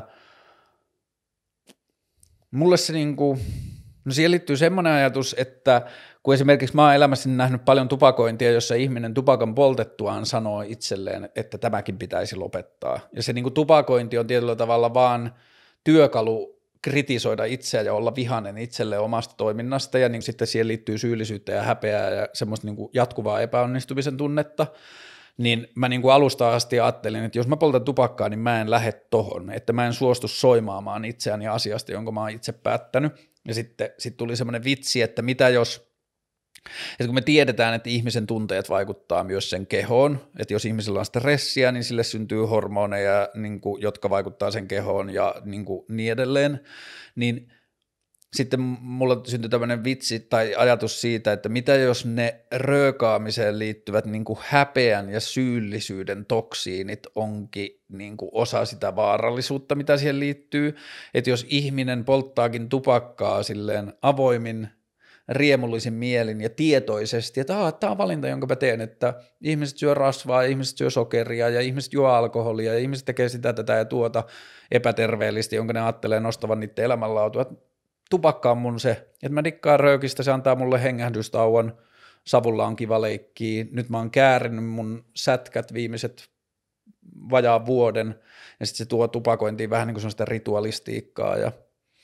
mulle se niinku, no siihen liittyy semmoinen ajatus, että kun esimerkiksi mä oon elämässäni nähnyt paljon tupakointia, jossa ihminen tupakan poltettuaan sanoo itselleen, että tämäkin pitäisi lopettaa. Ja se niin kuin tupakointi on tietyllä tavalla vaan työkalu kritisoida itseä ja olla vihainen itselleen omasta toiminnasta, ja niin sitten siihen liittyy syyllisyyttä ja häpeää ja semmoista niin kuin jatkuvaa epäonnistumisen tunnetta. Niin mä niin kuin alusta asti ajattelin, että jos mä poltan tupakkaa, niin mä en lähde tohon, että mä en suostu soimaamaan itseäni asiasta, jonka mä oon itse päättänyt. Ja sitten sit tuli semmoinen vitsi, että mitä jos, että kun me tiedetään, että ihmisen tunteet vaikuttaa myös sen kehoon, että jos ihmisellä on stressiä, niin sille syntyy hormoneja, niin kuin, jotka vaikuttaa sen kehoon ja niin, kuin, niin edelleen, niin sitten mulla syntyi tämmöinen vitsi tai ajatus siitä, että mitä jos ne röökaamiseen liittyvät niin kuin häpeän ja syyllisyyden toksiinit onkin niin kuin osa sitä vaarallisuutta, mitä siihen liittyy, että jos ihminen polttaakin tupakkaa silleen avoimin, riemullisin mielin ja tietoisesti, että tämä on valinta, jonka mä teen, että ihmiset syö rasvaa, ihmiset syö sokeria ja ihmiset juo alkoholia ja ihmiset tekee sitä, tätä ja tuota epäterveellisesti, jonka ne ajattelee nostavan niiden elämänlaatua. Tupakka on mun se, että mä dikkaan röökistä, se antaa mulle hengähdystauon, savulla on kiva leikkiä, nyt mä oon käärinyt mun sätkät viimeiset vajaan vuoden ja sitten se tuo tupakointiin vähän niin kuin sellaista ritualistiikkaa ja,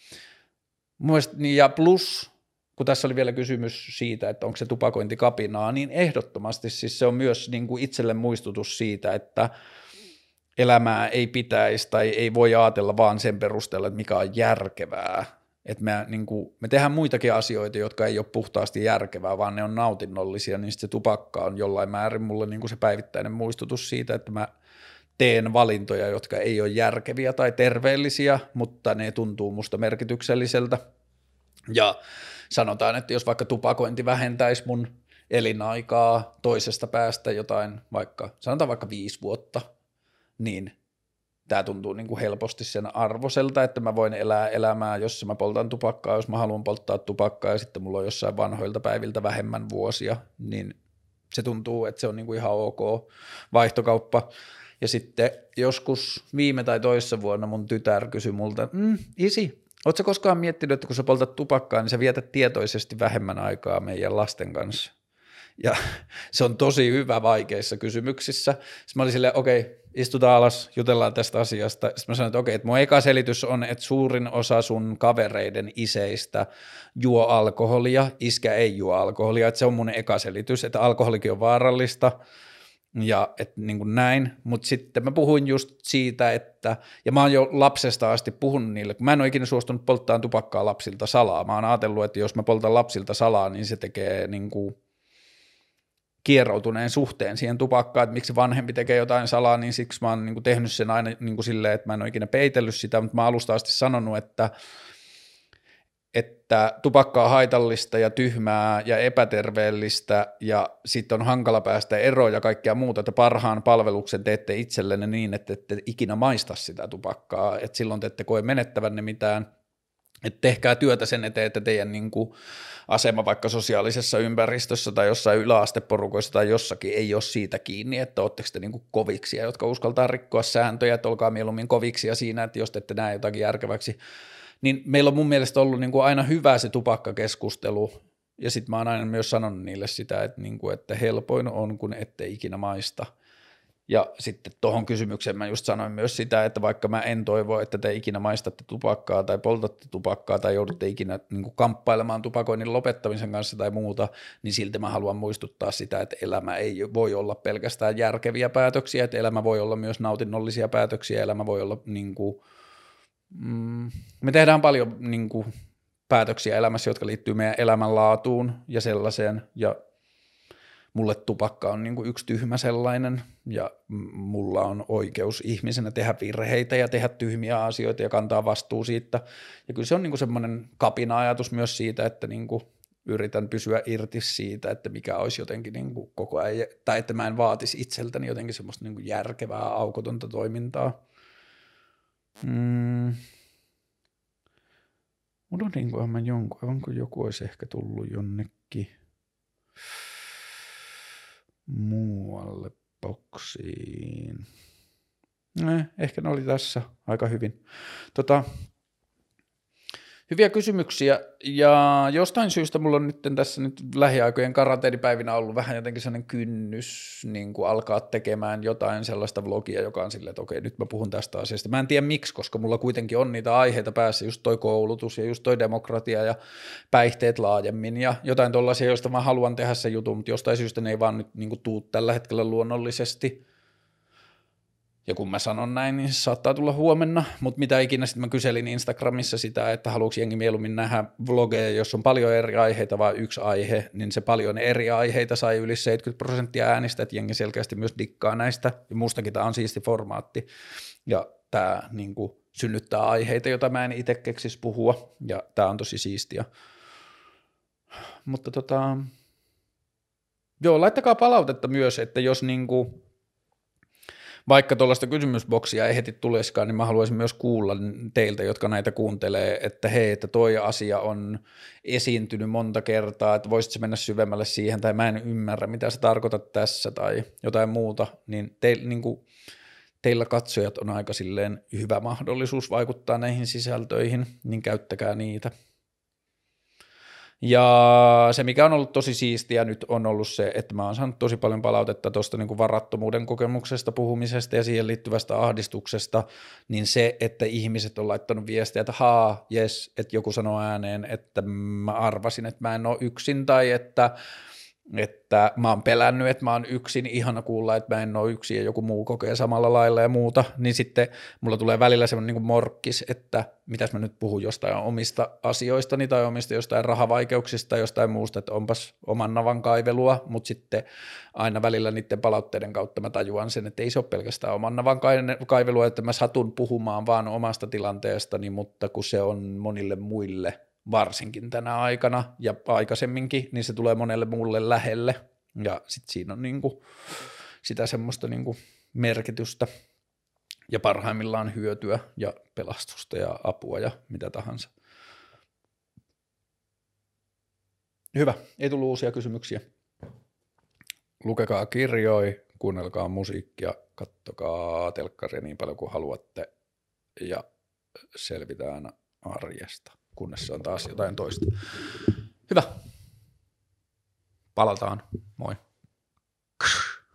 niin, ja plus kun tässä oli vielä kysymys siitä, että onko se tupakointi kapinaa, niin ehdottomasti siis se on myös niin kuin itselle muistutus siitä, että elämää ei pitäisi tai ei voi ajatella vaan sen perusteella, että mikä on järkevää. Että me, niin kuin, me tehdään muitakin asioita, jotka ei ole puhtaasti järkevää, vaan ne on nautinnollisia, niin se tupakka on jollain määrin mulle niin kuin se päivittäinen muistutus siitä, että mä teen valintoja, jotka ei ole järkeviä tai terveellisiä, mutta ne tuntuu musta merkitykselliseltä. Ja sanotaan, että jos vaikka tupakointi vähentäisi mun elinaikaa toisesta päästä jotain, vaikka sanotaan vaikka viisi vuotta, niin tämä tuntuu niin kuin helposti sen arvoselta, että mä voin elää elämää, jos mä poltan tupakkaa, jos mä haluan polttaa tupakkaa ja sitten mulla on jossain vanhoilta päiviltä vähemmän vuosia, niin se tuntuu, että se on niin kuin ihan ok vaihtokauppa. Ja sitten joskus viime tai toissa vuonna mun tytär kysyi multa, mm, isi, ootko sä koskaan miettinyt, että kun sä poltat tupakkaa, niin sä vietät tietoisesti vähemmän aikaa meidän lasten kanssa? Ja se on tosi hyvä vaikeissa kysymyksissä. Sitten mä olin silleen, okei, okay, istutaan alas, jutellaan tästä asiasta. Sitten mä sanoin, että okei, okay, että mun eka selitys on, että suurin osa sun kavereiden iseistä juo alkoholia, iskä ei juo alkoholia, että se on mun eka selitys, että alkoholikin on vaarallista. Ja että niin kuin näin, mutta sitten mä puhuin just siitä, että, ja mä oon jo lapsesta asti puhunut niille, kun mä en ole ikinä suostunut polttamaan tupakkaa lapsilta salaa. Mä oon ajatellut, että jos mä poltan lapsilta salaa, niin se tekee niin kuin kieroutuneen suhteen siihen tupakkaan, että miksi vanhempi tekee jotain salaa, niin siksi mä oon niin kuin tehnyt sen aina niin kuin silleen, että mä en ole ikinä peitellyt sitä, mutta mä oon alusta asti sanonut, että että tupakka on haitallista ja tyhmää ja epäterveellistä ja sitten on hankala päästä eroon ja kaikkea muuta, että parhaan palveluksen teette itsellenne niin, että ette ikinä maista sitä tupakkaa, että silloin te ette koe menettävänne mitään että tehkää työtä sen eteen, että teidän niin kuin asema vaikka sosiaalisessa ympäristössä tai jossain yläasteporukoissa tai jossakin ei ole siitä kiinni, että ootteko te niin kuin koviksia, jotka uskaltaa rikkoa sääntöjä, että olkaa mieluummin koviksia siinä, että jos te ette näe jotakin järkeväksi, niin meillä on mun mielestä ollut niin kuin aina hyvä se tupakkakeskustelu, ja sitten mä oon aina myös sanonut niille sitä, että, niin kuin, että helpoin on, kun ette ikinä maista. Ja sitten tuohon kysymykseen mä just sanoin myös sitä, että vaikka mä en toivo, että te ikinä maistatte tupakkaa tai poltatte tupakkaa tai joudutte ikinä niin kuin kamppailemaan tupakoinnin lopettamisen kanssa tai muuta, niin silti mä haluan muistuttaa sitä, että elämä ei voi olla pelkästään järkeviä päätöksiä, että elämä voi olla myös nautinnollisia päätöksiä, elämä voi olla niin kuin, mm, me tehdään paljon niin kuin päätöksiä elämässä, jotka liittyy meidän elämänlaatuun ja sellaiseen, ja mulle tupakka on niin kuin yksi tyhmä sellainen, ja mulla on oikeus ihmisenä tehdä virheitä ja tehdä tyhmiä asioita ja kantaa vastuu siitä. Ja kyllä se on niin kuin semmoinen kapina-ajatus myös siitä, että niin kuin yritän pysyä irti siitä, että mikä olisi jotenkin niin kuin koko ajan, tai että mä en vaatisi itseltäni jotenkin semmoista niin kuin järkevää, aukotonta toimintaa. Mm. Unohdinkohan mä jonkun, onko joku olisi ehkä tullut jonnekin muualle boksiin. Eh, ehkä ne oli tässä aika hyvin. Tota, hyviä kysymyksiä, ja jostain syystä mulla on nyt tässä nyt lähiaikojen karanteenipäivinä ollut vähän jotenkin sellainen kynnys niin kuin alkaa tekemään jotain sellaista vlogia, joka on silleen, että okei, nyt mä puhun tästä asiasta. Mä en tiedä miksi, koska mulla kuitenkin on niitä aiheita päässä, just toi koulutus ja just toi demokratia ja päihteet laajemmin ja jotain tollaisia, joista mä haluan tehdä se jutun, mutta jostain syystä ne ei vaan nyt niin kuin tuu tällä hetkellä luonnollisesti. Ja kun mä sanon näin, niin se saattaa tulla huomenna, mutta mitä ikinä sitten mä kyselin Instagramissa sitä, että haluuks jengi mieluummin nähdä vlogeja, jos on paljon eri aiheita, vaan yksi aihe, niin se paljon eri aiheita sai yli seitsemänkymmentä prosenttia äänistä, että jengi selkeästi myös dikkaa näistä, ja mustakin tämä on siisti formaatti, ja tämä niin kuin synnyttää aiheita, joita mä en itse keksis puhua, ja tämä on tosi siistiä. Mutta tota, joo, laittakaa palautetta myös, että jos niinku vaikka tuollaista kysymysboksia ei heti tuleskaan, niin mä haluaisin myös kuulla teiltä, jotka näitä kuuntelee, että hei, että toi asia on esiintynyt monta kertaa, että voisitko mennä syvemmälle siihen, tai mä en ymmärrä, mitä sä tarkoitat tässä, tai jotain muuta, niin, te, niin kuin, teillä katsojat on aika silleen hyvä mahdollisuus vaikuttaa näihin sisältöihin, niin käyttäkää niitä. Ja se, mikä on ollut tosi siistiä nyt, on ollut se, että mä oon saanut tosi paljon palautetta tuosta niin kuin varattomuuden kokemuksesta, puhumisesta ja siihen liittyvästä ahdistuksesta, niin se, että ihmiset on laittanut viestiä, että haa, jes, että joku sanoo ääneen, että mä arvasin, että mä en ole yksin, tai että, että mä oon pelännyt, että mä oon yksin, ihana kuulla, että mä en ole yksin ja joku muu kokee samalla lailla ja muuta, niin sitten mulla tulee välillä semmoinen niin kuin morkkis, että mitäs mä nyt puhun jostain omista asioistani tai omista jostain rahavaikeuksista tai jostain muusta, että onpas oman navan kaivelua, mutta sitten aina välillä niiden palautteiden kautta mä tajuan sen, että ei se ole pelkästään oman navan kaivelua, että mä satun puhumaan vaan omasta tilanteestani, mutta kun se on monille muille varsinkin tänä aikana ja aikaisemminkin, niin se tulee monelle muulle lähelle ja sitten siinä on niinku sitä semmoista niinku merkitystä ja parhaimmillaan hyötyä ja pelastusta ja apua ja mitä tahansa. Hyvä, ei tullut uusia kysymyksiä. Lukekaa kirjoja, kuunnelkaa musiikkia, kattokaa telkkaria niin paljon kuin haluatte ja selvitään arjesta, kunnes se on taas jotain toista. Hyvä. Palataan. Moi.